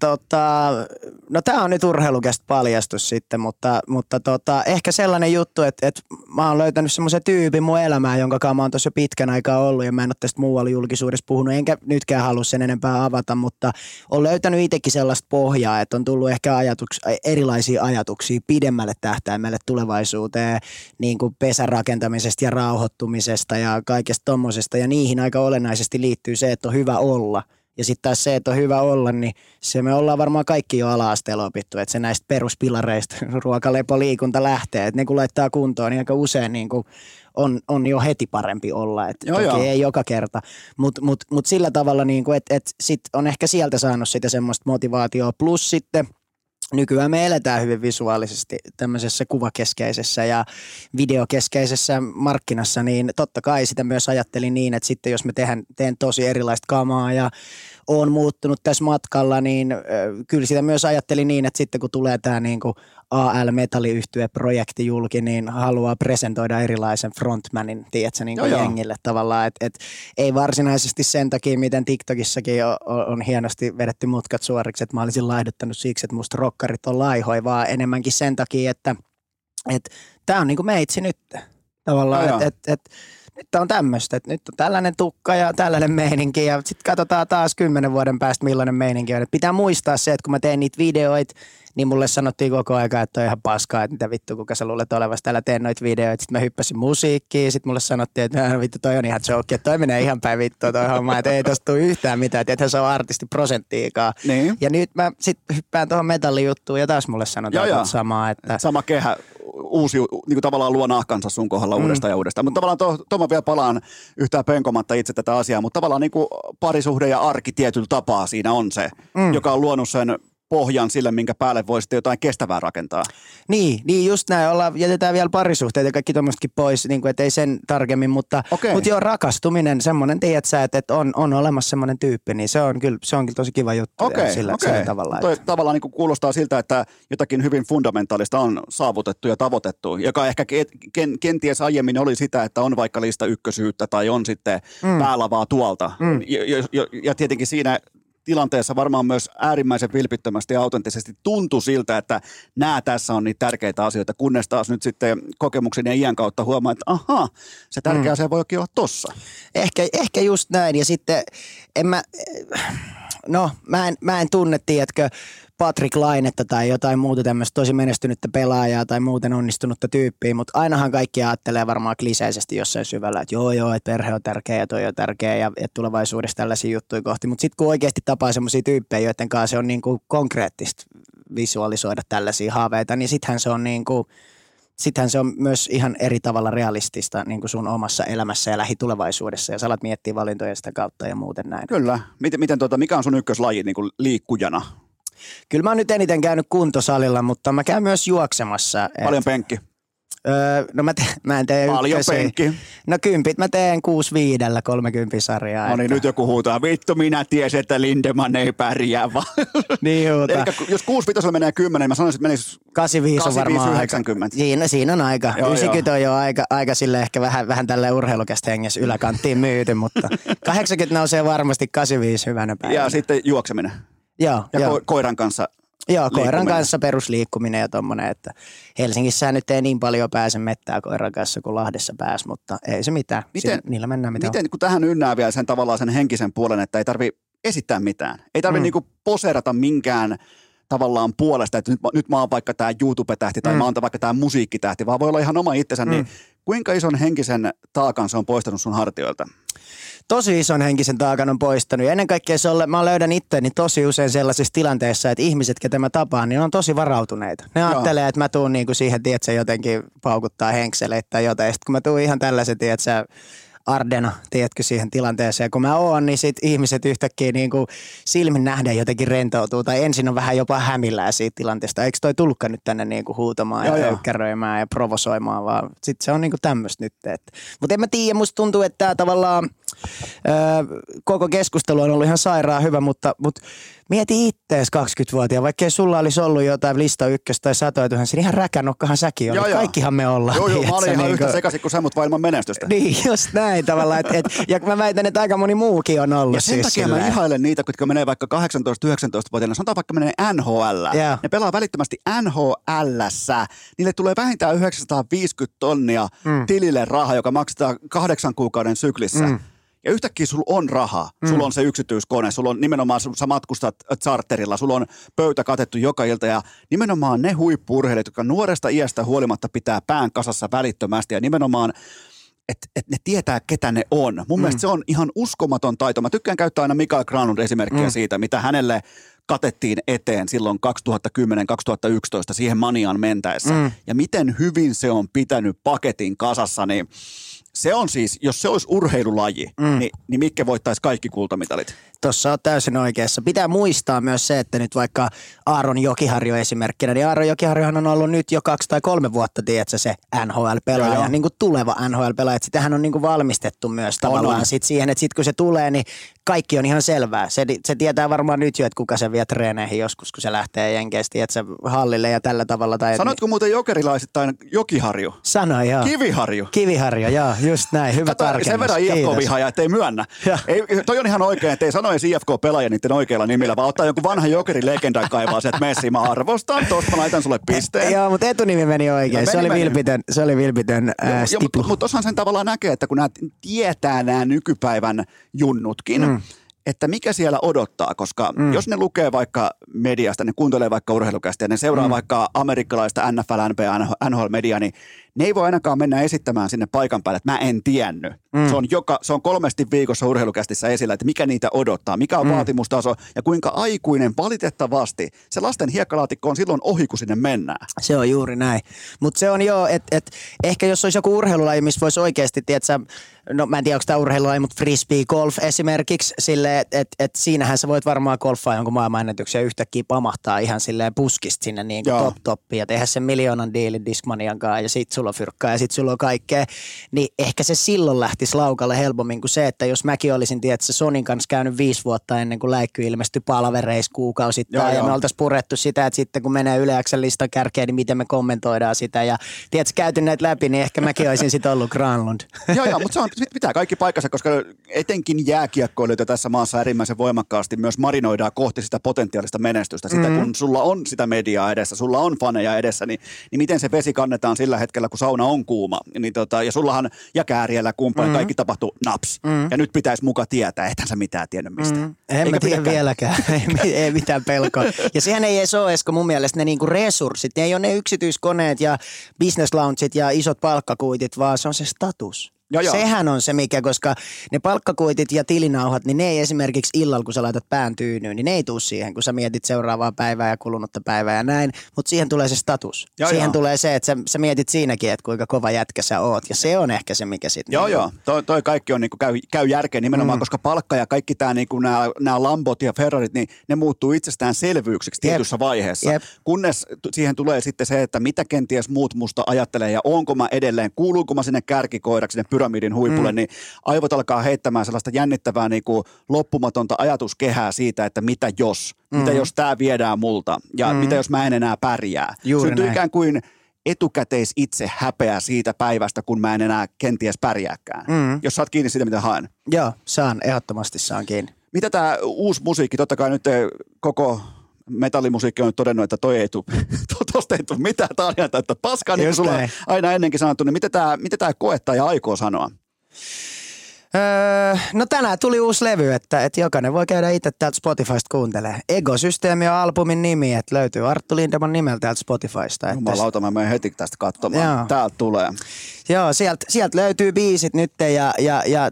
no tää on nyt urheilukästä paljastus sitten, mutta ehkä sellainen juttu, että mä oon löytänyt semmoisen tyypin mun elämään, jonka kanssa mä oon tossa jo pitkän aikaa ollut ja mä en ole tästä muualla julkisuudessa puhunut, enkä nytkään halua sen enempää avata, mutta oon löytänyt itsekin sellaista pohjaa, että on tullut ehkä erilaisia ajatuksia pidemmälle tähtäimelle tulevaisuuteen, niin kuin pesän rakentamisesta ja rauhoittumisesta ja kaikesta tommosesta ja niihin aika olennaisesti liittyy se, että on hyvä olla. Ja sitten taas se, että on hyvä olla, niin se me ollaan varmaan kaikki jo ala-asteella opittu, että se näistä peruspilareista ruoka, lepo, liikunta lähtee. Että ne kun laittaa kuntoon, niin aika usein niin kuin on jo heti parempi olla. Että toki ei joka kerta, mutta sillä tavalla, niin kuin, että sit on ehkä sieltä saanut sitä semmoista motivaatiota. Plus sitten nykyään me eletään hyvin visuaalisesti tämmöisessä kuvakeskeisessä ja videokeskeisessä markkinassa, niin totta kai sitä myös ajattelin niin, että sitten jos mä teen tosi erilaista kamaa ja oon muuttunut tässä matkalla, niin kyllä sitä myös ajattelin niin, että sitten kun tulee tämä niin kuin AL-metalliyhtye-projekti julki, niin haluaa presentoida erilaisen frontmanin, tiedätkö, niin kuin jengille tavallaan, että ei varsinaisesti sen takia, miten TikTokissakin on hienosti vedetty mutkat suoriksi, että mä olisin laihduttanut siksi, että musta rokkarit on laihoi, vaan enemmänkin sen takia, että tää on niin kuin meitsi nyt tavallaan, että nyt on tämmöistä, että nyt on tällainen tukka ja tällainen meininki ja sitten katsotaan taas 10 vuoden päästä millainen meininki on. Et pitää muistaa se, että kun mä teen niitä videoita, niin mulle sanottiin koko ajan, että on ihan paskaa, että mitä vittu, kuka sä luulet olevasta täällä teen noita videoita. Sitten mä hyppäsin musiikkiin, sitten mulle sanottiin, että vittu toi on ihan joke, että toi menee ihan päin vittua toi homma, että ei tosta tule yhtään mitään, että ethän se on artistiprosenttiikaan. Niin. Ja nyt mä sitten hyppään tuohon metallijuttuun ja taas mulle sanotaan samaa. Että sama kehä. Uusi, niin kuin tavallaan luo nahkansa sun kohdalla uudestaan ja uudestaan. Mutta tavallaan mä vielä palaan yhtään penkomatta itse tätä asiaa, mutta tavallaan niin kuin parisuhde ja arki tietyllä tapaa siinä on se, joka on luonut sen pohjan sille, minkä päälle voi sitten jotain kestävää rakentaa. Niin just näin. Jätetään vielä parisuhteet ja kaikki tuommoistakin pois, niin kuin, et ei sen tarkemmin, mutta joo, rakastuminen, semmoinen, tiedät sä, että on olemassa semmoinen tyyppi, niin se on kyllä tosi kiva juttu. Sillä tavalla. Toi tavallaan niin kuin kuulostaa siltä, että jotakin hyvin fundamentaalista on saavutettu ja tavoitettu, joka ehkä kenties aiemmin oli sitä, että on vaikka lista ykkösyyttä tai on sitten päälavaa tuolta. Ja tietenkin siinä tilanteessa varmaan myös äärimmäisen vilpittömästi ja autenttisesti tuntui siltä, että nämä tässä on niitä tärkeitä asioita, kunnes taas nyt sitten kokemuksen ja iän kautta huomaa, että ahaa, se tärkeä asia voikin olla tossa. Ehkä just näin ja sitten mä en tunne, tiedätkö, Patrick Lainetta tai jotain muuta tämmöistä tosi menestynyttä pelaajaa tai muuten onnistunutta tyyppiä, mutta ainahan kaikki ajattelee varmaan kliseisesti jossain syvällä, että joo, että perhe on tärkeä ja toi on tärkeä ja tulevaisuudessa tällaisia juttuja kohti, mutta sitten kun oikeasti tapaa semmoisia tyyppejä, joiden kanssa se on niin kuin konkreettista visualisoida tällaisia haaveita, niin sittenhän se on myös ihan eri tavalla realistista niin kuin sun omassa elämässä ja lähitulevaisuudessa ja sä alat miettiä valintoja sitä kautta ja muuten näin. Kyllä. Mikä on sun ykköslaji niin kuin liikkujana? Kyllä mä oon nyt eniten käynyt kuntosalilla, mutta mä käyn myös juoksemassa. Paljon penkki? No mä en tee paljon penkki? No 10 mä teen 6-5 30 sarjaa. No niin, nyt joku huutaa, vittu minä tiesin, että Lindemann ei pärjää vaan. Niin huutaa. Eli jos 6-5 menee 10, niin mä sanoisin, että menisi 85 on varmaan 90. Siinä on aika. 90 on jo aika sille ehkä vähän tälle urheilukästä hengessä yläkanttiin myyty, mutta 80 nousee varmasti 85 hyvänä päivänä. Ja sitten juokseminen. Joo. Koiran kanssa. Joo, koiran kanssa perusliikkuminen ja tommonen, että Helsingissä nyt ei niin paljon pääse mettää koiran kanssa kuin Lahdessa pääsi, mutta ei se mitään. Niillä mennään miten kun tähän ynnää vielä sen tavallaan sen henkisen puolen, että ei tarvi esittää mitään. Ei tarvi niinku poseerata minkään tavallaan puolesta, että nyt mä oon vaikka tää YouTube-tähti tai mä oon vaikka tää musiikkitähti, vaan voi olla ihan oma itsensä, niin kuinka ison henkisen taakan se on poistanut sun hartioilta? Tosi ison henkisen taakan on poistanut ja ennen kaikkea mä löydän itseäni tosi usein sellaisissa tilanteissa, että ihmiset, ketä mä tapaan, niin on tosi varautuneita. Ne ajattelee, että mä tuun niinku siihen, tiedätkö, jotenkin paukuttaa henkseleitä tai jotain. Sitten kun mä tuun ihan tällaisen, tiedätkö, Ardena, tiedätkö, siihen tilanteeseen. Kun mä oon, niin sit ihmiset yhtäkkiä niinku silmin nähden jotenkin rentoutuu. Tai ensin on vähän jopa hämillään siitä tilanteesta. Eikö toi tullutkaan nyt tänne niinku huutamaan ja öykkäröimään ja provosoimaan, vaan sit se on niinku tämmöistä nyt. Mutta en mä tiedä, musta tuntuu, että tää tavallaan koko keskustelu on ollut ihan sairaan hyvä, mutta Mieti ittees 20-vuotiaan, vaikkei sulla olisi ollut jotain lista ykköstä tai 100 000, niin ihan räkänokkahan säkin olet. Kaikkihan me ollaan. Joo, mä olin ihan niin yhtä sekaisin kuin sä, mutta vain ilman menestystä. Niin, just näin tavallaan. Ja mä väitän, että aika moni muukin on ollut. Ja sen siis takia silleen. mä ihailen niitä, jotka menee vaikka 18-19-vuotiaana, sanotaan vaikka menee NHL. Yeah. Ne pelaa välittömästi NHL:ssä. Niille tulee vähintään 950 tonnia tilille rahaa, joka maksetaan 8 kuukauden syklissä. Ja yhtäkkiä sulla on rahaa, sulla on se yksityiskone, sulla on nimenomaan, sä matkustat charterilla, sulla on pöytä katettu joka ilta ja nimenomaan ne huippu-urheilijat, jotka nuoresta iästä huolimatta pitää pään kasassa välittömästi ja nimenomaan että ne tietää, ketä ne on. Mun mielestä se on ihan uskomaton taito. Mä tykkään käyttää aina Mikael Granlund esimerkkiä siitä, mitä hänelle katettiin eteen silloin 2010-2011 siihen maniaan mentäessä. Ja miten hyvin se on pitänyt paketin kasassa, niin se on siis, jos se olisi urheilulaji, niin Mikke voittaisi kaikki kultamitalit. Tuossa on täysin oikeassa. Pitää muistaa myös se, että nyt vaikka Aaron Jokiharju esimerkkinä, niin Aaron Jokiharjuhan on ollut nyt jo 2 tai 3 vuotta, tiedätkö, se NHL-pelaaja, niin kuin tuleva NHL-pelaaja. Sitähän on niin kuin valmistettu myös tavallaan sit siihen, että sitten kun se tulee, niin kaikki on ihan selvää. Se tietää varmaan nyt jo, että kuka se vie treeneihin joskus, kun se lähtee jenkeistä, että se hallille ja tällä tavalla. Tai sanotko muuten jokerilaisittain Jokiharju? Sanoin, joo. Kiviharju, joo, just näin. Hyvä tarkennus. Sen verran IFK-vihaaja, ettei myönnä. Toi on ihan oikein, ettei sano edes IFK-pelaaja niiden oikeilla nimillä, vaan ottaa jonkun vanhan jokerilegendan kaivaa se, että Messi, mä arvostan, tosta mä laitan sulle pisteen. Joo, mutta etunimi meni oikein. Se oli vilpitön stiplu. Mutta tossahan sen tavallaan näkee, että kun tietää nämä nykypäivän junnutkin, että mikä siellä odottaa, koska jos ne lukee vaikka mediasta, ne kuuntelee vaikka urheilukästä ja ne seuraa vaikka amerikkalaista NFL, NBA, NHL-mediaa, niin ne ei voi ainakaan mennä esittämään sinne paikan päälle, että mä en tiennyt. Se on 3 viikossa urheilukästissä esillä, että mikä niitä odottaa, mikä on vaatimustaso ja kuinka aikuinen valitettavasti se lasten hiekkalaatikko on silloin ohi, kun sinne mennään. Se on juuri näin. Mutta se on jo, että ehkä jos olisi joku urheilulaji, missä voisi oikeasti, tiedätkö, no mä en tiedä, onko tämä urheilulaji, mutta frisbee golf esimerkiksi, silleen, että siinähän sä voit varmaan golfaa jonkun maailmanennätyksen ja yhtäkkiä pamahtaa ihan silleen puskista sinne niin kuin top-toppiin ja tehdä sen miljoonan diilin Discmanian kanssa ja sit sulla on fyrkkaa ja sit sulla on kaikkea, niin ehkä se silloin lähtisi laukalle helpommin kuin se, että jos mäkin olisin, tiedätkö, Sonin kanssa käynyt 5 vuotta ennen kuin Läikky ilmestyi palvereissa kuukausittain ja me oltaisiin purettu sitä, että sitten kun menee Yle X:n listan kärkeen, niin miten me kommentoidaan sitä ja tiedätkö, käyty näitä läpi, niin ehkä mäkin olisin sitten ollut Granlund. Joo, mutta se on pitää kaikki paikkansa, koska etenkin jääkiekkoilijoita tässä maassa äärimmäisen voimakkaasti myös marinoidaan kohti sitä potentiaalista menestystä. Sitä kun sulla on sitä mediaa edessä, sulla on faneja edessä, niin miten se vesi kannetaan sillä hetkellä, kun sauna on kuuma. Niin ja sullahan ja Kääriällä kumppani kaikki tapahtuu naps. Ja nyt pitäisi muka tietää, ethän sä mitään tiennyt mistään. En mä tiedä vieläkään, ei mitään pelkoa. Ja sehän ei edes ole, kun mun mielestä ne niinku resurssit, ne ei ole ne yksityiskoneet ja business loungeit ja isot palkkakuitit, vaan se on se status. Sehän on se mikä, koska ne palkkakuitit ja tilinauhat, niin ne ei esimerkiksi illalla, kun sä laitat pään tyynyyn, niin ne ei tule siihen, kun sä mietit seuraavaa päivää ja kulunutta päivää ja näin, mutta siihen tulee se status. Siihen tulee se, että sä mietit siinäkin, että kuinka kova jätkä sä oot ja se on ehkä se, mikä sitten. Joo, toi kaikki on niinku käy järkeen nimenomaan, koska palkka ja kaikki tää niinku nämä Lambot ja Ferrarit, niin ne muuttuu itsestäänselvyyksiksi tietyssä vaiheessa. Kunnes siihen tulee sitten se, että mitä kenties muut musta ajattelee ja onko mä edelleen, kuuluuko mä sinne kärkikoiraksi, sinne pyramidin huipulle, niin aivot alkaa heittämään sellaista jännittävää niin kuin loppumatonta ajatuskehää siitä, että mitä jos tämä viedään multa ja mitä jos mä en enää pärjää. Syntyy ikään kuin etukäteis itse häpeä siitä päivästä, kun mä en enää kenties pärjääkään. Jos saat kiinni siitä, mitä haen. Joo, ehdottomasti saan kiinni. Mitä tämä uusi musiikki, totta kai nyt koko metallimusiikki on todennut, että tosta ei tule mitään, tämä on ihan täyttä paskaa, niin kuin sulla on aina ennenkin sanottu, niin mitä tämä koettaa ja aikoo sanoa? No tänään tuli uusi levy, että jokainen voi käydä itse täältä Spotifysta kuuntelemaan. Ekosysteemi on albumin nimi, että löytyy Arttu Lindeman nimellä täältä Spotifysta. Jumalauta, mä menen heti tästä katsomaan. Joo. Täältä tulee. Joo, sieltä löytyy biisit nyt ja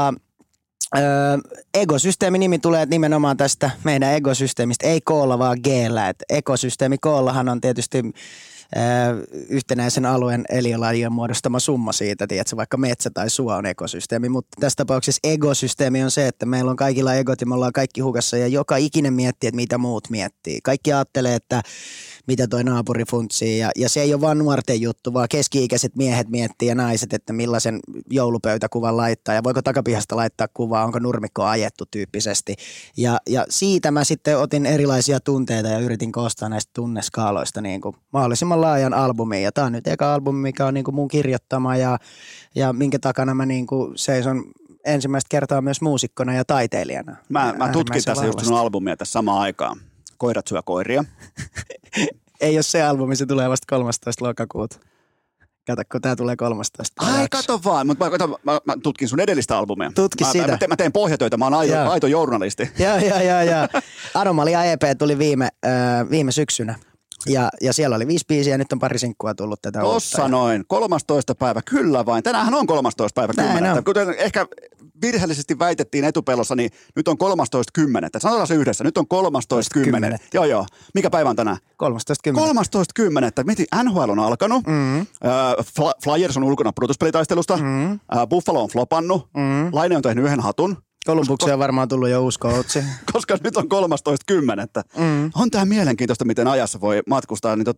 ekosysteemi-nimi tulee nimenomaan tästä meidän ekosysteemistä, ei koolla vaan G:llä. Ekosysteemi koollahan on tietysti yhtenäisen alueen eliölajien muodostama summa siitä, tiedätkö, vaikka metsä tai suo on ekosysteemi, mutta tässä tapauksessa egosysteemi on se, että meillä on kaikilla egot ja me ollaan kaikki hukassa ja joka ikinen miettii, että mitä muut miettii. Kaikki ajattelee, että mitä toi naapuri funtsii ja se ei ole vaan nuorten juttu, vaan keski-ikäiset miehet miettii ja naiset, että millaisen joulupöytäkuvan laittaa ja voiko takapihasta laittaa kuvaa, onko nurmikkoa ajettu tyyppisesti. Ja siitä mä sitten otin erilaisia tunteita ja yritin koostaa näistä tunneskaaloista niin kuin mahdollisimman laajan albumin. Ja tää on nyt eka albumi, mikä on niin kuin mun kirjoittama ja minkä takana mä niin kuin seison ensimmäistä kertaa myös muusikkona ja taiteilijana. Mä tutkin tässä just sun albumia tässä samaan aikaan. Koirat syö koiria. Ei ole se albumi, se tulee vasta 13. lokakuuta. Kato, kun tää tulee 13. Ai, kato vaan. Mutta mä tutkin sun edellistä albumia. Tutki sitä. Mä teen pohjatöitä, mä oon aito journalisti. Joo. Anomalia EP tuli viime syksynä. Ja siellä oli 5 biisiä ja nyt on pari sinkkua tullut tätä Tossa noin. 13. päivä, kyllä vain. Tänäänhän on 13. päivä 10. Kuten ehkä virheellisesti väitettiin etupelossa, niin nyt on 13.10. Sanotaan se yhdessä. Nyt on 13.10. Joo. Mikä päivä on tänään? 13.10. 13.10. Mietin, NHL on alkanut. Flyers on ulkona pudotuspelitaistelusta. Buffalo on flopannut. Laine on tehnyt yhden hatun. Columbuksia on varmaan tullut jo uusi coachi. Koska nyt on 13.10. On tää mielenkiintoista, miten ajassa voi matkustaa. Niin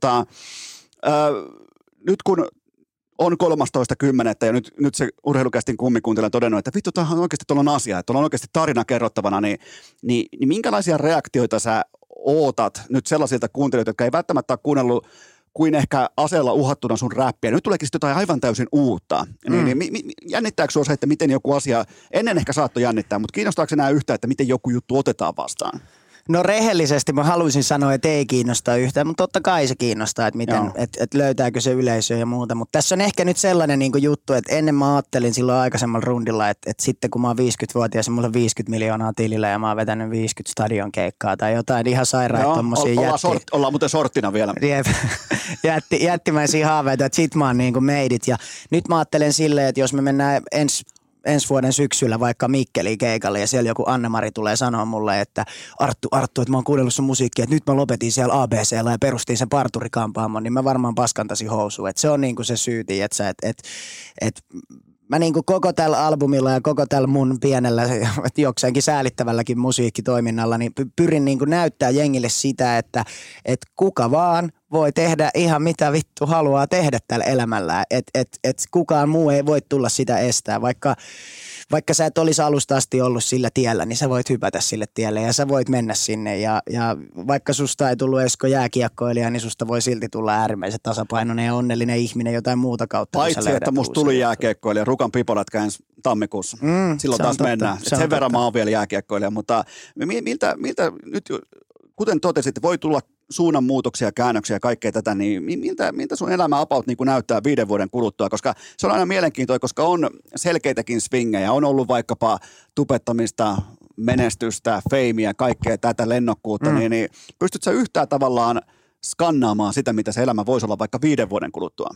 nyt kun on 13.10. ja nyt se urheilukästin kummikuuntelu on todennut, että vittu, tuolla on oikeasti tuolla on asia, että tuolla on oikeasti tarina kerrottavana, niin minkälaisia reaktioita sä ootat nyt sellaisilta kuuntelijoilta, jotka ei välttämättä ole kuunnellut kuin ehkä aseella uhattuna sun räppiä. Nyt tuleekin jotain aivan täysin uutta. Jännittääkö sinua se, että miten joku asia, ennen ehkä saattoi jännittää, mutta kiinnostaako enää yhtään, että miten joku juttu otetaan vastaan? No rehellisesti mä haluaisin sanoa, että ei kiinnosta yhtään, mutta totta kai se kiinnostaa, että miten, että löytääkö se yleisö ja muuta. Mutta tässä on ehkä nyt sellainen niin kuin juttu, että ennen mä ajattelin silloin aikaisemmalla rundilla, että sitten kun mä oon 50-vuotias ja mulla on 50 miljoonaa tilillä ja mä oon vetänyt 50 stadion keikkaa tai jotain ihan sairaita tommosia ollaan muuten sorttina vielä. Jättimäisiä haaveita, että sit mä oon niin kuin made it. Ja nyt mä ajattelen silleen, että jos me mennään ensi vuoden syksyllä vaikka Mikkeliin keikalle ja siellä joku Anne-Mari tulee sanoa mulle, että Arttu, että mä oon kuunnellut sun musiikkia, että nyt mä lopetin siellä ABC:llä ja perustin sen parturikampaamon, niin mä varmaan paskantaisin housuun. Että se on niinku se syyti, että mä niinku koko tällä albumilla ja koko tällä mun pienellä, jokseenkin säälittävälläkin musiikkitoiminnalla, niin pyrin niinku näyttää jengille sitä, että kuka vaan voi tehdä ihan mitä vittu haluaa tehdä tällä elämällä. Että kukaan muu ei voi tulla sitä estää. Vaikka sä et olisi alusta asti ollut sillä tiellä, niin sä voit hypätä sille tielle ja sä voit mennä sinne. Ja vaikka susta ei tullut Esko jääkiekkoilija, niin susta voi silti tulla äärimmäisen tasapainoinen ja onnellinen ihminen jotain muuta kautta. Paitsi, että musta tuli jääkiekkoilija. Rukan pipolätkä ensi tammikuussa. Silloin taas mennään. Sen verran mä oon vielä jääkiekkoilija. Mutta miltä nyt, kuten totesit, voi tulla suunnanmuutoksia, käännöksiä ja kaikkea tätä, niin miltä sun elämä about niin näyttää 5 vuoden kuluttua, koska se on aina mielenkiintoista, koska on selkeitäkin swingejä, on ollut vaikkapa tupettamista, menestystä, feimiä, kaikkea tätä lennokkuutta, niin pystytkö sä yhtään tavallaan skannaamaan sitä, mitä se elämä voisi olla vaikka 5 vuoden kuluttua?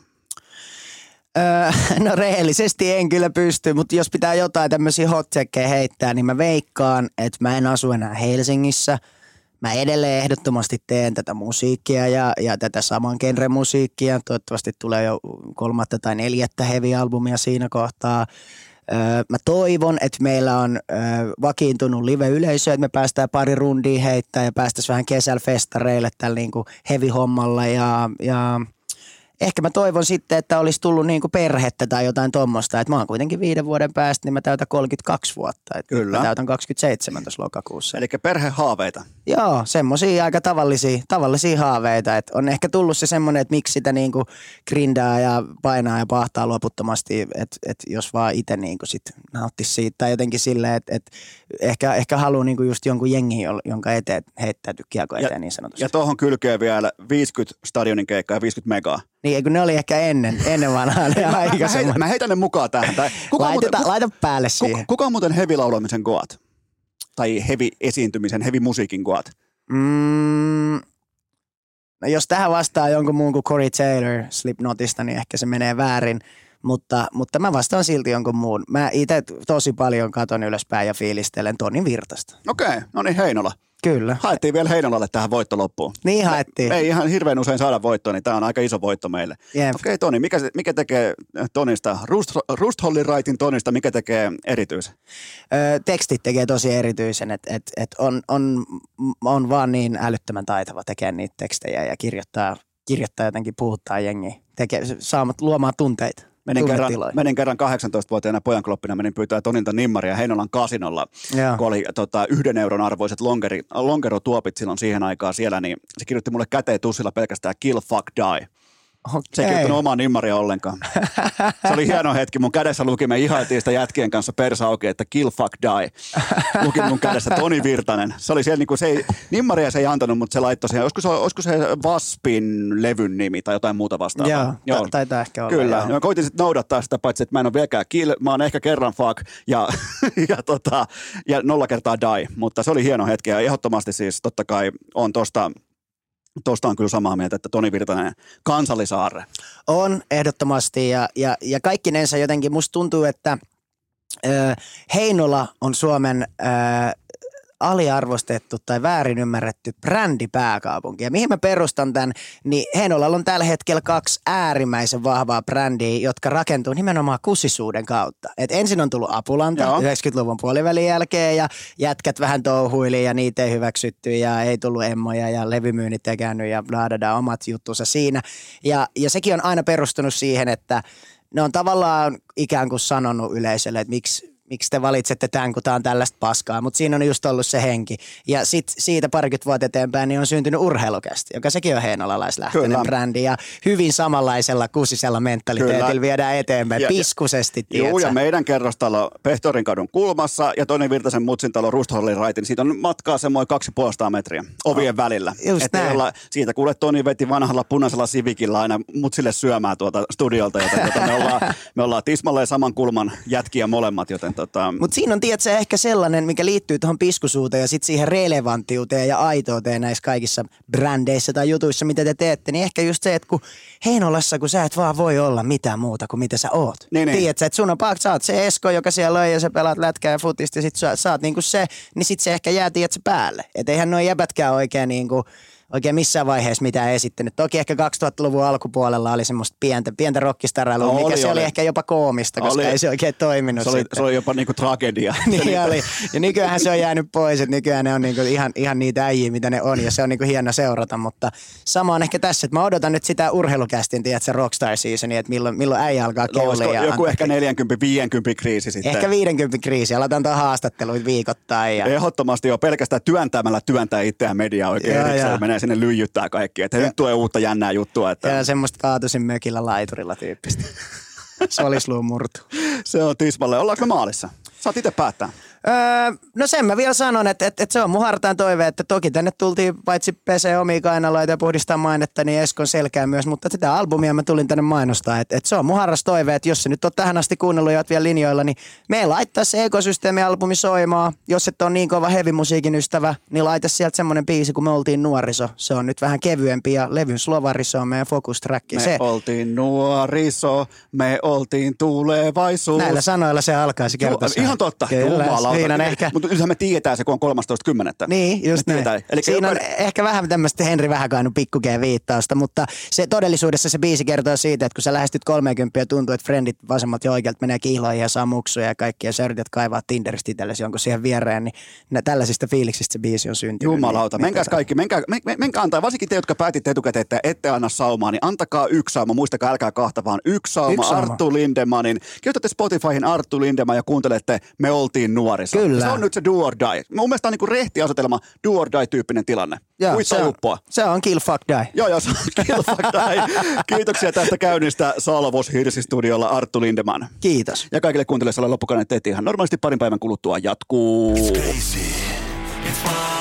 No rehellisesti en kyllä pysty, mutta jos pitää jotain tämmöisiä hot-checkkejä heittää, niin mä veikkaan, että mä en asu enää Helsingissä. Mä edelleen ehdottomasti teen tätä musiikkia ja tätä saman genren musiikkia. Toivottavasti tulee jo 3. tai 4. heavy-albumia siinä kohtaa. Mä toivon, että meillä on vakiintunut live-yleisö, että me päästään pari rundia heittää ja päästäisiin vähän kesällä festareille tällä niinku heavy-hommalla ja ehkä mä toivon sitten, että olisi tullut niinku perhettä tai jotain tommoista, että mä oon kuitenkin 5 vuoden päästä, niin mä täytän 32 vuotta. Kyllä. Mä täytän 27 tuossa lokakuussa. Eli perhehaaveita. Joo, semmosia aika tavallisia haaveita, että on ehkä tullut se semmoinen, että miksi sitä niinku grindaa ja painaa ja pahtaa loputtomasti, että jos vaan itse niinku sit nauttisi siitä tai jotenkin silleen, että ehkä haluaa niinku just jonkun jengin, jonka eteen heittäytyy kiekko eteen niin sanotusti. Ja tohon kylkee vielä 50 stadionin keikkaa ja 50 megaa. Niin, kun ne oli ehkä ennen vanhaa ne aikaisemmin. Mä heitän ne mukaan tähän. Laita päälle siihen. Kuka on muuten heavy-laulamisen goat? Tai heavy-esiintymisen, heavy-musiikin goat? No jos tähän vastaa jonkun muun kuin Corey Taylor Slipknotista, niin ehkä se menee väärin. Mutta mä vastaan silti jonkun muun. Mä itse tosi paljon katon ylöspäin ja fiilistelen Toni Virtasta. Okei, no niin Heinola. Kyllä. Haettiin vielä Heinolalle tähän voitto loppuun. Niin haettiin. Me ei ihan hirveän usein saada voittoa, niin tämä on aika iso voitto meille. Jep. Okei, Toni, mikä tekee Tonista, Rust Hollin Rightin Tonista, mikä tekee erityisen? Tekstit tekee tosi erityisen, että on vaan niin älyttömän taitava tekemään niitä tekstejä ja kirjoittaa jotenkin, puhuttaa jengiä, luomaan tunteita. Menin kerran 18-vuotiaana pojankloppina, menin pyytää Tonilta nimmaria Heinolan kasinolla, kun oli 1 euron arvoiset lonkerotuopit silloin siihen aikaan siellä, niin se kirjoitti mulle käteen tussilla pelkästään kill, fuck, die. Okay. Se ei kirjoittanut omaa nimmaria ollenkaan. Se oli hieno hetki. Mun kädessä luki, me ihailtiin sitä jätkien kanssa persa auki, että kill, fuck, die. Luki mun kädessä Toni Virtanen. Se oli siellä niinku, nimmaria se ei antanut, mutta se laittoi siihen. Olisiko se Waspin levyn nimi tai jotain muuta vastaavaa? Joo, taitaa ehkä olla. Kyllä. Mä koitin sitten noudattaa sitä, paitsi että mä en ole vieläkään kill, mä oon ehkä kerran fuck ja 0 kertaa die. Mutta se oli hieno hetki ja ehdottomasti siis totta kai on Tuosta on kyllä samaa mieltä, että Toni Virtanen kansallisaarre. On ehdottomasti ja kaikkinensa jotenkin musta tuntuu, että Heinola on Suomen aliarvostettu tai väärin ymmärretty brändipääkaupunki. Ja mihin mä perustan tämän, niin Heinolalla on tällä hetkellä 2 äärimmäisen vahvaa brändiä, jotka rakentuu nimenomaan kusisuuden kautta. Et ensin on tullut Apulanta 90-luvun puolivälin jälkeen ja jätkät vähän touhuili ja niitä ei hyväksytty ja ei tullut emmoja ja levymyynnit ei käynyt ja omat juttunsa siinä. Ja sekin on aina perustunut siihen, että ne on tavallaan ikään kuin sanonut yleisölle, että miksi te valitsette tämän, kun tämä on tällaista paskaa, mutta siinä on just ollut se henki. Ja sitten siitä 20 vuotta eteenpäin niin on syntynyt Urheilukästi, joka sekin on heinolalaislähtöinen brändi ja hyvin samanlaisella kusisella mentaliteetillä viedään eteenpäin, piskusesti. Joo, ja meidän kerrostalo Pehtorinkadun kulmassa ja Toni Virtasen mutsintalo Rust Hollin Rightin, siitä on matkaa semmoinen 250 metriä ovien välillä. Just näin. Siitä kuule Toni veti vanhalla punaisella Civicilla aina mutsille syömään tuolta studiolta, joten me ollaan tismalleen saman kulman jätkiä molemmat, joten mutta siinä on tiedätkö, ehkä sellainen, mikä liittyy tuohon piskusuuteen ja sitten siihen relevanttiuteen ja aitouteen näissä kaikissa brändeissä tai jutuissa, mitä te teette, niin ehkä just se, että kun Heinolassa, kun sä et vaan voi olla mitään muuta kuin mitä sä oot. Niin. Tiedätkö, että sun on sä oot se Esko, joka siellä on ja sä pelaat lätkää ja futista ja sit sä oot niinku se, niin sit se ehkä jää tiedätkö päälle. Että eihän noi jäpätkään oikein missään vaiheessa mitään esittänyt. Toki ehkä 2000-luvun alkupuolella oli semmoista pientä rockistarailua, mikä se oli ehkä jopa koomista, koska ei se oikein toiminut. Se oli jopa niinku tragedia. Niin oli. Ja nykyään se on jäänyt pois, että nykyään ne on niinku ihan niitä äijiä, mitä ne on, ja se on niinku hieno seurata, mutta sama on ehkä tässä, että mä odotan nyt sitä urheilukästin, tiedätkö, se Rockstar Seasonia, että milloin äijä alkaa keulia. Joku ehkä 40-50 kriisi sitten. Ehkä 50 kriisi, aletaan tuon haastatteluita viikoittain. Ja ehdottomasti jo pelkästään työntää itseään mediaa oikein erikseen, menee sinne lyijyttää kaikki, että nyt tulee uutta jännää juttua. Että ja semmoista kaatuisin mökillä laiturilla tyyppistä. Solisluun murtu. Se on tismalle. Ollaanko me maalissa? Saat itse päättää. No sen mä vielä sanon, että se on mun hartaan toive, että toki tänne tultiin paitsi pesee omia kainaloita ja puhdistaa mainetta, niin Eskon selkää myös, mutta tätä albumia mä tulin tänne mainostaa, että se on mun harras toive, että jos se nyt on tähän asti kuunnellut ja oot vielä linjoilla, niin me laittaa se Ekosysteemi-albumi soimaan, jos et ole niin kova heavy-musiikin ystävä, niin laita sieltä semmonen biisi, kun me oltiin nuoriso, se on nyt vähän kevyempi ja levyn Slovariso on meidän focus-track. Me oltiin nuoriso, me oltiin tulevaisuus. Näillä sanoilla se alkaisi kertoa. Ihan totta, mutta yleensä me tiedetään se, kun on 13.10. Niin, just näin. Siinä on ehkä vähän tämmöistä Henri Vähäkainun pikkukeen-viittausta, mutta se todellisuudessa se biisi kertoo siitä, että kun sä lähestyt 30 ja tuntuu, että friendit vasemmalta ja oikealta menee kihloihin ja saa muksuja ja kaikki, ja sä yrität kaivaa Tinderistä itsellesi jonkun siihen viereen, niin tällaisista fiiliksistä se biisi on syntynyt. Jumalauta, menkääs kaikki, menkää antaa, varsinkin te, jotka päätitte etukäteen, että ette anna saumaa, niin antakaa yksi sauma, muistakaa, älkää kahta, vaan yksi sauma. Arttu Lindemanin. Kirjoitatte Spotifyhin Arttu Lindeman ja kuuntelette Me oltiin nuoriso. Kyllä. Se on nyt se do or die. Mun mielestä on niinku rehti asetelma do or die -tyyppinen tilanne. Joo, se on kill, fuck, die. Joo, se on kill, fuck, die. Kiitoksia tästä käynnistä Salvos Hirsistudiolla Arttu Lindeman. Kiitos. Ja kaikille kuuntelijoille loppukaneet teet ihan normaalisti parin päivän kuluttua jatkuu. It's crazy. It's